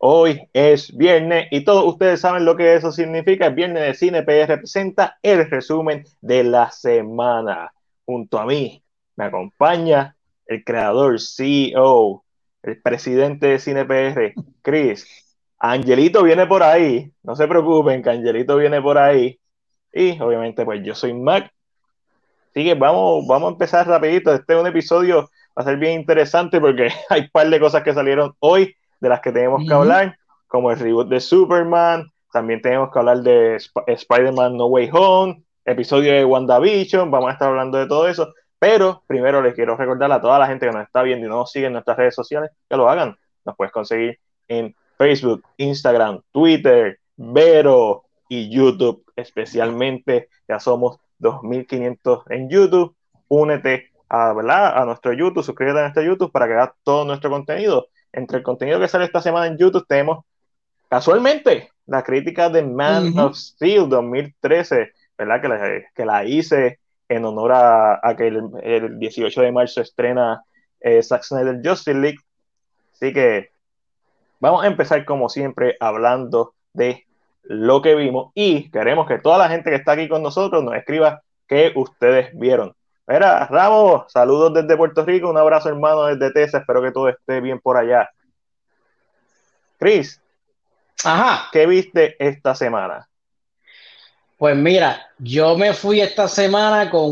Hoy es viernes y todos ustedes saben lo que eso significa. El viernes de Cine PR presenta el resumen de la semana. Junto a mí me acompaña el creador, CEO, el presidente de Cine PR, Chris. Angelito viene por ahí, no se preocupen que Angelito viene por ahí. Y obviamente pues yo soy Mac. Así que vamos a empezar rapidito. Este es un episodio, va a ser bien interesante porque hay un par de cosas que salieron hoy de las que tenemos que Ujú. hablar, como el reboot de Superman, también tenemos que hablar de Spider-Man No Way Home, episodio de WandaVision, vamos a estar hablando de todo eso, pero primero les quiero recordar a toda la gente que nos está viendo y no nos sigue en nuestras redes sociales, que lo hagan. Nos puedes conseguir en Facebook, Instagram, Twitter, Vero y YouTube especialmente. Ya somos 2.500 en YouTube. Únete ¿verdad? A nuestro YouTube, suscríbete a nuestro YouTube para que veas todo nuestro contenido. Entre el contenido que sale esta semana en YouTube tenemos casualmente la crítica de Man of Ujú. Steel 2013, ¿verdad? Que la hice en honor a que el 18 de marzo estrena Zack Snyder Justice League. Así que vamos a empezar como siempre hablando de lo que vimos y queremos que toda la gente que está aquí con nosotros nos escriba qué ustedes vieron. Mira, Ramos, saludos desde Puerto Rico, un abrazo hermano desde Texas, espero que todo esté bien por allá. Chris, Ajá, ¿qué viste esta semana? pues mira, yo me fui esta semana con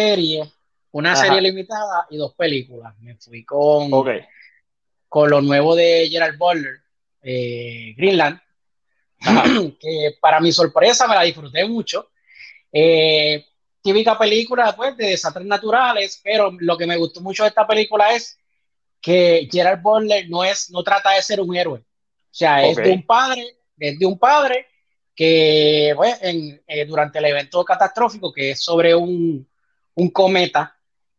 una serie Ajá, limitada y dos películas. Me fui ok, con lo nuevo de Gerald Butler, Greenland, ajá, que para mi sorpresa me la disfruté mucho. Eh, Típica película pues, de desastres naturales, pero lo que me gustó mucho de esta película es que Gerald Butler no trata de ser un héroe. O sea, ok, es de un padre que pues, durante el evento catastrófico, que es sobre un cometa,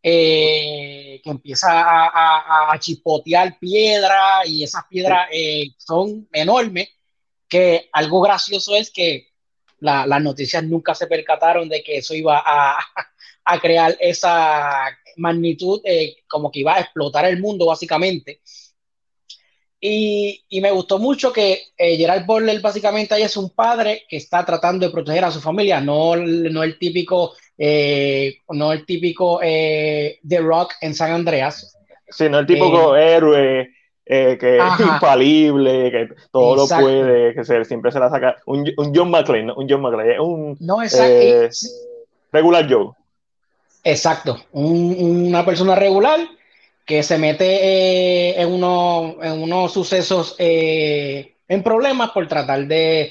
que empieza a chipotear piedra y esas sí, piedras son enormes, que algo gracioso es que las noticias nunca se percataron de que eso iba a crear esa magnitud, como que iba a explotar el mundo básicamente. Y me gustó mucho que Gerald Butler básicamente ahí es un padre que está tratando de proteger a su familia, no el típico, no el típico The Rock en San Andreas. sí, no el Eh, típico héroe que es ajá, infalible, que todo lo exacto. puede, siempre se la saca. Un John McClane, ¿no? Un John McClane, es un No, exacto. eh, regular Joe. Exacto, una persona regular que se mete en unos sucesos, en problemas por tratar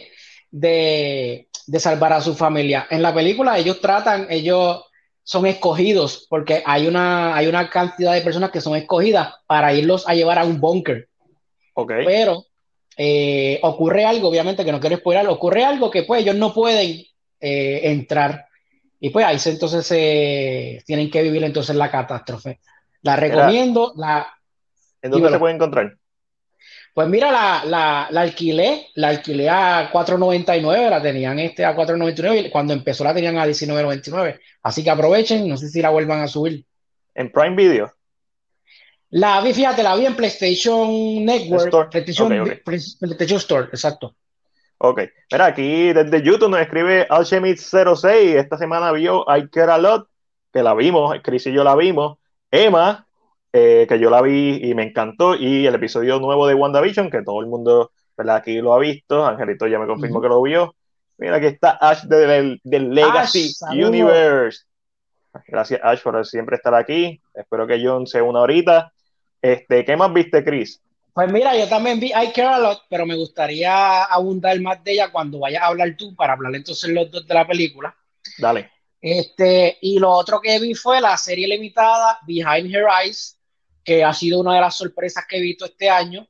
de salvar a su familia. En la película ellos son escogidos porque hay una cantidad de personas que son escogidas para irlos a llevar a un búnker, Ok, pero ocurre algo, obviamente que no quiero spoiler, ocurre algo que pues ellos no pueden entrar y pues ahí entonces se tienen que vivir entonces la catástrofe. La mira, recomiendo, ¿en dónde se dímelo. puede encontrar? Pues mira, la alquilé a 4.99, la tenían a 4.99 y cuando empezó la tenían a 19.99. Así que aprovechen, no sé si la vuelvan a subir. En Prime Video Fíjate, la vi en PlayStation Network, Store. Ok, ok. PlayStation Store, exacto. Ok. Mira, aquí desde YouTube nos escribe Alchemist06. Esta semana vio I Care a Lot, que la vimos, Chris y yo la vimos. Emma, que yo la vi y me encantó. Y el episodio nuevo de WandaVision, que todo el mundo, ¿verdad? Aquí lo ha visto. Angelito ya me confirmó Ujú. que lo vio. Mira, aquí está Ash del Ash, Legacy saludos. Universe. Gracias, Ash, por siempre estar aquí. Espero que John se una ahorita. ¿Qué más viste, Chris? Pues mira, yo también vi I Care a Lot, pero me gustaría abundar más de ella cuando vayas a hablar tú, para hablar entonces los dos de la película. Dale. Y lo otro que vi fue la serie limitada Behind Her Eyes, que ha sido una de las sorpresas que he visto este año.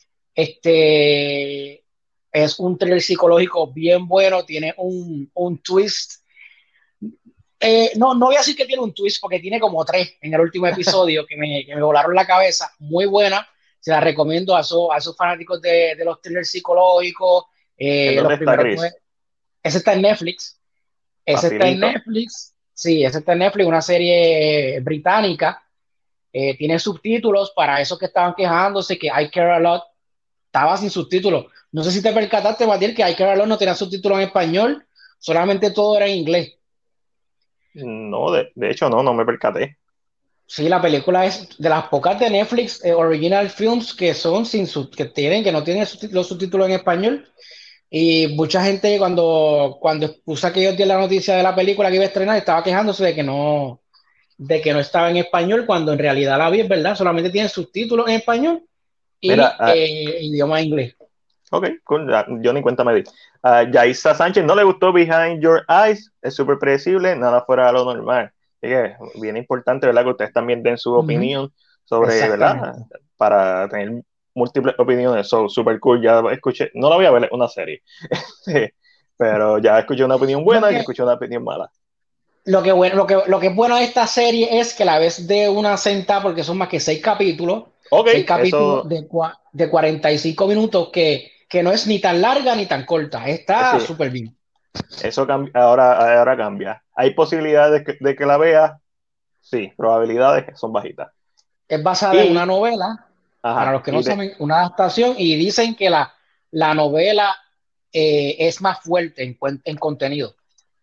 Este es un thriller psicológico bien bueno, tiene un twist. No voy a decir que tiene un twist porque tiene como tres en el último episodio que me volaron la cabeza. Muy buena, se la recomiendo a esos fanáticos de los thrillers psicológicos. ¿En Los dónde está primeros Chris? ese está en Netflix. Ese está en Facilito. Netflix. Sí, ese está en Netflix, una serie británica. Tiene subtítulos para esos que estaban quejándose que I Care a Lot estaba sin subtítulos. No sé si te percataste, Matiel, que Hay que verlo no tenía subtítulos en español, solamente todo era en inglés. No, de hecho, no me percaté. Sí, la película es de las pocas de Netflix Original Films que son que no tienen los subtítulos en español. Y mucha gente cuando puse aquellos días la noticia de la película que iba a estrenar, estaba quejándose de que no estaba en español, cuando en realidad la vi, es verdad, solamente tiene subtítulos en español Mira, y idioma inglés. ok, cool, yo ni cuenta me di. Yaisa Sánchez no le gustó Behind Your Eyes, es súper predecible, nada fuera de lo normal. Así que bien importante, ¿verdad? Que ustedes también den su Ujú. opinión sobre, ¿verdad? Exactamente. Para tener múltiples opiniones. So, super cool, ya escuché, no la voy a ver, es una serie. Sí, pero ya escuché una opinión Lo buena y que, escuché una opinión mala. lo que es bueno de esta serie es que la ves de una sentada, porque son más que Ok, seis capítulos eso, de 45 minutos, que no es ni tan larga ni tan corta, está sí, súper bien. eso cambia, ahora cambia. ¿Hay posibilidades de que la vea? Sí, probabilidades que son bajitas. Es basada en una Y, novela, para ajá, los que no saben, una adaptación, y dicen que la novela es más fuerte en contenido.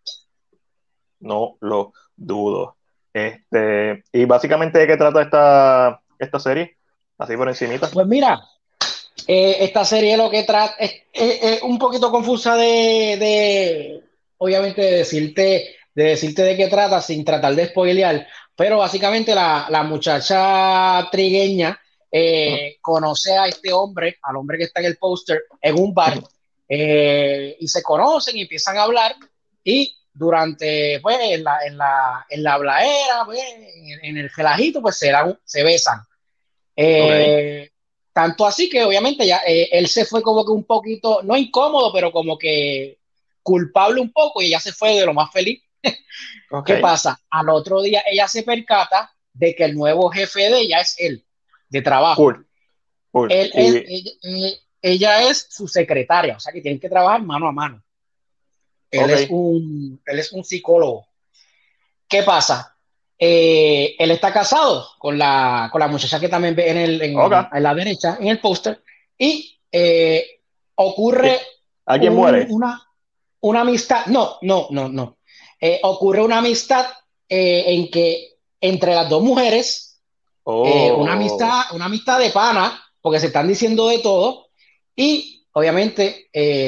no lo dudo. Y básicamente, ¿de qué trata esta serie? Así por encimita. Pues mira, esta serie lo que trata es un poquito confusa obviamente, de decirte de qué trata sin tratar de spoilear, pero básicamente la muchacha trigueña Ujú, conoce a este hombre, al hombre que está en el póster, en un bar, ujú. y se conocen y empiezan a hablar, y durante, pues, en la habladera, pues, en el relajito, pues se besan. Ok. Eh, Tanto así que obviamente ya él se fue como que un poquito, no incómodo, pero como que culpable un poco, y ella se fue de lo más feliz. ¿Qué Ok. pasa? Al otro día ella se percata de que el nuevo jefe de ella es él, de trabajo. Cool, cool. Ella es su secretaria, o sea que tienen que trabajar mano a mano. Ok, Él es un psicólogo. ¿Qué pasa? Él está casado con la muchacha que también ve ok. en la derecha, en el póster, y ¿Qué? ocurre ¿Alguien muere? una amistad, no. Ocurre una amistad en que entre las dos mujeres, Oh, una amistad de pana, porque se están diciendo de todo, y obviamente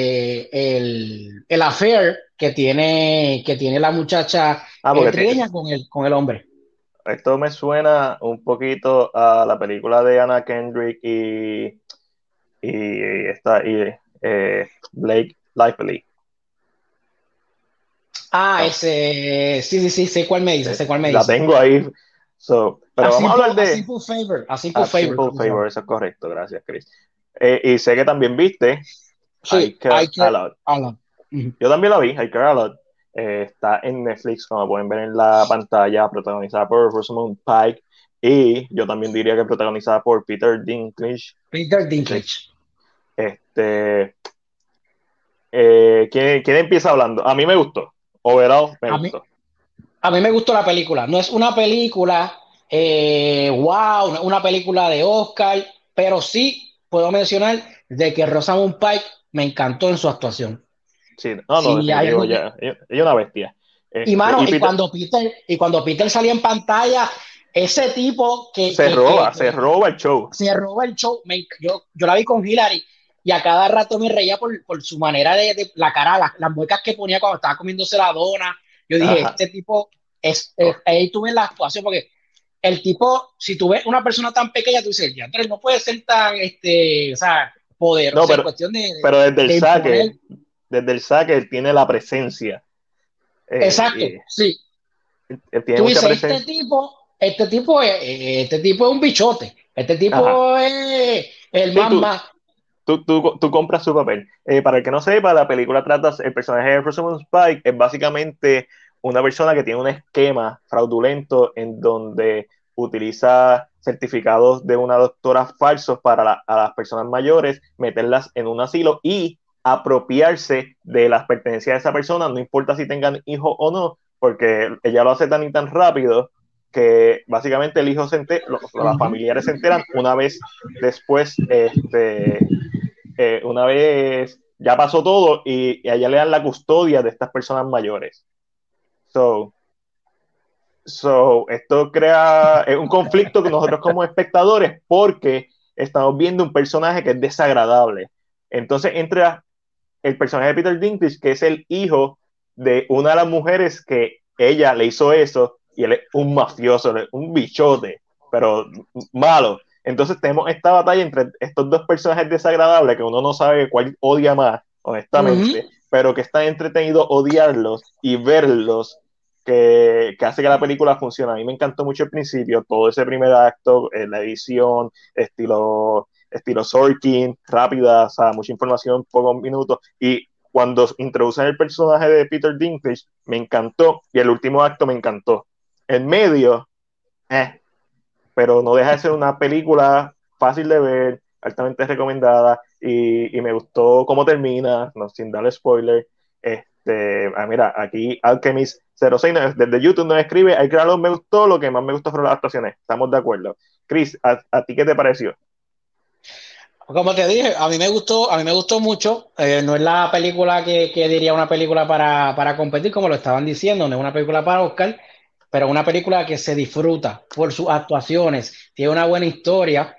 el affair que tiene la muchacha porque trigueña con el hombre. esto me suena un poquito a la película de Anna Kendrick Blake Lively. Ah, No, ese, sí, sé cuál me dice, sé cuál me la dice. tengo ahí. So, pero vamos a hablar de A Simple A Favor, Simple ¿cómo se llama? Favor, eso es correcto, gracias, Chris. Y sé que también viste I Sí, Care I a Care Lot. a Lot. Ujú. Yo también la vi, I Care a Lot. Está en Netflix, como pueden ver en la pantalla, protagonizada por Rosamund Pike y yo también diría que protagonizada por Peter Dinklage. Peter Ese- Dinklage. Este, ¿quién empieza hablando? A mí me gustó. Overall, me A mí, gustó. a mí me gustó la película. No es una película, wow, no es una película de Oscar, pero sí puedo mencionar de que Rosamund Pike me encantó en su actuación. Sí, no, no, Sí, hay definitivo, algo que. ella es una bestia. Y mano, Y Peter y cuando Peter salía en pantalla, ese tipo se roba el show. se roba el show. Yo la vi con Hillary y a cada rato me reía por su manera de la cara, las muecas que ponía cuando estaba comiéndose la dona. Yo dije, Ajá. este tipo Oh, ahí tuve la actuación, porque el tipo, si tú ves una persona tan pequeña, tú dices, ya, pero no puede ser tan, o sea, no, poderoso en cuestión pero imponer. desde el saque él tiene la presencia. Exacto, Y sí. él tiene Tú mucha dices, presencia. este tipo es un bichote. Este Ajá. tipo es el Sí, más más. tú compras su papel. Para el que no sepa, la película trata, el personaje de Rosamund Pike es básicamente una persona que tiene un esquema fraudulento en donde utiliza certificados de una doctora falsos para a las personas mayores, meterlas en un asilo y apropiarse de las pertenencias de esa persona, no importa si tengan hijos o no, porque ella lo hace tan y tan rápido que básicamente el hijo los Ujú. familiares se enteran una vez después, una vez ya pasó todo y a ella le dan la custodia de estas personas mayores. So, esto crea un conflicto con nosotros como espectadores porque estamos viendo un personaje que es desagradable. Entonces entra el personaje de Peter Dinklage, que es el hijo de una de las mujeres que ella le hizo eso, y él es un mafioso, un bichote, pero malo. Entonces tenemos esta batalla entre estos dos personajes desagradables que uno no sabe cuál odia más, honestamente, pero que está entretenido odiarlos y verlos, que hace que la película funcione. A mí me encantó mucho el principio, todo ese primer acto, la edición, estilo Sorkin, rápida, o sea, mucha información, pocos minutos, y cuando introducen el personaje de Peter Dinklage, me encantó, y el último acto me encantó. En medio, pero no deja de ser una película fácil de ver, altamente recomendada, y me gustó cómo termina, no, sin darle spoiler. Mira, aquí Alchemist 06 desde YouTube nos escribe, hay claro, me gustó, lo que más me gustó fueron las actuaciones, estamos de acuerdo. Chris, ¿a ti qué te pareció? Como te dije, a mí me gustó mucho. No es la película que diría una película para competir, como lo estaban diciendo, no es una película para Oscar, pero una película que se disfruta por sus actuaciones, tiene una buena historia.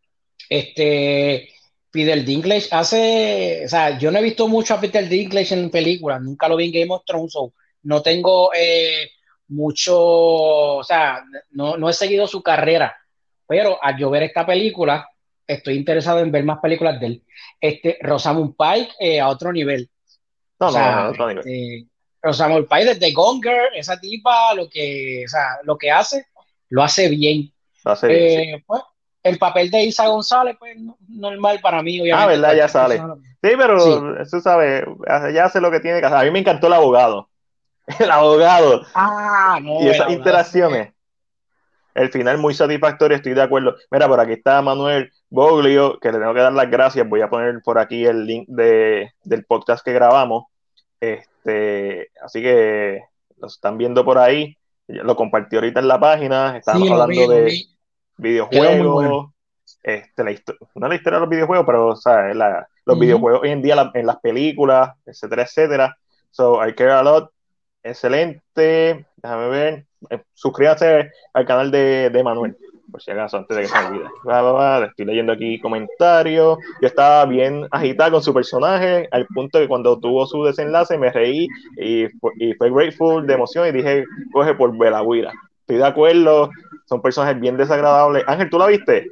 Este, Peter Dinklage hace, o sea, yo no he visto mucho a Peter Dinklage en películas, nunca lo vi en Game of Thrones, so no tengo mucho, o sea, no he seguido su carrera, pero al yo ver esta película, estoy interesado en ver más películas de él. Rosamund Pike a otro nivel, o No, no, no, sea, no, otro nivel. Rosamund Pike desde Gone Girl, esa tipa, o sea, lo que hace, lo hace bien. Lo hace bien, sí. Pues, el papel de Isa González, pues normal para mí, Ah, obviamente, ¿verdad? Ya cualquier sale. persona. Sí, Sí. pero eso sabe, ya hace lo que tiene que hacer. A mí me encantó el abogado. El abogado. Ah, Y no, el esas abogado ese. interacciones. El final muy satisfactorio, estoy de acuerdo. Mira, por aquí está Manuel Boglio, que le tengo que dar las gracias. Voy a poner por aquí el link del podcast que grabamos. Así que lo están viendo por ahí. Lo compartí ahorita en la página. Sí, Estábamos hablando lo de vi. Quedó muy bueno. videojuegos, no la historia de los videojuegos, pero o sea, los Ujú. videojuegos hoy en día en las películas, etcétera, etcétera. So, I care a lot. Excelente. Déjame ver. Suscríbase al canal de Manuel, por si acaso, antes de que se me olvide. Estoy leyendo aquí comentarios. Yo estaba bien agitada con su personaje, al punto que cuando tuvo su desenlace me reí y fue grateful de emoción y dije, coge por Belagüira. Estoy de acuerdo, son personajes bien desagradables. Ángel, ¿tú la viste?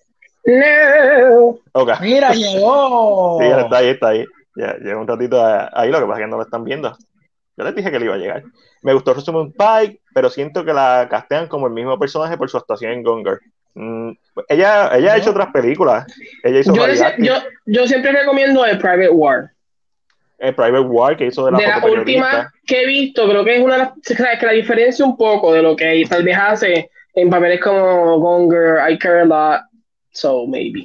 No. Ok. Mira, Sí, ya llegó. está ahí, está ahí. Ya lleva un ratito ahí, lo que pasa es que no lo están viendo. Yo les dije que le iba a llegar. Me gustó Rosamund Pike, pero siento que la castean como el mismo personaje por su actuación en Gone Girl. Ella ha hecho No. otras películas. Ella hizo Yo, decía- yo, Radioactive, yo siempre recomiendo el Private War. Private War, que hizo de la De las últimas fotoperiodista. que he visto, creo que es una de las que la diferencia un poco de lo que tal vez hace en papeles como Gone Girl, I Care a Lot, so maybe.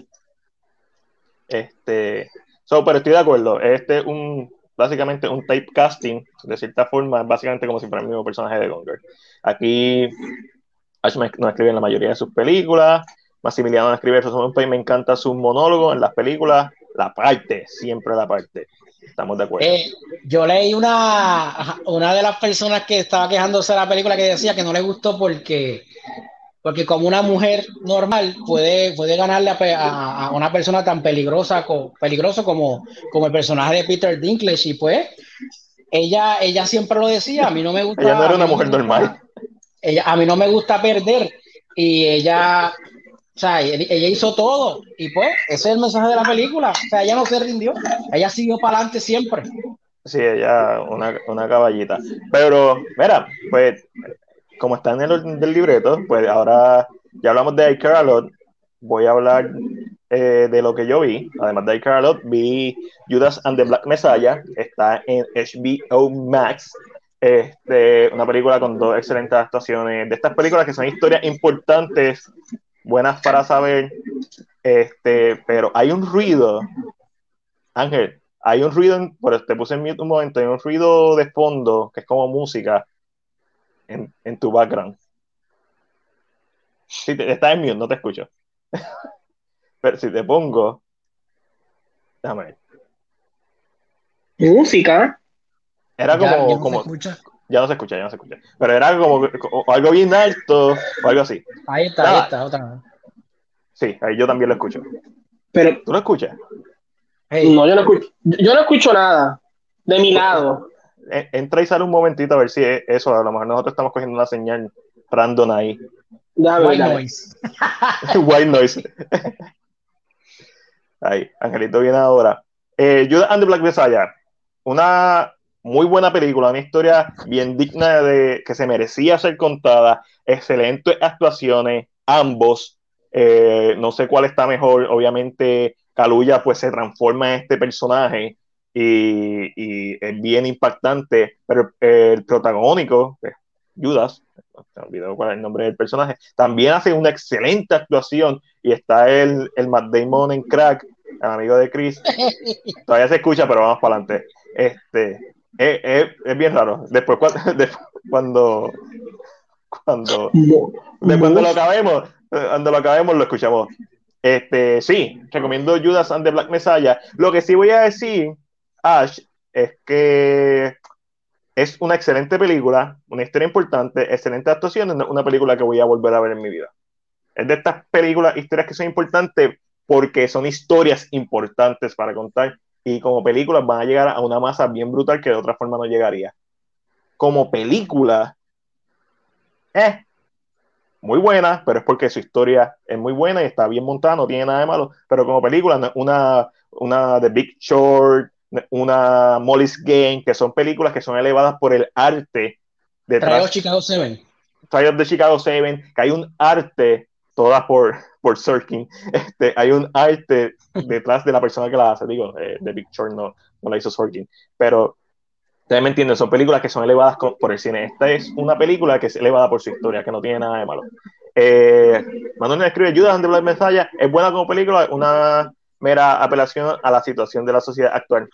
Pero estoy de acuerdo. Básicamente un typecasting, de cierta forma, básicamente como si fuera el mismo personaje de Gone Girl. Aquí Ashman no escribe en la mayoría de sus películas. Maximiliano no escribe Rosamund Pike, me encanta sus monólogos en las películas. La parte, siempre la parte. Estamos de acuerdo. Eh, yo leí una de las personas que estaba quejándose de la película que decía que no le gustó porque como una mujer normal puede ganarle a una persona tan peligroso como el personaje de Peter Dinklage y pues ella siempre lo decía, Ella no a era mí una no me mujer normal. gusta, a mí no me gusta perder y ella, o sea, ella hizo todo y pues ese es el mensaje de la película, o sea, ella no se rindió, ella siguió para adelante siempre. Sí, ella, una caballita. Pero, mira, pues, como está en el orden del libreto, pues ahora ya hablamos de I Care a Lot. Voy a hablar de lo que yo vi. Además de I Care a Lot, vi Judas and the Black Messiah. Está en HBO Max. Una película con dos excelentes actuaciones. De estas películas que son historias importantes, buenas para saber. Pero hay un ruido, Ángel, hay un ruido, pero te puse en mute un momento, hay un ruido de fondo que es como música en tu background. Si estás en mute, no te escucho. Pero si te pongo, Déjame ver. Música. Era Ya no se como, escucha. ya no se escucha, ya no se escucha. Pero era como algo bien alto o algo así. Ahí Nada, está, otra vez. sí, ahí yo también lo escucho. Pero ¿Tú lo escuchas? Hey, no, yo no escucho nada de mi lado. Entra y sale un momentito a ver si es eso. A lo mejor nosotros estamos cogiendo una señal random ahí. Déjame ver, white dale. noise. White noise. Ahí, Angelito viene ahora. Judas and the Black Messiah. Una muy buena película, una historia bien digna de que se merecía ser contada. Excelentes actuaciones, ambos. No sé cuál está mejor. Obviamente, Kaluuya pues se transforma en este personaje y es bien impactante, pero el protagónico, pues, Judas, se me olvidó cuál es el nombre del personaje, también hace una excelente actuación y está el Matt Damon en Crack, el amigo de Chris. Todavía se escucha, pero vamos para adelante. Es bien raro. Después, cuando, cuando, cuando lo Mus- acabemos, cuando lo acabemos, lo escuchamos. Sí, recomiendo Judas and the Black Messiah. Lo que sí voy a decir, Ash, es que es una excelente película, una historia importante, excelente actuación, una película que voy a volver a ver en mi vida. Es de estas películas, historias que son importantes porque son historias importantes para contar y como películas van a llegar a una masa bien brutal que de otra forma no llegaría. Como película, eh, muy buena, pero es porque su historia es muy buena y está bien montada, no tiene nada de malo, pero como película, una The Big Short, una Molly's Game, que son películas que son elevadas por el arte Traigo detrás. Chicago 7. Trial of the Chicago 7, que hay un arte, toda por Sorkin, hay un arte detrás de la persona que la hace, digo, The Big Short no la hizo Sorkin, pero ustedes me entienden, son películas que son elevadas por el cine. Esta es una película que es elevada por su historia, que no tiene nada de malo. Manuel escribe Judas and the Black Messiah, es buena como película, una mera apelación a la situación de la sociedad actual.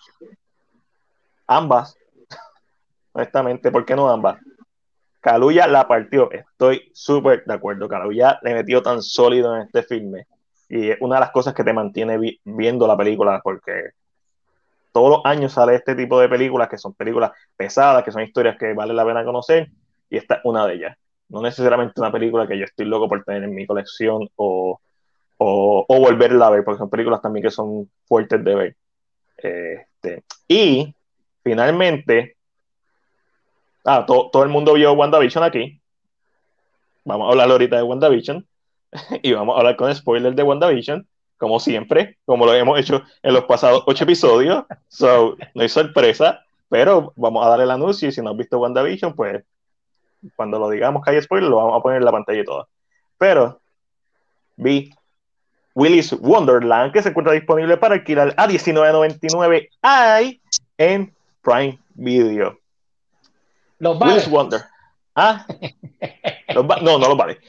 Ambas, honestamente, ¿por qué no ambas? Kaluuya la partió, estoy súper de acuerdo. Kaluuya le metió tan sólido en este filme y es una de las cosas que te mantiene viendo la película porque todos los años sale este tipo de películas que son películas pesadas, que son historias que vale la pena conocer y esta es una de ellas. No necesariamente una película que yo estoy loco por tener en mi colección o volverla a ver, porque son películas también que son fuertes de ver. Y finalmente, todo el mundo vio WandaVision aquí. Vamos a hablar ahorita de WandaVision y vamos a hablar con spoilers de WandaVision, como siempre, como lo hemos hecho en los pasados 8 episodios. So, no hay sorpresa, pero vamos a dar el anuncio y si no has visto WandaVision, pues cuando lo digamos que hay spoilers, lo vamos a poner en la pantalla y todo. Pero vi Willy's Wonderland, que se encuentra disponible para alquilar a $19.99 hay en Prime Video. Los Willy's vale. Wonder. Ah, no los vale.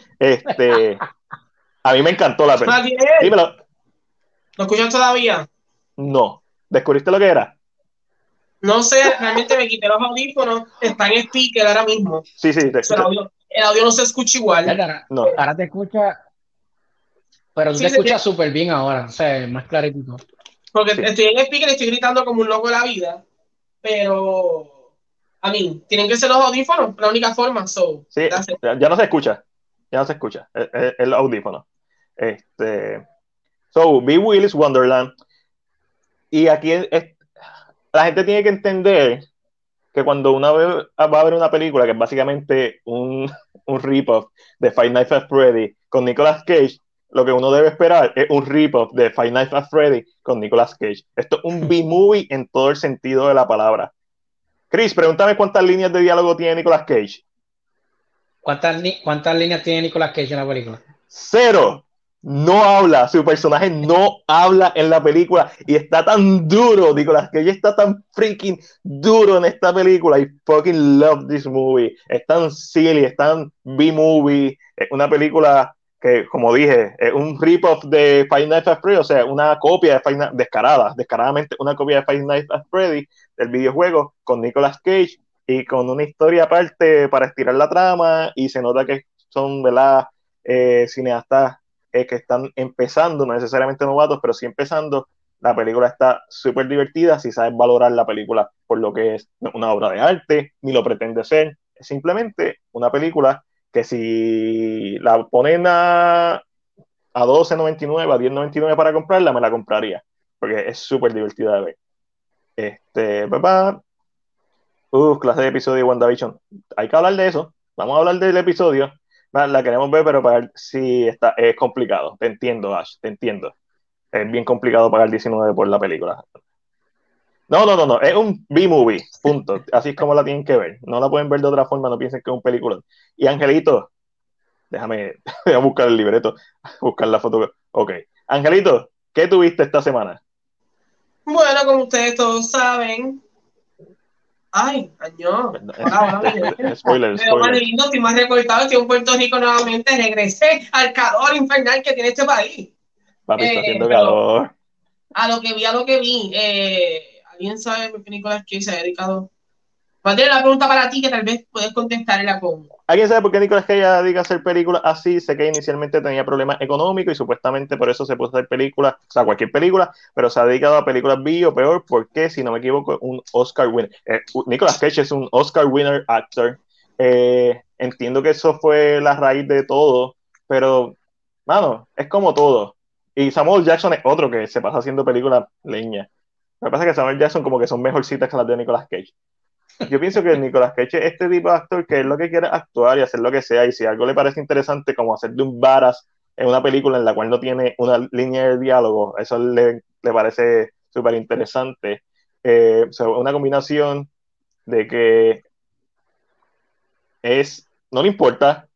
A mí me encantó la película. Javier, Dímelo. ¿lo escuchas todavía? No. ¿Descubriste lo que era? No sé, realmente me quité los audífonos, está en speaker ahora mismo. Sí, sí, te So, escucho. el audio no se escucha igual. No. Ahora te escucha, pero tú te Sí, sí, escuchas súper bien ahora, o sea, más clarito. porque Sí, estoy en speaker y estoy gritando como un loco de la vida, pero a mí, tienen que ser los audífonos, la única forma, so, sí, that's it. ya no se escucha. Ya no se escucha. El audífono. Este. So, vi Willy's Wonderland. Y aquí la gente tiene que entender que cuando una vez va a ver una película que es básicamente un rip-off de Five Nights at Freddy con Nicolas Cage, lo que uno debe esperar es un rip-off de Five Nights at Freddy con Nicolas Cage. Esto es un B-movie en todo el sentido de la palabra. Chris, pregúntame cuántas líneas de diálogo tiene Nicolas Cage. ¿Cuántas líneas tiene Nicolas Cage en la película? Cero. No habla, su personaje no habla en la película y está tan duro, Nicolas Cage está tan freaking duro en esta película. I fucking love this movie. Es tan silly, es tan B-movie. Es una película que, como dije, es un rip-off de Five Nights at Freddy, o sea, una copia de Five Nights, descaradamente una copia de Five Nights at Freddy del videojuego con Nicolas Cage y con una historia aparte para estirar la trama y se nota que son, ¿verdad? Cineastas que están empezando, no necesariamente novatos, pero sí empezando, La película está súper divertida si sabes valorar la película por lo que es una obra de arte, ni lo pretende ser. Es simplemente una película que si la ponen a 12.99, a 10.99 para comprarla, me la compraría, porque es súper divertida de ver. Papá, clase de episodio de WandaVision. Hay que hablar de eso. Vamos a hablar del episodio. La queremos ver, pero para ver si está, es complicado. Te entiendo, Ash, te entiendo. Es bien complicado pagar 19 por la película. No. Es un B-movie, punto. Así es como la tienen que ver. No la pueden ver de otra forma, no piensen que es un película. Y Angelito, déjame, voy a buscar el libreto, buscar la foto. Ok. Angelito, ¿qué tuviste esta semana? Bueno, como ustedes todos saben, ay, año, hola, Spoiler, pero más spoiler. lindo, estoy más recortado, estoy en Puerto Rico nuevamente, regresé al calor infernal que tiene este país. Papi, está haciendo Pero calor. a lo que vi, ¿alguien sabe por qué Nicolas Cage se ha dedicado? Va a tener la pregunta para ti que tal vez puedes contestarla con... ¿Alguien sabe por qué Nicolas Cage dedica a hacer películas así? Sé que inicialmente tenía problemas económicos y supuestamente por eso se puso a hacer películas, o sea, cualquier película, pero se ha dedicado a películas B o peor, porque si no me equivoco, un Oscar winner. Nicolas Cage es un Oscar winner actor. Entiendo que eso fue la raíz de todo, pero, mano, es como todo. Y Samuel Jackson es otro que se pasa haciendo películas leña. Lo que pasa es que Samuel Jackson como que son mejorcitas que las de Nicolas Cage. Yo pienso que Nicolas Cage es este tipo de actor que es lo que quiere actuar y hacer lo que sea, y si algo le parece interesante, como hacer de un varas en una película en la cual no tiene una línea de diálogo, eso le parece súper interesante. Una combinación de que no le importa,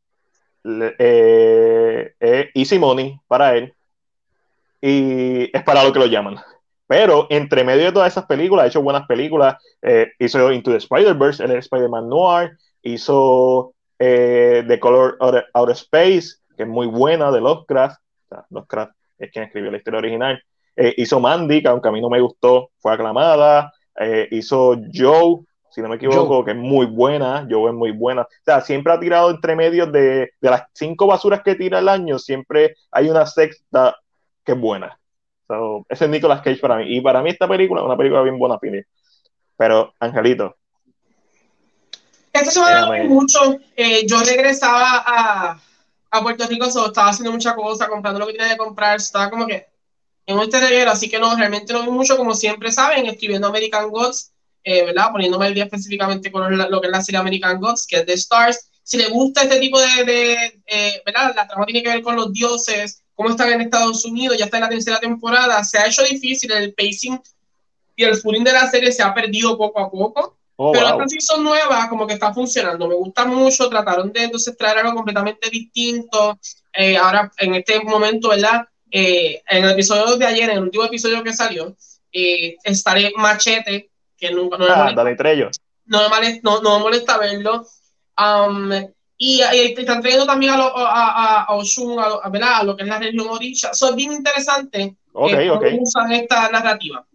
es easy money para él, y es para lo que lo llaman. Pero entre medio de todas esas películas, ha hecho buenas películas. Hizo Into the Spider-Verse, el Spider-Man Noir. Hizo The Color Out of Space, que es muy buena, de Lovecraft. O sea, Lovecraft es quien escribió la historia original. Hizo Mandy, que aunque a mí no me gustó, fue aclamada. Hizo Joe, si no me equivoco, Joe. que es muy buena. Joe es muy buena. O sea, siempre ha tirado entre medios de las 5 basuras que tira el año, siempre hay una sexta que es buena. So, ese es Nicolas Cage para mí. Y para mí esta película es una película bien buena, Pili. Pero, Angelito, Esta semana no vi déjame... mucho. Yo regresaba a Puerto Rico, estaba haciendo mucha cosa, comprando lo que tenía que comprar, estaba como que en este reguero, así que no, realmente no vi mucho, como siempre saben, escribiendo American Gods, ¿verdad? Poniéndome el día específicamente con lo que es la serie American Gods, que es de Stars. Si les gusta este tipo ¿verdad? La trama tiene que ver con los dioses, cómo están en Estados Unidos, ya está en la tercera temporada, se ha hecho difícil, el pacing y el footing de la serie se ha perdido poco a poco, Oh, pero esta wow. season nueva como que está funcionando, me gusta mucho, trataron de entonces traer algo completamente distinto, ahora en este momento, ¿verdad? En el episodio de ayer, en el último episodio que salió, estaré Machete, que nunca no me molesta, Dale Trello. no me molesta verlo. Um, y están trayendo también a Oshun, ¿verdad? A lo que es la región Orisha. Eso es bien interesante Ok, cómo ok. usan esta narrativa.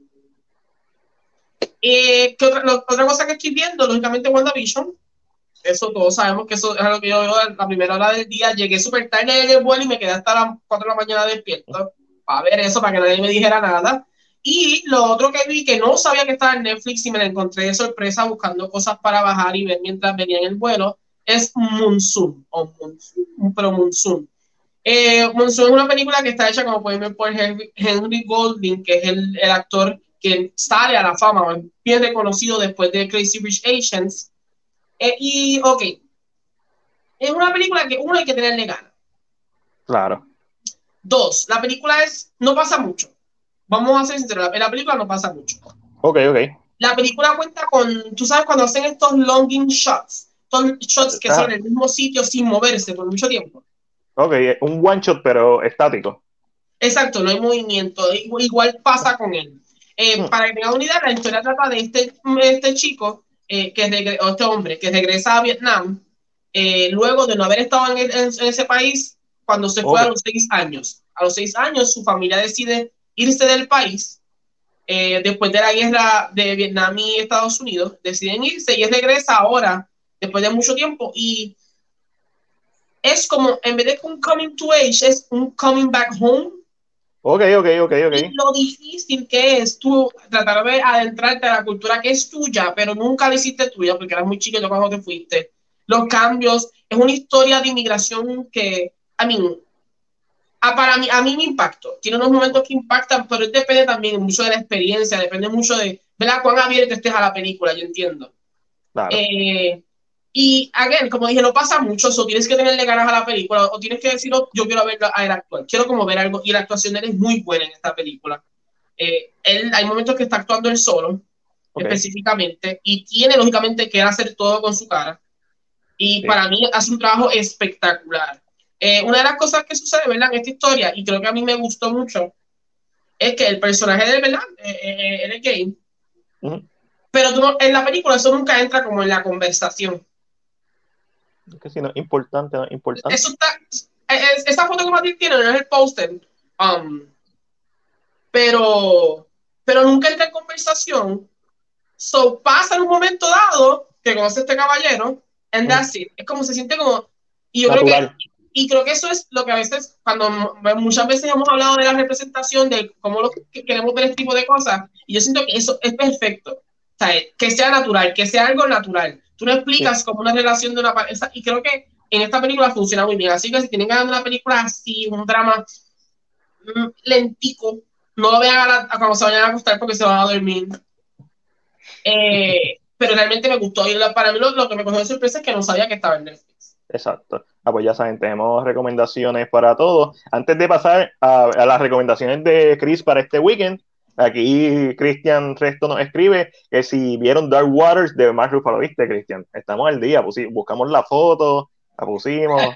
Otra cosa que estoy viendo, lógicamente, WandaVision. Eso todos sabemos que eso es lo que yo veo a la primera hora del día. Llegué súper tarde en el vuelo y me quedé hasta las 4 de la mañana despierto para ver eso, para que nadie me dijera nada. Y lo otro que vi, que no sabía que estaba en Netflix y me la encontré de sorpresa buscando cosas para bajar y ver mientras venía en el vuelo, es Monsoon, pero Monsoon. Monsoon es una película que está hecha, como pueden ver, por Henry Golding, que es el actor que sale a la fama, bien reconocido después de Crazy Rich Asians. Ok, es una película que uno hay que tenerle ganas. Claro. Dos, la película no pasa mucho. Vamos a ser sinceros, la película no pasa mucho. Ok, ok. La película cuenta con, tú sabes, cuando hacen estos longing shots, estos shots que son en el mismo sitio sin moverse por mucho tiempo. Ok, un one shot, pero estático. Exacto, no hay movimiento. Igual pasa con él. Para que tengan una idea, la historia trata de este chico, o este hombre, que regresa a Vietnam luego de no haber estado en ese país cuando se fue Ok. a los 6 años. A los 6 años su familia decide irse del país. Después de la guerra de Vietnam y Estados Unidos, deciden irse y él regresa ahora, después de mucho tiempo, y es como, en vez de un coming to age, es un coming back home. Ok. Y lo difícil que es tú tratar de adentrarte a la cultura que es tuya, pero nunca la hiciste tuya porque eras muy chiquito cuando te fuiste. Los cambios, es una historia de inmigración que, a mí me impactó. Tiene unos momentos que impactan, pero depende también mucho de la experiencia, depende mucho de, ¿verdad? Cuán abierto estés a la película, yo entiendo. Claro. Y, again, como dije, no pasa mucho, o tienes que tenerle ganas a la película, o tienes que decir, oh, yo quiero verlo a él actuar, quiero como ver algo, y la actuación de él es muy buena en esta película. Hay momentos que está actuando él solo, específicamente, y tiene, lógicamente, que hacer todo con su cara, y para mí hace un trabajo espectacular. Una de las cosas que sucede, ¿verdad?, en esta historia, y creo que a mí me gustó mucho, es que el personaje de, ¿verdad?, él es gay, pero en la película eso nunca entra como en la conversación. Es que si no es importante, no es importante. Eso está, esa foto que Matilde tiene no es el póster, pero nunca entra en conversación. So pasa en un momento dado que conoce a este caballero, and that's it. Es como se siente como, y yo natural. creo que eso es lo que a veces, cuando muchas veces hemos hablado de la representación, de cómo lo que queremos ver este tipo de cosas, y yo siento que eso es perfecto. O sea, que sea natural, que sea algo natural. Tú no explicas como una relación de una pareja, y creo que en esta película funciona muy bien. Así que si tienen ganas de una película así, un drama lentico, no lo vean a cuando se vayan a acostar porque se van a dormir. Pero realmente me gustó. Y para mí lo que me cogió de sorpresa es que no sabía que estaba en Netflix. Exacto. Pues ya saben, tenemos recomendaciones para todos. Antes de pasar a las recomendaciones de Chris para este weekend, aquí Cristian Resto nos escribe que si vieron Dark Waters de Mark Ruffalo, ¿viste, Cristian? Estamos al día, buscamos la foto, la pusimos.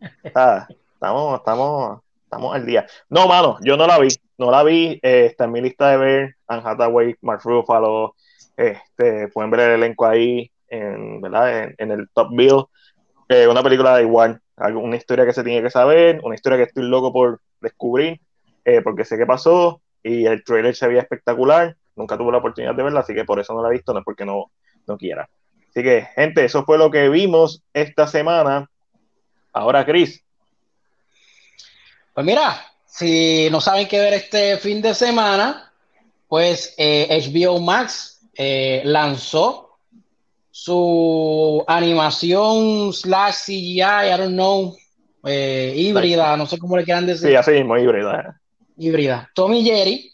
Estamos al día. No, mano, yo no la vi, está en mi lista de ver. Anne Hathaway, Mark Ruffalo, pueden ver el elenco ahí, ¿verdad? En el top bill. Una película da igual, una historia que se tiene que saber, una historia que estoy loco por descubrir, porque sé qué pasó y el trailer se veía espectacular. Nunca tuve la oportunidad de verla, así que por eso no la he visto, no es porque no quiera. Así que, gente, eso fue lo que vimos esta semana. Ahora, Chris. Pues mira, si no saben qué ver este fin de semana, pues HBO Max lanzó su animación / CGI, I don't know, híbrida, no sé cómo le quieran decir. Sí, así mismo, híbrida. Híbrida. Tom y Jerry,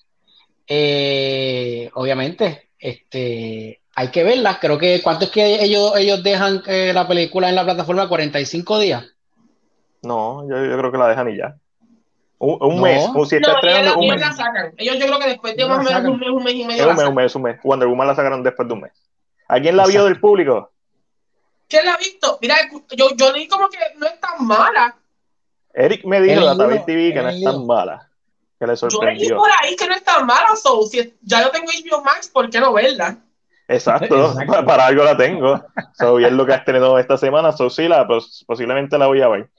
obviamente, hay que verla. Creo que, ¿cuánto es que ellos dejan la película en la plataforma? 45 días. No, yo creo que la dejan y ya. Un No. mes, o si está estrenando un ellos mes. la sacan. Ellos yo creo que después de más o menos un mes y medio. Es un mes. Wonder Woman la sacaron después de un mes. ¿Alguien la vio del público? ¿Quién la ha visto? Mira, yo leí como que no es tan mala. Eric me dijo de Database TV que no es tan mala, que le sorprendió. Yo leí por ahí que no es tan mala, si ya yo tengo HBO Max, ¿por qué no verla? Exacto. Para algo la tengo. Y es lo que ha estrenado esta semana, sí, posiblemente la voy a ver.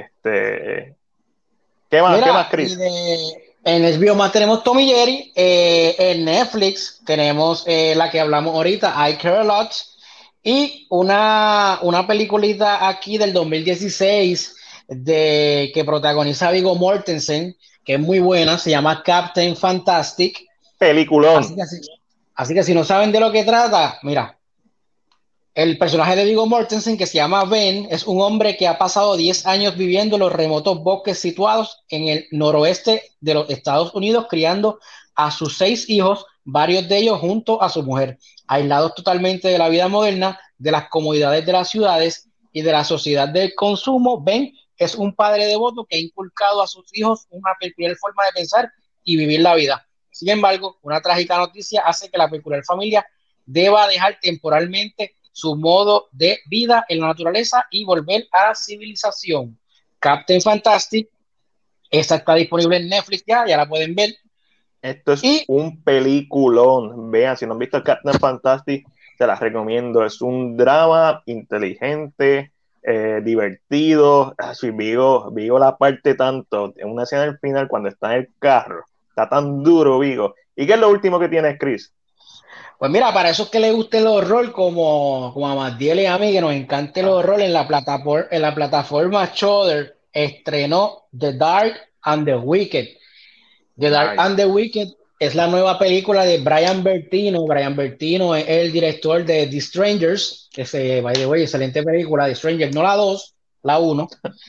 ¿Qué más, Chris? En HBO Max tenemos Tom y Jerry, en Netflix tenemos la que hablamos ahorita, I Care a Lot, y una peliculita aquí del 2016 que protagoniza Viggo Mortensen, que es muy buena, se llama Captain Fantastic. Peliculón. Así que si no saben de lo que trata, mira, el personaje de Viggo Mortensen, que se llama Ben, es un hombre que ha pasado 10 años viviendo en los remotos bosques situados en el noroeste de los Estados Unidos, criando a sus 6 hijos, varios de ellos junto a su mujer, aislados totalmente de la vida moderna, de las comodidades de las ciudades y de la sociedad del consumo. Ben es un padre devoto que ha inculcado a sus hijos una peculiar forma de pensar y vivir la vida. Sin embargo, una trágica noticia hace que la peculiar familia deba dejar temporalmente su modo de vida en la naturaleza y volver a la civilización. Captain Fantastic, esta está disponible en Netflix ya la pueden ver. Esto es un peliculón. Vean, si no han visto Captain Fantastic, te las recomiendo. Es un drama inteligente, divertido. Vigo la parte tanto, en una escena del final cuando está en el carro. Está tan duro, Vigo. ¿Y qué es lo último que tienes, Chris? Pues mira, para esos que les guste el horror, como a Matiel y a mí, que nos encanta el horror, en la plataforma Shudder estrenó The Dark and the Wicked. The Dark Nice. and the Wicked es la nueva película de Brian Bertino. Brian Bertino es el director de The Strangers, que se, by the way, excelente película, The Strangers, no la 2, la 1.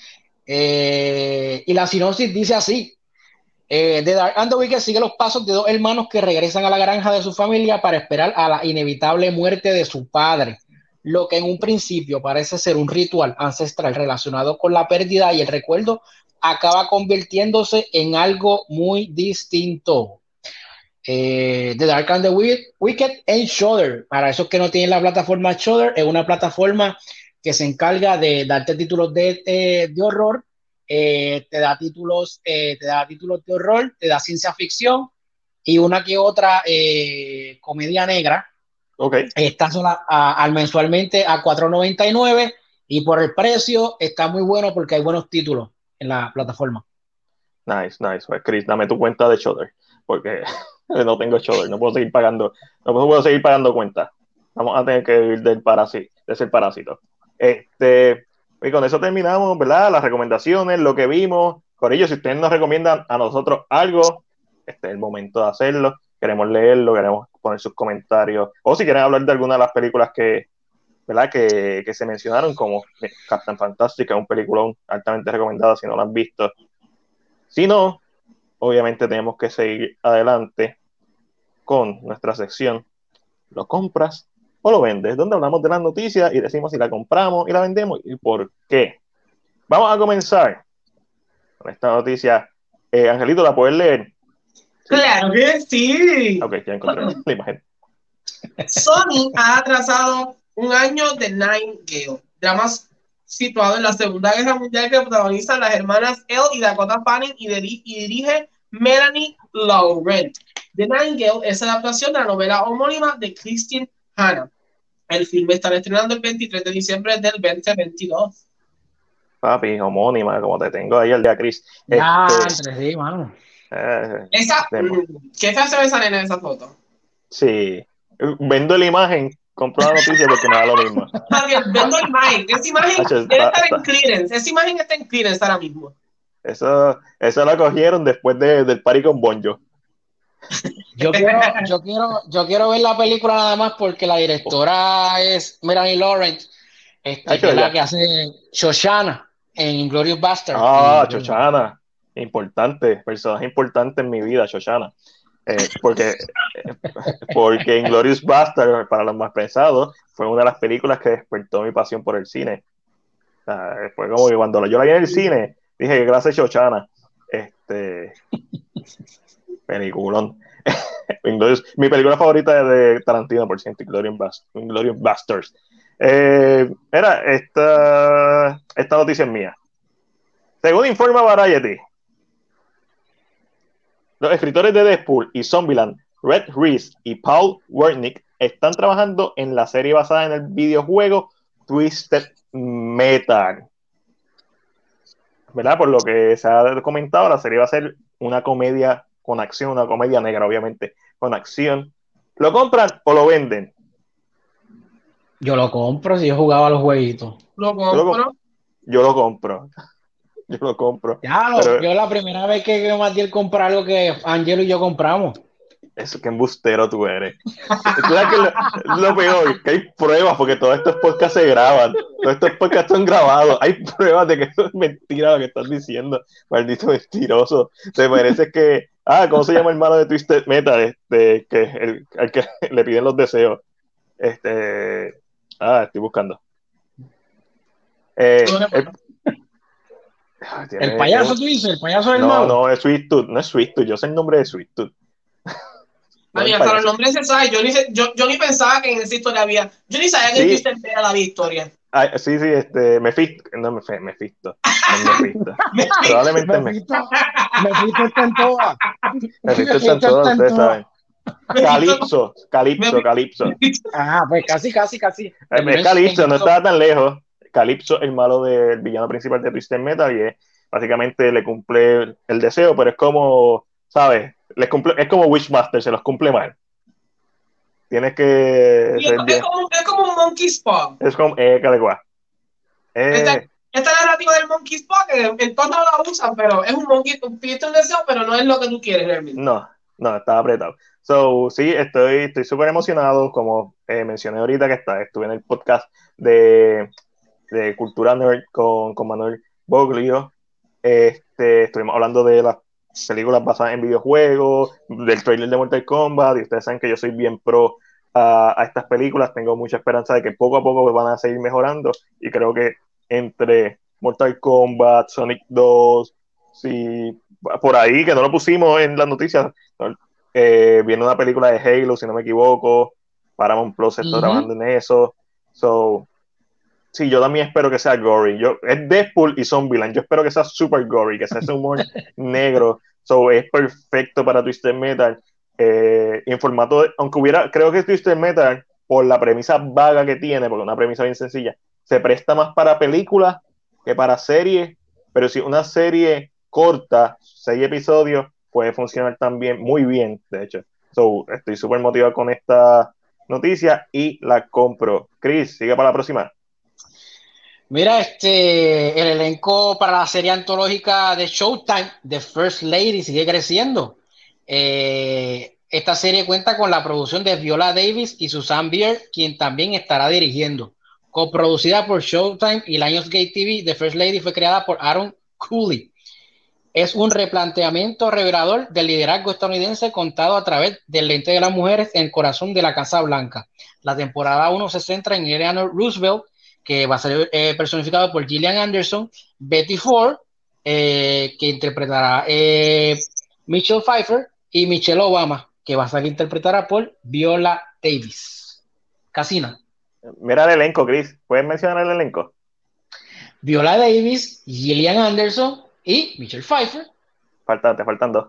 Y la sinopsis dice así. The Dark and the Wicked sigue los pasos de dos hermanos que regresan a la granja de su familia para esperar a la inevitable muerte de su padre. Lo que en un principio parece ser un ritual ancestral relacionado con la pérdida y el recuerdo acaba convirtiéndose en algo muy distinto. The Dark and the Wicked en Shudder. Para esos que no tienen la plataforma Shudder, es una plataforma que se encarga de darte títulos de horror, te da títulos de horror, te da ciencia ficción y una que otra comedia negra. Okay. Está sola al mensualmente a $4.99 y por el precio está muy bueno porque hay buenos títulos en la plataforma. Nice. Pues, Chris, dame tu cuenta de Shudder, porque no tengo Shudder, no puedo seguir pagando cuentas. Vamos a tener que vivir de ser parásito. Y con eso terminamos, ¿verdad? Las recomendaciones, lo que vimos. Por ello, si ustedes nos recomiendan a nosotros algo, este es el momento de hacerlo. Queremos leerlo, queremos poner sus comentarios. O si quieren hablar de alguna de las películas ¿verdad? que se mencionaron, como Captain Fantastic, un peliculón altamente recomendado si no lo han visto. Si no, obviamente tenemos que seguir adelante con nuestra sección ¿lo compras o lo vendes? Donde hablamos de las noticias y decimos si la compramos y la vendemos y por qué. Vamos a comenzar con esta noticia. Angelito, ¿la puedes leer? Claro que sí. Ok, ya encontré la imagen. Sony ha atrasado un año de Nightingale, drama situado en la Segunda Guerra Mundial que protagonizan las hermanas Elle y Dakota Fanning y dirige Melanie Laurent. The Nightingale es la adaptación de la novela homónima de Christine Hanna. El filme estará estrenando el 23 de diciembre del 2022. Papi, homónima, como te tengo ahí el día, Chris. Sí, mano. ¿Qué fea se ve esa nena en esa foto? Sí. Vendo la imagen, compro la noticia porque me da lo mismo. Vendo la imagen. Esa imagen debe estar en clearance. Esa imagen está en clearance ahora mismo. Eso lo cogieron después del party con Bonjo. Yo quiero ver la película nada más porque la directora es Melanie Laurent, que es la que hace Shoshana en Inglourious Basterds. Shoshana, personaje importante en mi vida, Shoshana. Porque Inglourious Basterds, para los más pensados, fue una de las películas que despertó mi pasión por el cine. Fue como que cuando yo la vi en el cine, dije, gracias Shoshana. Peliculón. Mi película favorita es de Tarantino, por cierto, Inglourious Basterds. Esta noticia es mía. Según informa Variety, los escritores de Deadpool y Zombieland, Red Reese y Paul Wernick, están trabajando en la serie basada en el videojuego Twisted Metal. ¿Verdad? Por lo que se ha comentado, la serie va a ser una comedia con acción, una comedia negra, obviamente, con acción. ¿Lo compran o lo venden? Yo lo compro si yo jugaba a los jueguitos. ¿Lo compro? Yo lo compro. Yo la primera vez que Matiel compra algo que Angelo y yo compramos. Eso, qué embustero tú eres. ¿Sabes que lo peor? Que hay pruebas, porque todos estos podcasts se graban. Todos estos podcasts son grabados. Hay pruebas de que eso es mentira lo que estás diciendo. Maldito mentiroso. Te mereces que... ¿cómo se llama el malo de Twisted Metal? Al que le piden los deseos. Estoy buscando. El payaso, tú dices, el payaso del malo. No, es Sweet Tooth. No es Sweet Tooth, yo sé el nombre de Sweet Tooth. Hasta los nombres se saben. Yo ni pensaba que en esa historia había. Yo ni sabía que en Twisted Metal había historia. Sí, Mephisto. No, Mephisto. Probablemente Mephisto está en todas. Mephisto está en todas, ustedes saben. Calipso. Pues casi. Es Calipso, no estaba tan lejos. Calipso, el malo del villano principal de Twisted Metal, y básicamente le cumple el deseo, pero es como, ¿sabes? Es como Wishmaster, se los cumple mal. Tienes que... Es como un Monkey's Paw. Es como... Está esta narrativa del monkey's paw, que en todos lados la usan, pero es un monkey, pidiste un deseo, pero no es lo que tú quieres realmente. No, estaba apretado. So, sí, estoy súper emocionado, como mencioné ahorita estuve en el podcast de Cultura Nerd con Manuel Boglio. Estuvimos hablando de las películas basadas en videojuegos, del trailer de Mortal Kombat, y ustedes saben que yo soy bien pro a estas películas. Tengo mucha esperanza de que poco a poco van a seguir mejorando, y creo que entre Mortal Kombat, Sonic 2, sí, por ahí, que no lo pusimos en las noticias, viene una película de Halo, si no me equivoco, Paramount Plus está trabajando en eso. So, sí, yo también espero que sea gory. Es Deadpool y Zombieland. Yo espero que sea super gory, que sea ese humor negro. So, es perfecto para Twisted Metal. En formato, creo que Twisted Metal, por la premisa vaga que tiene, porque es una premisa bien sencilla, se presta más para películas que para series, pero si una serie corta, 6 episodios, puede funcionar también muy bien, de hecho. So, estoy súper motivado con esta noticia y la compro. Chris, sigue para la próxima. Mira, el elenco para la serie antológica de Showtime, The First Lady, sigue creciendo. Esta serie cuenta con la producción de Viola Davis y Susan Bier, quien también estará dirigiendo. Coproducida por Showtime y Lionsgate TV, The First Lady fue creada por Aaron Cooley. Es un replanteamiento revelador del liderazgo estadounidense contado a través del lente de las mujeres en el corazón de la Casa Blanca. La temporada 1 se centra en Eleanor Roosevelt, que va a ser personificado por Gillian Anderson, Betty Ford, que interpretará Michelle Pfeiffer, y Michelle Obama, que va a ser interpretada por Viola Davis. Casina. Mira el elenco, Chris. ¿Puedes mencionar el elenco? Viola Davis, Gillian Anderson y Michelle Pfeiffer. Te faltan 2.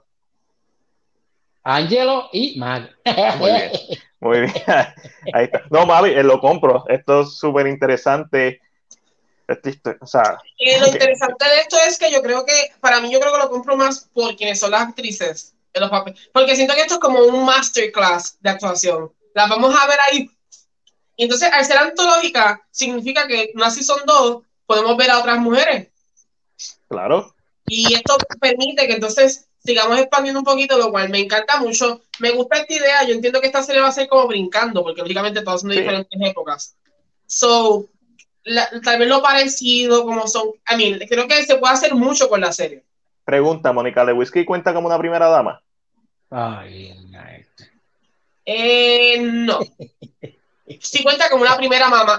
Angelo y Mag. Muy bien. Ahí está. No, Mavi, lo compro. Esto es súper interesante. O sea, lo interesante de esto es que yo creo que lo compro más por quienes son las actrices de los papeles, porque siento que esto es como un masterclass de actuación. Las vamos a ver ahí. Y entonces, al ser antológica, significa que una season 2 podemos ver a otras mujeres. Claro. Y esto permite que entonces sigamos expandiendo un poquito, lo cual me encanta mucho. Me gusta esta idea. Yo entiendo que esta serie va a ser como brincando, porque lógicamente todas son de diferentes épocas. So, tal vez lo parecido, como son. Creo que se puede hacer mucho con la serie. Pregunta, Mónica Lewinsky cuenta como una primera dama. Ay, no. Sí cuenta como una primera mamá.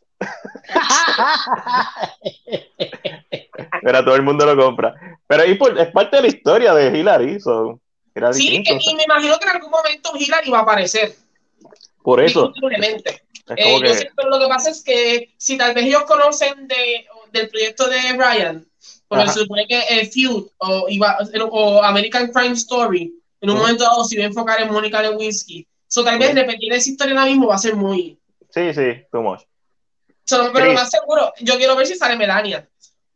Pero todo el mundo lo compra. Pero es parte de la historia de Hillary. Sí, y me imagino que en algún momento Hillary va a aparecer. Por eso. Yo sé, pero lo que pasa es que si tal vez ellos conocen del proyecto de Ryan, porque se supone que Feud o American Crime Story, en un momento dado se iba a enfocar en Mónica Lewinsky. Tal vez repetir esa historia ahora mismo va a ser muy... Sí, too much. Pero lo más seguro, yo quiero ver si sale Melania.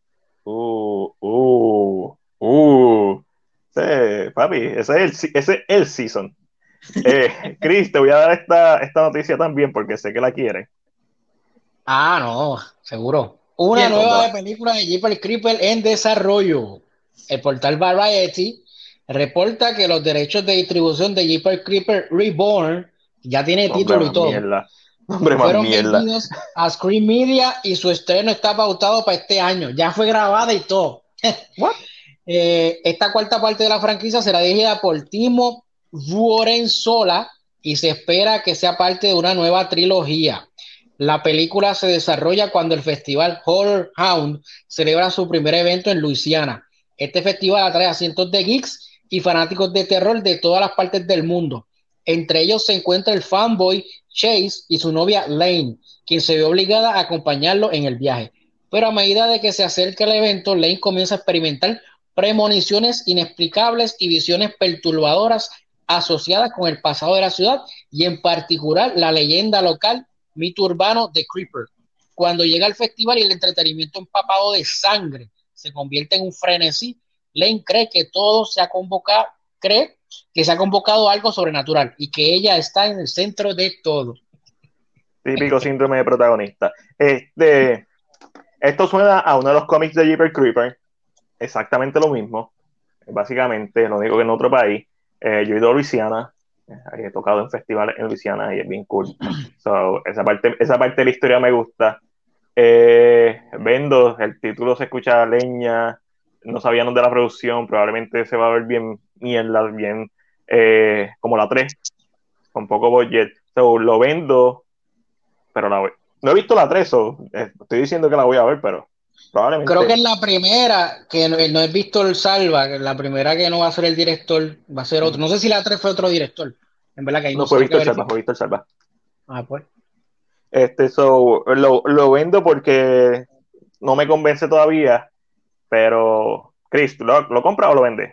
Sí, papi, ese es el season. Chris, te voy a dar esta noticia también porque sé que la quieren. No, seguro. Una nueva película de Jeepers Creepers en desarrollo. El portal Variety reporta que los derechos de distribución de Jeepers Creepers Reborn, ya tiene título y todo, fueron vendidos a Screen Media y su estreno está pautado para este año. Ya fue grabada y todo. Esta cuarta parte de la franquicia será dirigida por Timo Vuorensola y se espera que sea parte de una nueva trilogía. La película se desarrolla cuando el festival Horror Hound celebra su primer evento en Luisiana. Este festival atrae a cientos de geeks y fanáticos de terror de todas las partes del mundo. Entre ellos se encuentra el fanboy Chase y su novia Lane, quien se ve obligada a acompañarlo en el viaje. Pero a medida de que se acerca el evento, Lane comienza a experimentar premoniciones inexplicables y visiones perturbadoras asociadas con el pasado de la ciudad y en particular la leyenda local mito urbano de Creeper. Cuando llega al festival y el entretenimiento empapado de sangre se convierte en un frenesí, Lane cree que se ha convocado algo sobrenatural y que ella está en el centro de todo. Típico síndrome de protagonista. Esto suena a uno de los cómics de Jeepers Creepers, exactamente lo mismo, básicamente, lo único que en otro país. Yo he ido a Luisiana, he tocado en festivales en Luisiana y es bien cool. So, esa parte de la historia me gusta. Vendo, el título se escucha leña, no sabíamos de la producción, probablemente se va a ver bien mierda, bien como la 3 con poco budget. So, lo vendo, pero no he visto la 3, estoy diciendo que la voy a ver, pero probablemente. Creo que es la primera que no he visto el Salva, que la primera que no va a ser el director, va a ser otro. No sé si la 3 fue otro director. En verdad que ahí No no fue sé. Víctor Salva, fue Víctor Salva. Ah, pues. Lo vendo porque no me convence todavía, pero Chris, ¿lo compra o lo vende?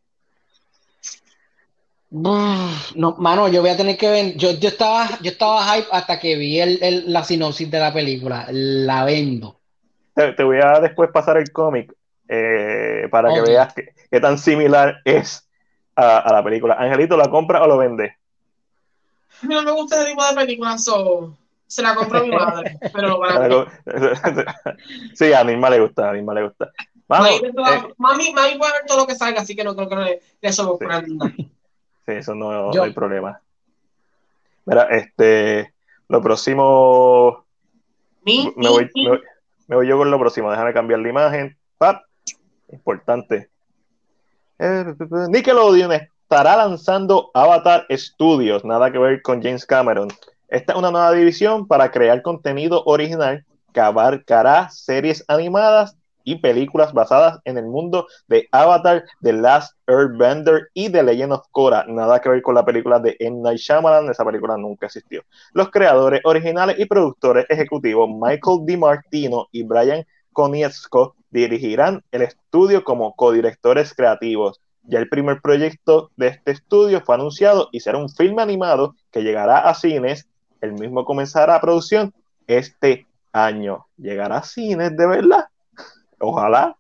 No, mano, yo voy a tener que ver. Yo estaba hype hasta que vi la sinopsis de la película. La vendo. Te voy a después pasar el cómic para que Ok. veas qué tan similar es a la película. Angelito, ¿la compra o lo vende? A mí no me gusta ese tipo de películas, se la compró mi madre, pero para mí. Sí, a mi le gusta, a mi le gusta. Mano, Mami puede ver todo lo que salga, así que no creo que le sorprenda. sí, eso no Yo. hay problema. Mira, lo próximo. Me voy yo con lo próximo. Déjame cambiar la imagen. ¡Pap! Importante. Nickelodeon estará lanzando Avatar Studios, nada que ver con James Cameron. Esta es una nueva división para crear contenido original que abarcará series animadas y películas basadas en el mundo de Avatar, The Last Airbender y The Legend of Korra, nada que ver con la película de M. Night Shyamalan, esa película nunca existió. Los creadores originales y productores ejecutivos Michael DiMartino y Brian Konietzko dirigirán el estudio como codirectores creativos. Ya el primer proyecto de este estudio fue anunciado y será un filme animado que llegará a cines. El mismo comenzará producción este año. ¿Llegará a cines de verdad? Ojalá.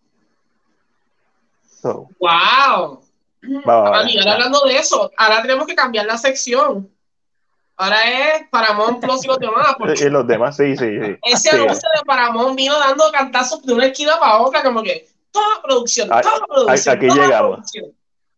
¡Wow! Ahora hablando de eso, ahora tenemos que cambiar la sección. Ahora es Paramount Plus y los demás. Y los demás, sí. Ese anuncio de Paramount vino dando cantazos de una esquina para otra, como que toda producción. Aquí llegamos. Producción.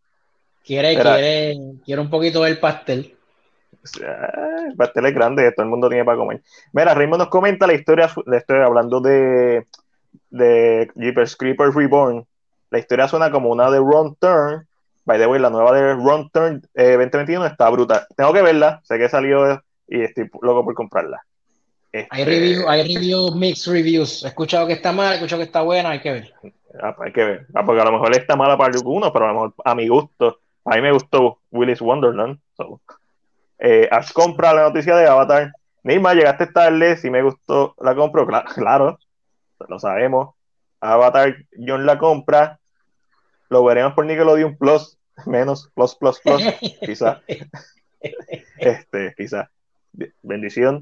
Quiere un poquito del pastel. El pastel es grande, todo el mundo tiene para comer. Mira, Raymond nos comenta la historia, le estoy hablando de Jeepers Creepers Reborn. La historia suena como una de Wrong Turn. By the way, la nueva de Wrong Turn 2021 está brutal. Tengo que verla, sé que salió y estoy loco por comprarla. Hay reviews, mixed reviews. He escuchado que está mal, he escuchado que está buena, hay que ver. Hay que ver, porque a lo mejor está mala para algunos, pero a lo mejor a mi gusto, a mí me gustó Willy's Wonderland. ¿Has comprado la noticia de Avatar? Nima, llegaste tarde, si me gustó, la compro, claro, lo sabemos. Avatar, John la compra, lo veremos por Nickelodeon Plus, menos plus, quizá. Quizá. Bendición.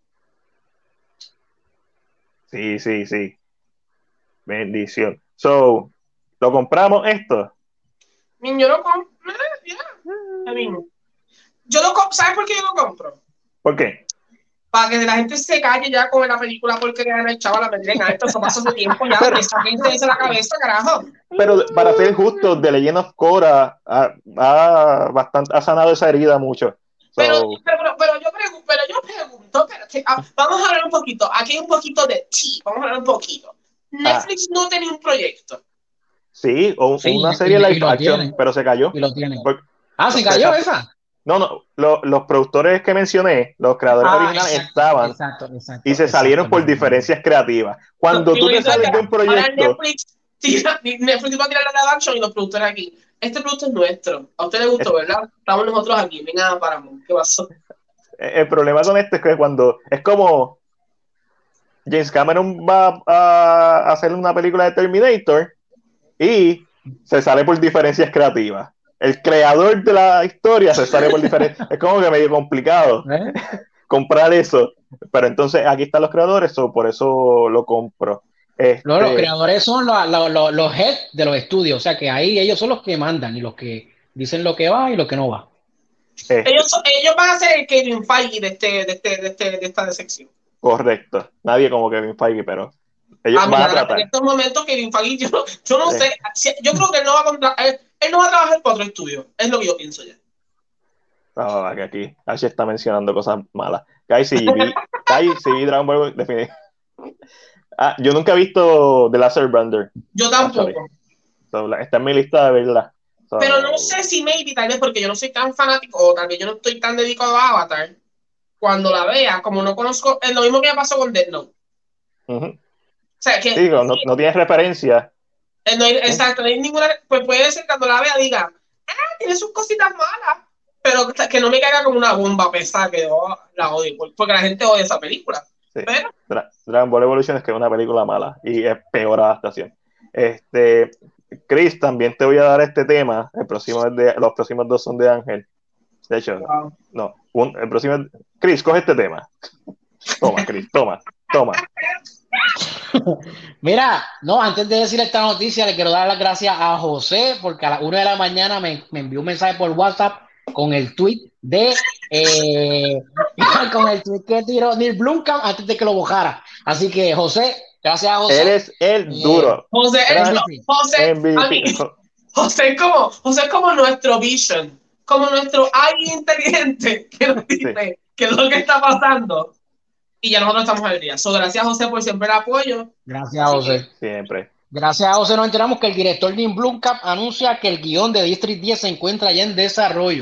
Sí. Bendición. So, ¿lo compramos esto? Yo lo compro. ¿Sabes por qué yo lo compro? ¿Por qué? Para que la gente se calle ya con la película porque el chavo la vendría en alto, eso pasó de tiempo ya, que esa gente dice la cabeza, carajo. Pero para ser justo, The Legend of Korra ha sanado esa herida mucho. Pero yo pregunto, vamos a hablar un poquito, aquí hay un poquito de ti, vamos a hablar un poquito. Netflix no tenía un proyecto. Sí, una serie live action, pero se cayó. Y lo tienen. ¿se cayó esa? No, los productores que mencioné, los creadores originales estaban y se salieron por diferencias creativas. Cuando tú te sales de un proyecto... Netflix va a tirar la live action y los productores aquí. Este producto es nuestro. A usted le gustó, ¿verdad? Estamos nosotros aquí. Venga, Paramount. ¿Qué pasó? El problema con esto es que cuando... Es como... James Cameron va a hacer una película de Terminator y se sale por diferencias creativas. El creador de la historia se sale por diferencias. Es como que medio complicado comprar eso. Pero entonces aquí están los creadores, por eso lo compro. Los creadores son los heads de los estudios, o sea que ahí ellos son los que mandan y los que dicen lo que va y lo que no va. Ellos van a ser el Kevin Feige de esta sección. Correcto. Nadie como Kevin Feige, pero Ellos van a En tratar. estos momentos Kevin Feige, yo no sé, yo creo que él no va a trabajar para otro estudio, es lo que yo pienso ya. Que aquí Ash está mencionando cosas malas. Kai, si vi Dragon Ball, definitivamente. Yo nunca he visto The Last Airbender. Yo tampoco. Está en mi lista de verla. Pero no sé si maybe, tal vez porque yo no soy tan fanático, o tal vez yo no estoy tan dedicado a Avatar, cuando la vea, como no conozco, es lo mismo que me pasó con Death Note. O sea, que Digo, no tienes referencia. no hay, exacto, no hay ninguna, pues puede ser cuando la vea diga, tiene sus cositas malas, pero que no me caiga como una bomba pesada que la odio, porque la gente odia esa película. Sí. Pero Dragon Ball Evolution es que es una película mala y es peor adaptación. Chris, también te voy a dar este tema. Los próximos dos son de Ángel. De hecho, wow. no. El próximo. Chris, coge este tema. Toma, Chris, toma. Mira, no, antes de decir esta noticia, le quiero dar las gracias a José, porque a las 1 de la mañana me envió un mensaje por WhatsApp con el tweet con el tweet que tiró Neil Blomkamp antes de que lo bojara. Así que, José, gracias a José. Eres el duro. José MVP. Es como nuestro vision, como nuestro alguien inteligente que nos dice qué es lo que está pasando. Y ya nosotros estamos al día. Gracias, José, por siempre el apoyo. Gracias, José. Siempre. Gracias a José nos enteramos que el director Neil Blomkamp anuncia que el guión de District 10 se encuentra ya en desarrollo.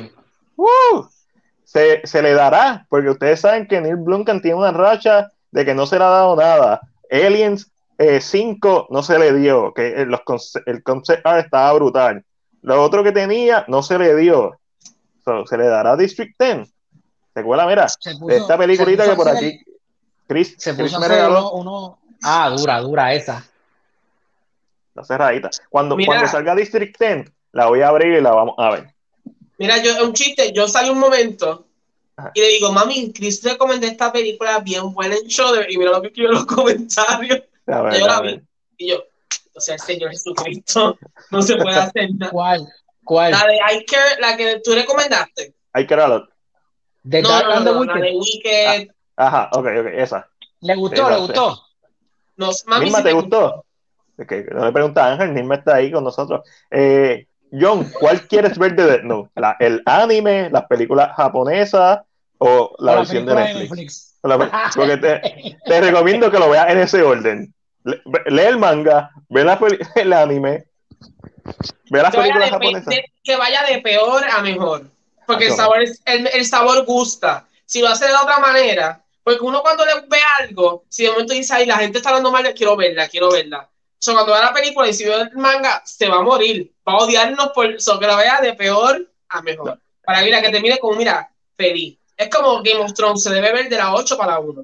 Se le dará, porque ustedes saben que Neil Blomkamp tiene una racha de que no se le ha dado nada. Aliens 5 no se le dio, que el concept art estaba brutal. Lo otro que tenía no se le dio. Se le dará a District 10. Secuela, mira, de esta peliculita que por aquí Chris me regaló. Dura esa. La cerradita. Cuando salga District 10, la voy a abrir y la vamos a ver. Mira, un chiste, yo salí un momento y le digo, mami, Chris recomendé esta película bien buena en Shudder, y mira lo que escribió en los comentarios. Yo la vi y yo, o sea, el Señor Jesucristo, no se puede hacer nada. ¿Cuál? La de I Care, la que tú recomendaste. I Care a Lot. No, la de Wicked. Ajá, ok, esa. ¿Le gustó? No, mami, Nilma, sí ¿te gustó? Okay, no le pregunta a Ángel, Nilma está ahí con nosotros. John, ¿cuál quieres ver de Death Note? ¿El anime, las películas japonesas o la versión de Netflix? Porque te recomiendo que lo veas en ese orden. Lee el manga, ve el anime, ve las películas japonesas. Que vaya de peor a mejor. Porque el sabor gusta. Si lo hace de otra manera, porque uno cuando le ve algo, si de momento dice, ay, la gente está hablando mal, quiero verla. Cuando vea la película y si ve el manga, se va a morir. Va a odiarnos que la vea de peor a mejor. Para que te mire como, feliz. Es como Game of Thrones, se debe ver de la 8 para la 1.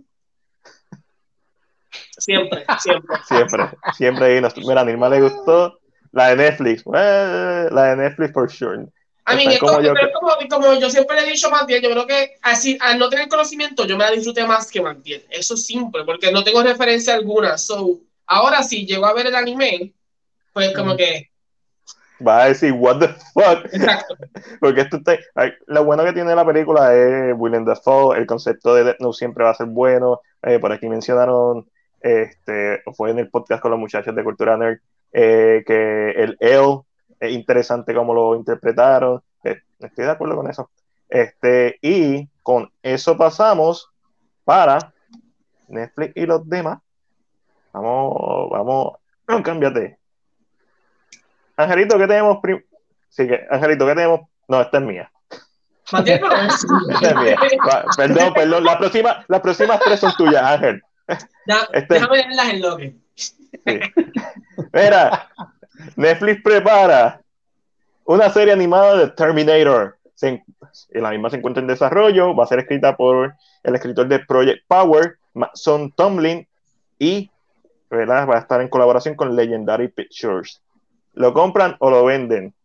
Siempre. Mira, a Nilma le gustó la de Netflix. La de Netflix for sure. Como yo siempre le he dicho a Mantiel, yo creo que así, al no tener conocimiento, yo me la disfruté más que Mantiel. Eso es simple, porque no tengo referencia alguna. Ahora si llego a ver el anime, pues como que va a decir, what the fuck. Exacto. Porque lo bueno que tiene la película es Willem Dafoe, el concepto de Death Note siempre va a ser bueno. Por aquí mencionaron, fue en el podcast con los muchachos de Cultura Nerd, que el L es interesante cómo lo interpretaron. Estoy de acuerdo con eso. Y con eso pasamos para Netflix y los demás. Vamos, cámbiate. Angelito, ¿qué tenemos? Angelito, ¿qué tenemos? No, esta es mía. Esta es mía. Perdón. Las próximas 3 son tuyas, Ángel. Déjame leerlas en lo que. Sí. Mira, Netflix prepara una serie animada de Terminator. La misma se encuentra en desarrollo. Va a ser escrita por el escritor de Project Power, Mason Tomlin, y ¿verdad? Va a estar en colaboración con Legendary Pictures. ¿Lo compran o lo venden?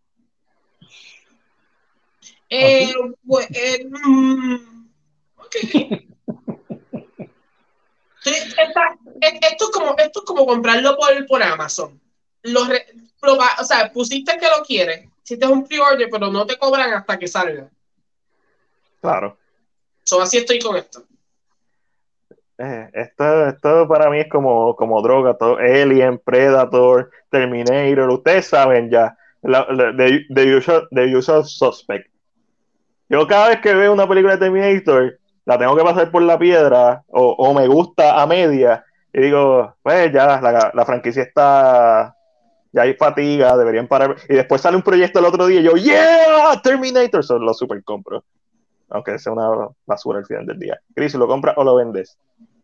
Okay. Esto es como comprarlo por Amazon. O sea, pusiste que lo quieres, hiciste un pre-order, pero no te cobran hasta que salga. Claro. Así estoy con esto. Esto para mí es como droga, todo, Alien, Predator, Terminator, ustedes saben ya, the usual suspect. Yo cada vez que veo una película de Terminator, la tengo que pasar por la piedra, o me gusta a media, y digo, pues ya, la franquicia está, ya hay fatiga, deberían parar, y después sale un proyecto el otro día, y yo, yeah, Terminator, so, lo super compro, aunque sea una basura al final del día. Chris, ¿lo compras o lo vendes?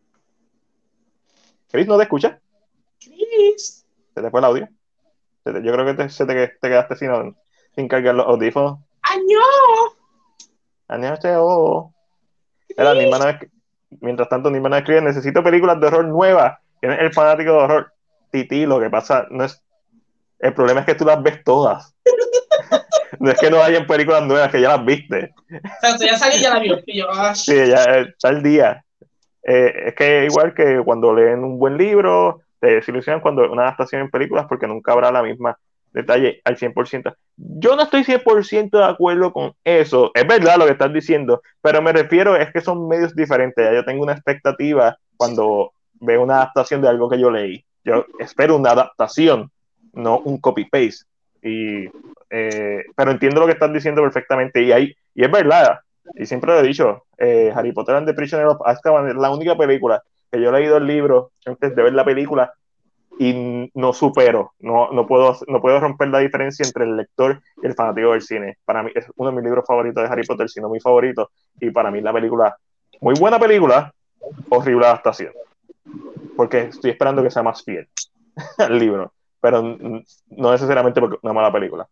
Chris, ¿no te escucha? Chris. ¿Se te fue el audio? Yo creo que te quedaste sin cargar los audífonos. ¡Año! Annyeonghaseyo. Era, mientras tanto, mi hermana escribe, necesito películas de horror nuevas. ¿Quién es el fanático de horror? Titi, lo que pasa, no es, el problema es que tú las ves todas. No es que no hayan películas nuevas, que ya las viste. O sea, tú ya salió y ya la vio. Y yo, Sí, ya está el día. Es que igual que cuando leen un buen libro, te desilusionan cuando una adaptación en películas porque nunca habrá la misma detalle al 100%. Yo no estoy 100% de acuerdo con eso. Es verdad lo que estás diciendo, pero me refiero es que son medios diferentes. Ya yo tengo una expectativa cuando veo una adaptación de algo que yo leí. Yo espero una adaptación, no un copy-paste. Pero entiendo lo que estás diciendo perfectamente y es verdad. Y siempre lo he dicho, Harry Potter and the Prisoner of Azkaban es la única película que yo he leído el libro antes de ver la película y no supero, no puedo romper la diferencia entre el lector y el fanático del cine. Para mí es uno de mis libros favoritos de Harry Potter, si no mi favorito, y para mí la película, muy buena película, horrible adaptación, porque estoy esperando que sea más fiel al libro, pero no necesariamente porque una mala película.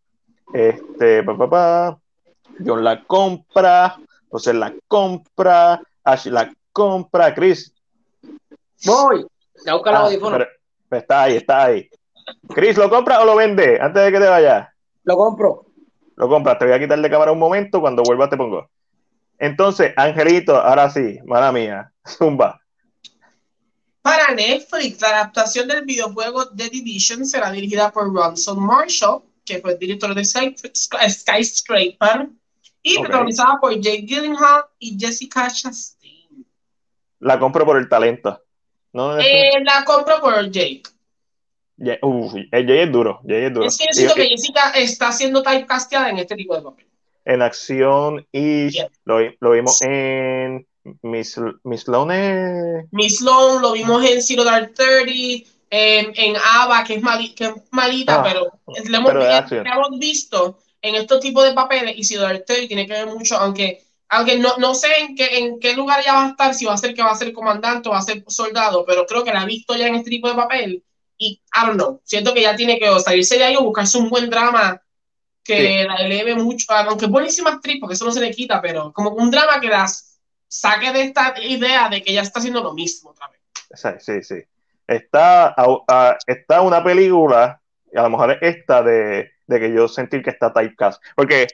John la compra, José la compra, Ash la compra, Chris. Voy. Ya busca el audífono. Pero está ahí. Chris, ¿lo compra o lo vende? Antes de que te vayas. Lo compro. Lo compras, te voy a quitar de cámara un momento, cuando vuelva te pongo. Entonces, Angelito, ahora sí, mala mía, zumba. para Netflix, la adaptación del videojuego The Division será dirigida por Ronson Marshall, que fue el director de Skyscraper, y protagonizada por Jake Gyllenhaal y Jessica Chastain. La compro por el talento. ¿No? La compro por Jake. Jake es duro. Es que yo siento que Jessica está siendo typecasteada en este tipo de papel. En acción, lo vimos en Miss Lone. Miss Lone, lo vimos en Zero Dark 30, en Ava, que es malita, pero lo hemos visto en estos tipos de papeles, y Zero Dark 30 tiene que ver mucho, aunque no sé en qué lugar ella va a estar, si va a ser comandante o va a ser soldado, pero creo que la he visto ya en este tipo de papel, y I don't know, siento que ya tiene que salirse de ahí o buscarse un buen drama que la eleve mucho, aunque es buenísima actriz, porque eso no se le quita, pero como un drama que las saque de esta idea de que ella está haciendo lo mismo otra vez. Sí. Está una película, y a lo mejor es esta de que yo sentir que está typecast, porque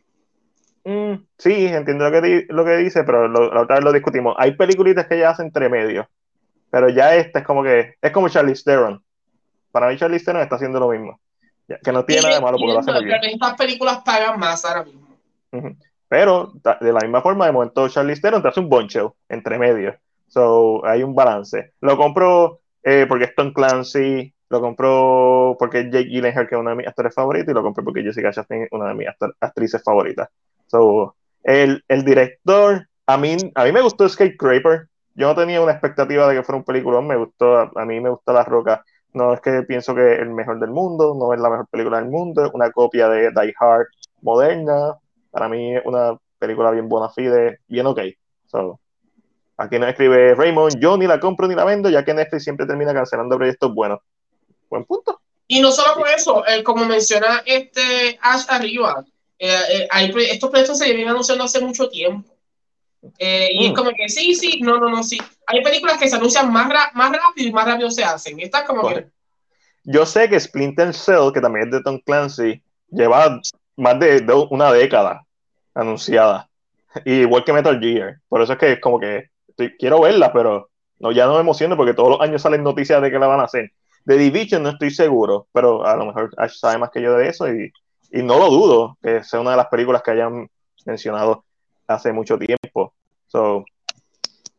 sí, entiendo lo que dice, pero la otra vez lo discutimos. Hay peliculitas que ella hace entre medio, pero ya esta es como Charlize Theron. Para mí Charlize Theron está haciendo lo mismo, que no tiene nada de malo porque lo hace muy bien. Estas películas pagan más ahora mismo. Pero de la misma forma, de momento Charlize Theron te hace un boncho entre medio. So, hay un balance. Lo compro porque es Tom Clancy, lo compro porque es Jake Gyllenhaal, que es uno de mis actores favoritos, y lo compro porque Jessica Chastain es una de mis actrices favoritas. So, el director, a mí me gustó Skyscraper. Yo no tenía una expectativa de que fuera un peliculón, a mí me gusta La Roca. No es que pienso que es el mejor del mundo, no es la mejor película del mundo, es una copia de Die Hard moderna. Para mí es una película bien bona fide, bien ok. So, aquí nos escribe Raymond, yo ni la compro ni la vendo, ya que Netflix siempre termina cancelando proyectos buenos. Buen punto. Y no solo por eso, como menciona Ash arriba, estos proyectos se vienen anunciando hace mucho tiempo. Y es como que sí. Hay películas que se anuncian más rápido y más rápido se hacen. Esta es como que... Yo sé que Splinter Cell, que también es de Tom Clancy, lleva más de una década anunciada. Y igual que Metal Gear. Por eso es que como que quiero verla, pero ya no me emociono porque todos los años salen noticias de que la van a hacer. De Division no estoy seguro, pero a lo mejor Ash sabe más que yo de eso y no lo dudo que sea una de las películas que hayan mencionado hace mucho tiempo. So,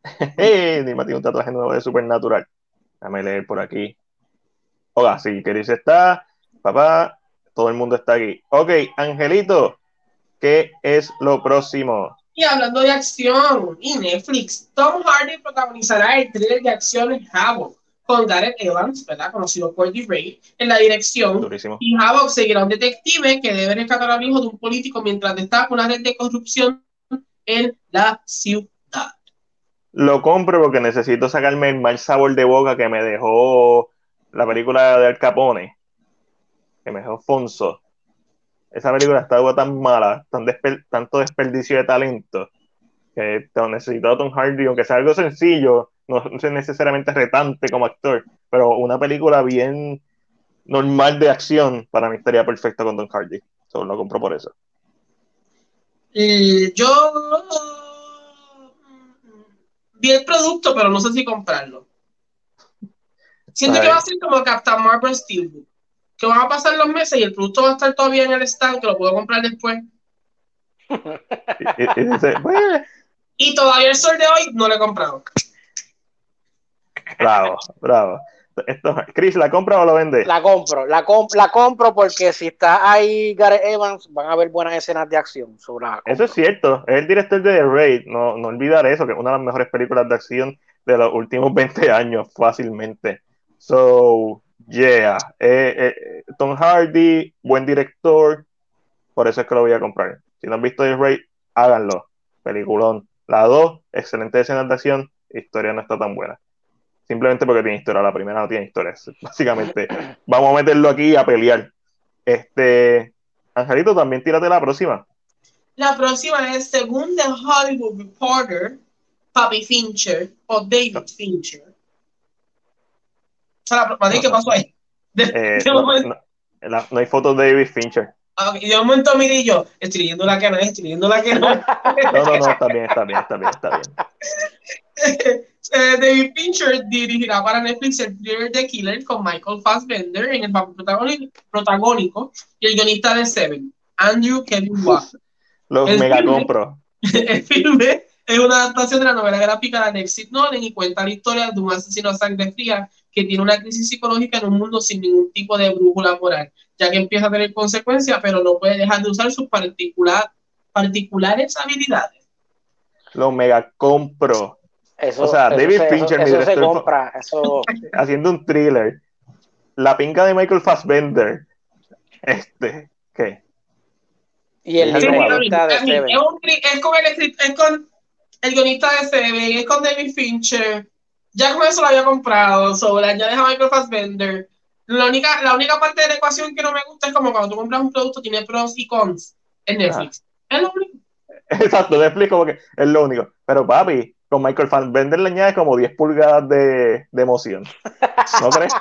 Nima tiene un tatuaje nuevo de Supernatural. Déjame leer por aquí. Hola, sí, Chris está, papá, todo el mundo está aquí. Ok, Angelito, ¿qué es lo próximo? Y hablando de acción, y Netflix, Tom Hardy protagonizará el thriller de acción en Havoc, con Gareth Evans, ¿verdad? Conocido por The Raid, en la dirección. Durísimo. Y Havoc seguirá un detective que debe rescatar al hijo de un político mientras destaca una red de corrupción en la ciudad. Lo compro porque necesito sacarme el mal sabor de boca que me dejó la película de Al Capone, que me dejó Fonso. Esa película está tan mala, tanto desperdicio de talento, que necesito a Tom Hardy, aunque sea algo sencillo, no es necesariamente retante como actor, pero una película bien normal de acción para mí estaría perfecto con Tom Hardy. Solo lo compro por eso. Yo vi el producto, pero no sé si comprarlo. Siento que va a ser como Captain Marvel Steelbook, que van a pasar los meses y el producto va a estar todavía en el stand, que lo puedo comprar después. Y todavía el sol de hoy no lo he comprado. Bravo, bravo. Chris, ¿la compra o lo vende? La compro porque si está ahí Gareth Evans, van a haber buenas escenas de acción. Eso es cierto, es el director de The Raid, no olvidar eso, que es una de las mejores películas de acción de los últimos 20 años, fácilmente. So, yeah. Tom Hardy, buen director, por eso es que lo voy a comprar. Si no han visto The Raid, háganlo. Peliculón. La 2, excelente escenas de acción, historia no está tan buena. Simplemente porque tiene historia, la primera no tiene historia. Básicamente, vamos a meterlo aquí a pelear. Angelito, también tírate la próxima. La próxima es, según The Hollywood Reporter, Bobby Fincher o David Fincher. ¿Qué pasó ahí? No hay fotos de David Fincher. Okay, de un momento miré yo, estoy leyendo la que no. No, está bien. David Fincher dirigirá para Netflix el thriller The Killer con Michael Fassbender en el papel protagónico y el guionista de Seven, Andrew Kevin Watt. Los mega compro. El filme es una adaptación de la novela gráfica de Alexis Nolan y cuenta la historia de un asesino a sangre fría que tiene una crisis psicológica en un mundo sin ningún tipo de brújula moral, ya que empieza a tener consecuencias, pero no puede dejar de usar sus particulares habilidades. Los mega compro. O sea, David Fincher, mi director, se compra, haciendo un thriller. La pinca de Michael Fassbender. ¿Qué? Y el guionista de Seven. Es con el guionista de Seven, es con David Fincher. Ya con eso lo había comprado. Sobre añades a Michael Fassbender. La única parte de la ecuación que no me gusta es como cuando tú compras un producto, tiene pros y cons en Netflix. Es lo único. Exacto, Netflix como que es lo único. Pero papi, con Michael Fassbender le añades como 10 pulgadas de emoción. ¿No crees?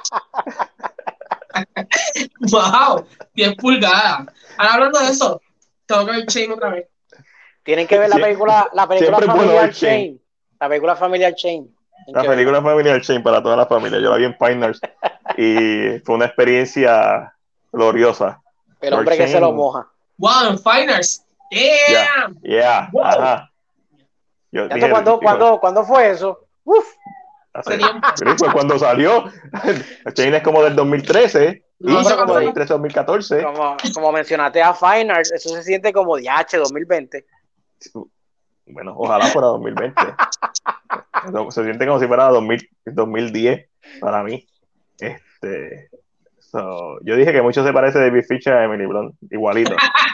¡Wow! 10 pulgadas. Ahora hablando de eso, tengo que ver Shane otra vez. Tienen que ver la película Familiar Chain. La película Familiar Chain. La película Familiar Chain para toda la familia. Yo la vi en Piners y fue una experiencia gloriosa. El hombre que se lo moja. ¡Wow! En Piners. ¡Damn! Yeah. Wow. Ajá. ¿Cuándo fue eso? Uf. Fue cuando salió. Chain es como del 2013. No, como 2013-2014. Como mencionaste a Fine Arts, eso se siente como DH 2020. Bueno, ojalá fuera 2020. Se siente como si fuera 2010 para mí. Yo dije que mucho se parece a David Fincher a Emily Blunt, igualito.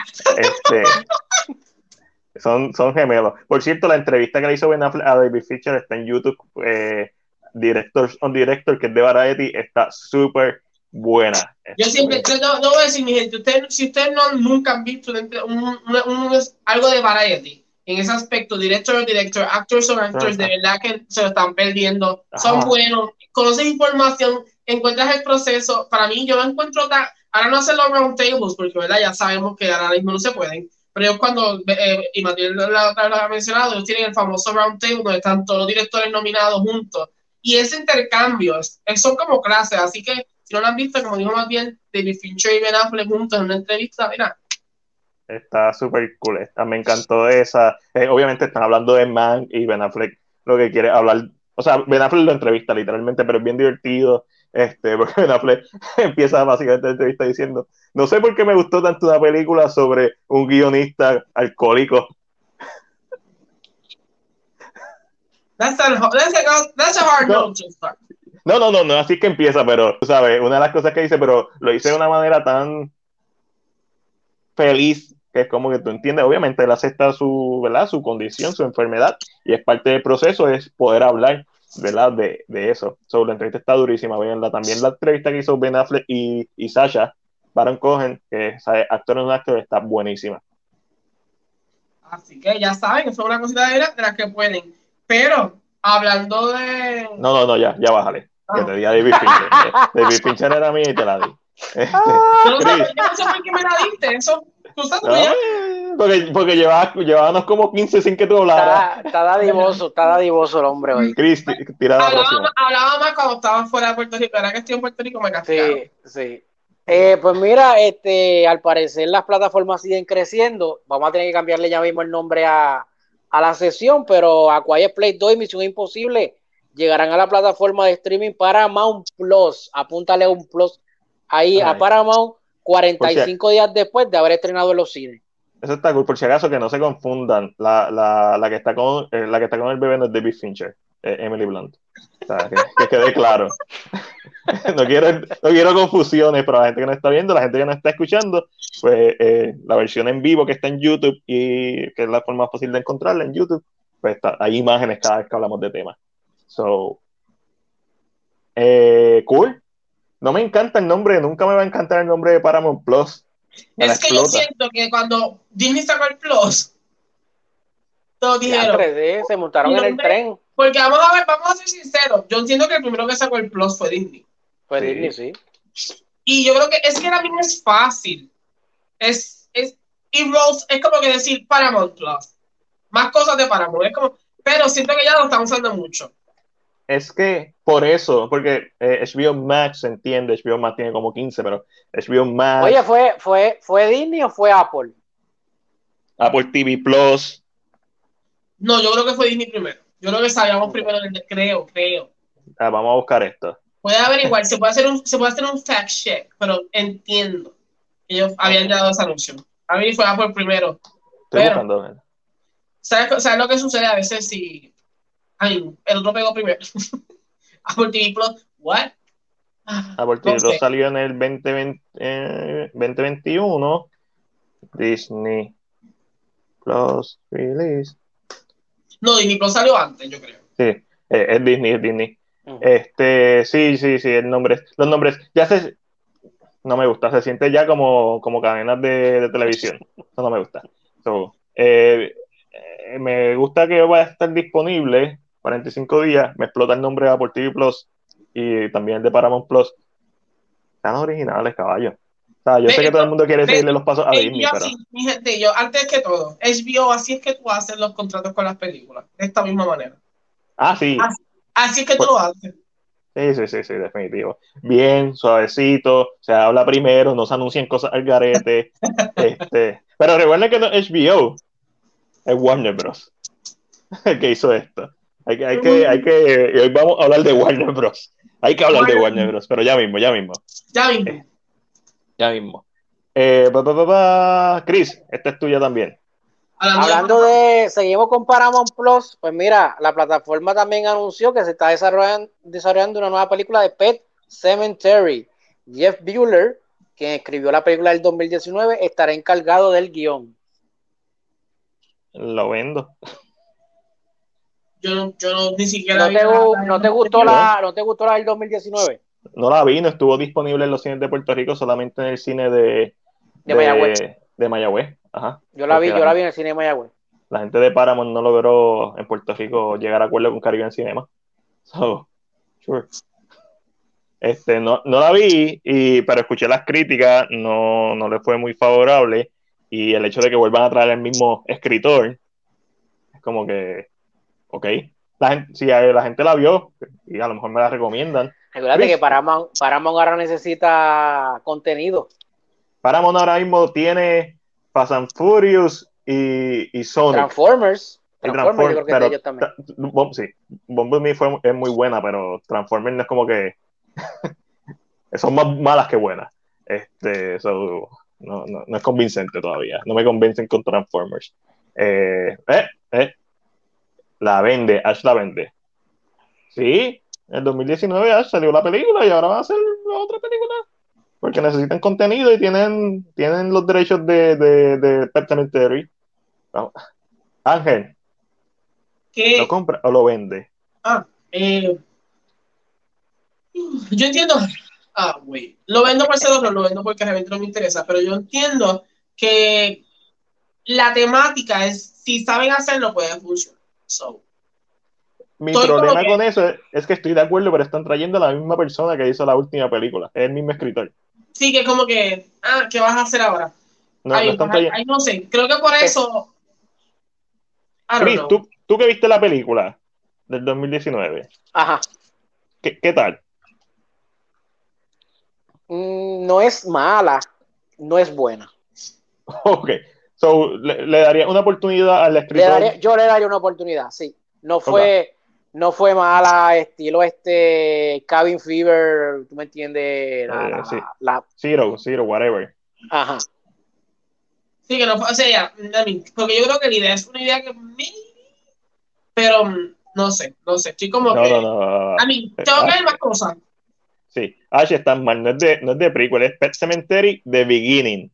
Son gemelos. Por cierto, la entrevista que le hizo Ben Affleck a David Fincher está en YouTube. Directors on Director, que es de Variety, está súper buena. Yo siempre, no voy a decir, mi gente, si ustedes nunca han visto algo de Variety, en ese aspecto, director, actors on actors, de verdad que se lo están perdiendo. Son buenos, conoces información, encuentras el proceso. Para mí, yo no encuentro ahora no hacen los round tables, porque verdad ya sabemos que ahora mismo no se pueden, pero ellos cuando, y Matías la otra vez lo ha mencionado, ellos tienen el famoso round table donde están todos los directores nominados juntos, y ese intercambio, son como clases, así que si no lo han visto, como dijo más bien David Fincher y Ben Affleck juntos en una entrevista, mira. Está súper cool. Me encantó esa. Obviamente están hablando de Mank y Ben Affleck lo que quiere hablar. O sea, Ben Affleck lo entrevista literalmente, pero es bien divertido, porque Ben Affleck empieza básicamente la entrevista diciendo, no sé por qué me gustó tanto una película sobre un guionista alcohólico. That's a hard No. note to start. No, así es que empieza, pero, tú sabes, una de las cosas que dice, pero lo dice de una manera tan feliz, que es como que tú entiendes, obviamente él acepta su, ¿verdad? Su condición, su enfermedad, y es parte del proceso, es poder hablar, ¿verdad? De eso. So, la entrevista está durísima, véanla. También la entrevista que hizo Ben Affleck y Sasha Baron Cohen, que es actor en un actor, está buenísima. Así que ya saben, eso es una cosita de las que pueden. Pero, hablando de... No, ya bájale. Que te di a David Fincher. David Fincher era mía y te la di. Yo no sé por qué me la diste, eso... Porque llevábamos como 15 sin que tú hablaras. Está dadivoso el hombre hoy. Chris, tira la próxima. Hablaba más cuando estaba fuera de Puerto Rico. Ahora que estoy en Puerto Rico me castigaron. Sí. Pues mira, al parecer las plataformas siguen creciendo. Vamos a tener que cambiarle ya mismo el nombre a la sesión, pero A Quiet Place 2 y Misión Imposible llegarán a la plataforma de streaming Paramount Plus. Apúntale un plus ahí a Paramount 45 días después de haber estrenado en los cines. Eso está cool, por si acaso que no se confundan. La que está con el bebé no es David Fincher, Emily Blunt. O sea, que quede claro. No quiero confusiones para la gente que no está viendo, la gente que no está escuchando, pues la versión en vivo que está en YouTube y que es la forma más fácil de encontrarla en YouTube, pues hay imágenes cada vez que hablamos de temas. So, cool. No me encanta el nombre, nunca me va a encantar el nombre de Paramount Plus. Es que yo siento que cuando Disney sacó el Plus, todos dijeron... se montaron en el tren. Porque vamos a ser sinceros, yo entiendo que el primero que sacó el Plus fue Disney. Disney, sí. Y yo creo que también es fácil. Y Rose es como que decir Paramount Plus. Más cosas de Paramount. Es como, pero siento que ya lo están usando mucho. Es que por eso, porque HBO Max se entiende, HBO Max tiene como 15, pero HBO Max. Oye, ¿fue Disney o fue Apple? Apple TV Plus. No, yo creo que fue Disney primero. Yo creo que sabíamos primero, creo. Vamos a buscar esto. Puede averiguar, se puede hacer un fact check, pero entiendo que ellos habían dado ese anuncio. A mí fue Apple primero. Estoy buscando. ¿Sabes lo que sucede a veces si el otro pegó primero? Apple TV Plus, ¿what? Apple TV Plus salió en el 2021. Disney Plus release. No, Disney Plus salió antes, yo creo. Sí, es Disney. Sí, los nombres ya no me gusta, se siente ya como cadenas de televisión. Eso no me gusta. Me gusta que vaya a estar disponible 45 días, me explota el nombre de Apple TV Plus y también el de Paramount Plus. Están originales, caballo. O sea, yo sé que todo el mundo quiere seguirle los pasos a Disney, pero... Mi gente, antes que todo, HBO, así es que tú haces los contratos con las películas, de esta misma manera. Sí. Así es que tú lo haces. Sí, definitivo. Bien, suavecito, se habla primero, no se anuncian cosas al garete. Pero recuerden que no es HBO, es Warner Bros. El que hizo esto. Y hoy vamos a hablar de Warner Bros. Hay que hablar de Warner Bros, pero ya mismo. Chris, esta es tuya también. Seguimos con Paramount Plus, pues mira, la plataforma también anunció que se está desarrollando una nueva película de Pet Sematary. Jeff Bueller, quien escribió la película del 2019, estará encargado del guión. Lo vendo. Yo ni siquiera ¿No te gustó la del 2019? No la vi, no estuvo disponible en los cines de Puerto Rico, solamente en el cine de Mayagüez. Ajá. Yo la vi en el cine de Mayagüez. La gente de Paramount no logró en Puerto Rico llegar a acuerdo con Caribbean Cinema. So, sure. No la vi, pero escuché las críticas, no le fue muy favorable, y el hecho de que vuelvan a traer el mismo escritor es como que, ok, si la gente la vio y a lo mejor me la recomiendan. Recuerda que Paramount ahora necesita contenido. Paramount ahora mismo tiene Fast and Furious y Sonic. Transformers, yo creo que es de ellos también. Sí, Bumblebee es muy buena, pero Transformers no es como que son más malas que buenas. No es convincente todavía. No me convencen con Transformers. La vende, Ash la vende. Sí, en 2019 Ash salió la película y ahora van a hacer otra película. Porque necesitan contenido y tienen los derechos de Pet Sematary. No. Ángel, ¿Qué? ¿lo compra o lo vende? Yo entiendo. Güey. Lo vendo por ser otro, lo vendo porque realmente no me interesa, pero yo entiendo que la temática es, si saben hacerlo, puede funcionar. Mi problema con eso es que estoy de acuerdo, pero están trayendo a la misma persona que hizo la última película. Es el mismo escritor. Sí, que como que, ¿qué vas a hacer ahora? No están trayendo. No sé, creo que por eso. Chris, tú que viste la película del 2019. Ajá. ¿Qué tal? No es mala, no es buena. Ok. So, ¿le daría una oportunidad al escritor? Yo le daría una oportunidad, sí. No fue mala, estilo Cabin Fever, ¿tú me entiendes? Sí. Zero, whatever. Ajá. Sí, que no fue, o sea, porque yo creo que la idea es una idea que pero no sé, estoy como que no. Tengo que ver más cosas. Sí, Ash está mal, no es de prequel, es Pet Sematary The Beginning.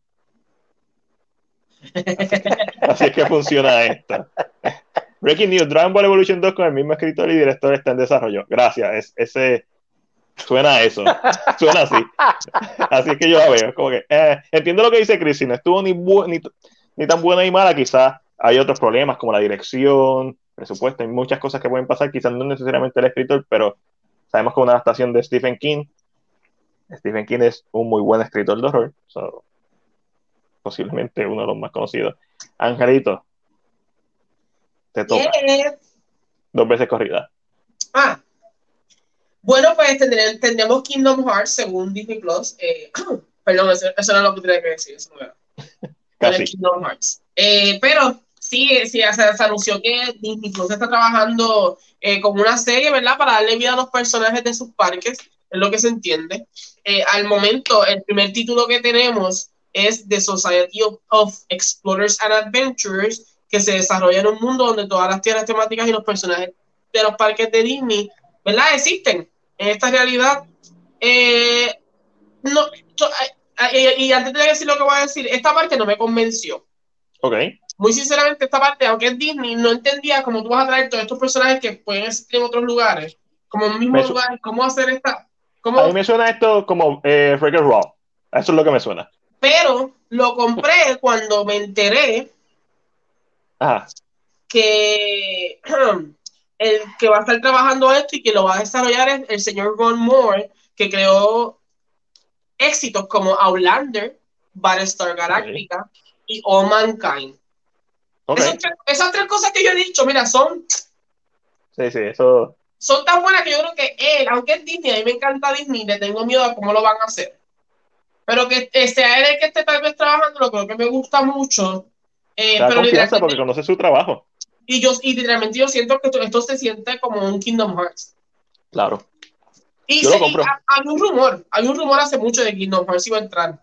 Así es que funciona esto. Breaking News, Dragon Ball Evolution 2 con el mismo escritor y director está en desarrollo. Gracias, suena a eso. Suena así. Así es que yo la veo. Es como que, entiendo lo que dice Chris, si no estuvo ni tan buena ni mala, quizás hay otros problemas como la dirección, presupuesto, hay muchas cosas que pueden pasar, quizás no necesariamente el escritor, pero sabemos que es una adaptación de Stephen King. Stephen King es un muy buen escritor de horror, posiblemente uno de los más conocidos. Angelito, te toca. 2 veces corrida. Bueno, pues tendremos Kingdom Hearts según Disney Plus. Perdón, eso no es lo que tenía que decir. Eso no era. Casi. Kingdom Hearts. Pero sí, se anunció que Disney Plus está trabajando con una serie, ¿verdad? Para darle vida a los personajes de sus parques, es lo que se entiende. Al momento, el primer título que tenemos es The Society of Explorers and Adventurers, que se desarrolla en un mundo donde todas las tierras temáticas y los personajes de los parques de Disney, ¿verdad? Existen en esta realidad. Y antes de decir lo que voy a decir, esta parte no me convenció. Ok. Muy sinceramente, esta parte, aunque es Disney, no entendía cómo tú vas a traer todos estos personajes que pueden existir en otros lugares, como en mismos lugares, cómo hacer esta. A mí me suena esto como Wreck-It Ralph. Eso es lo que me suena. Pero lo compré cuando me enteré que el que va a estar trabajando esto y que lo va a desarrollar es el señor Ron Moore, que creó éxitos como Outlander, Battlestar Galactica y All Mankind. Esas 3 cosas que yo he dicho, mira, son. Sí, eso. Son tan buenas que yo creo que él, aunque es Disney, a mí me encanta Disney, le tengo miedo a cómo lo van a hacer. Pero que sea él el que esté tal vez trabajando, lo creo que me gusta mucho. Da confianza porque conoce su trabajo. Y literalmente yo siento que esto se siente como un Kingdom Hearts. Claro. Y yo lo compro. Hay un rumor hace mucho de Kingdom Hearts iba a entrar.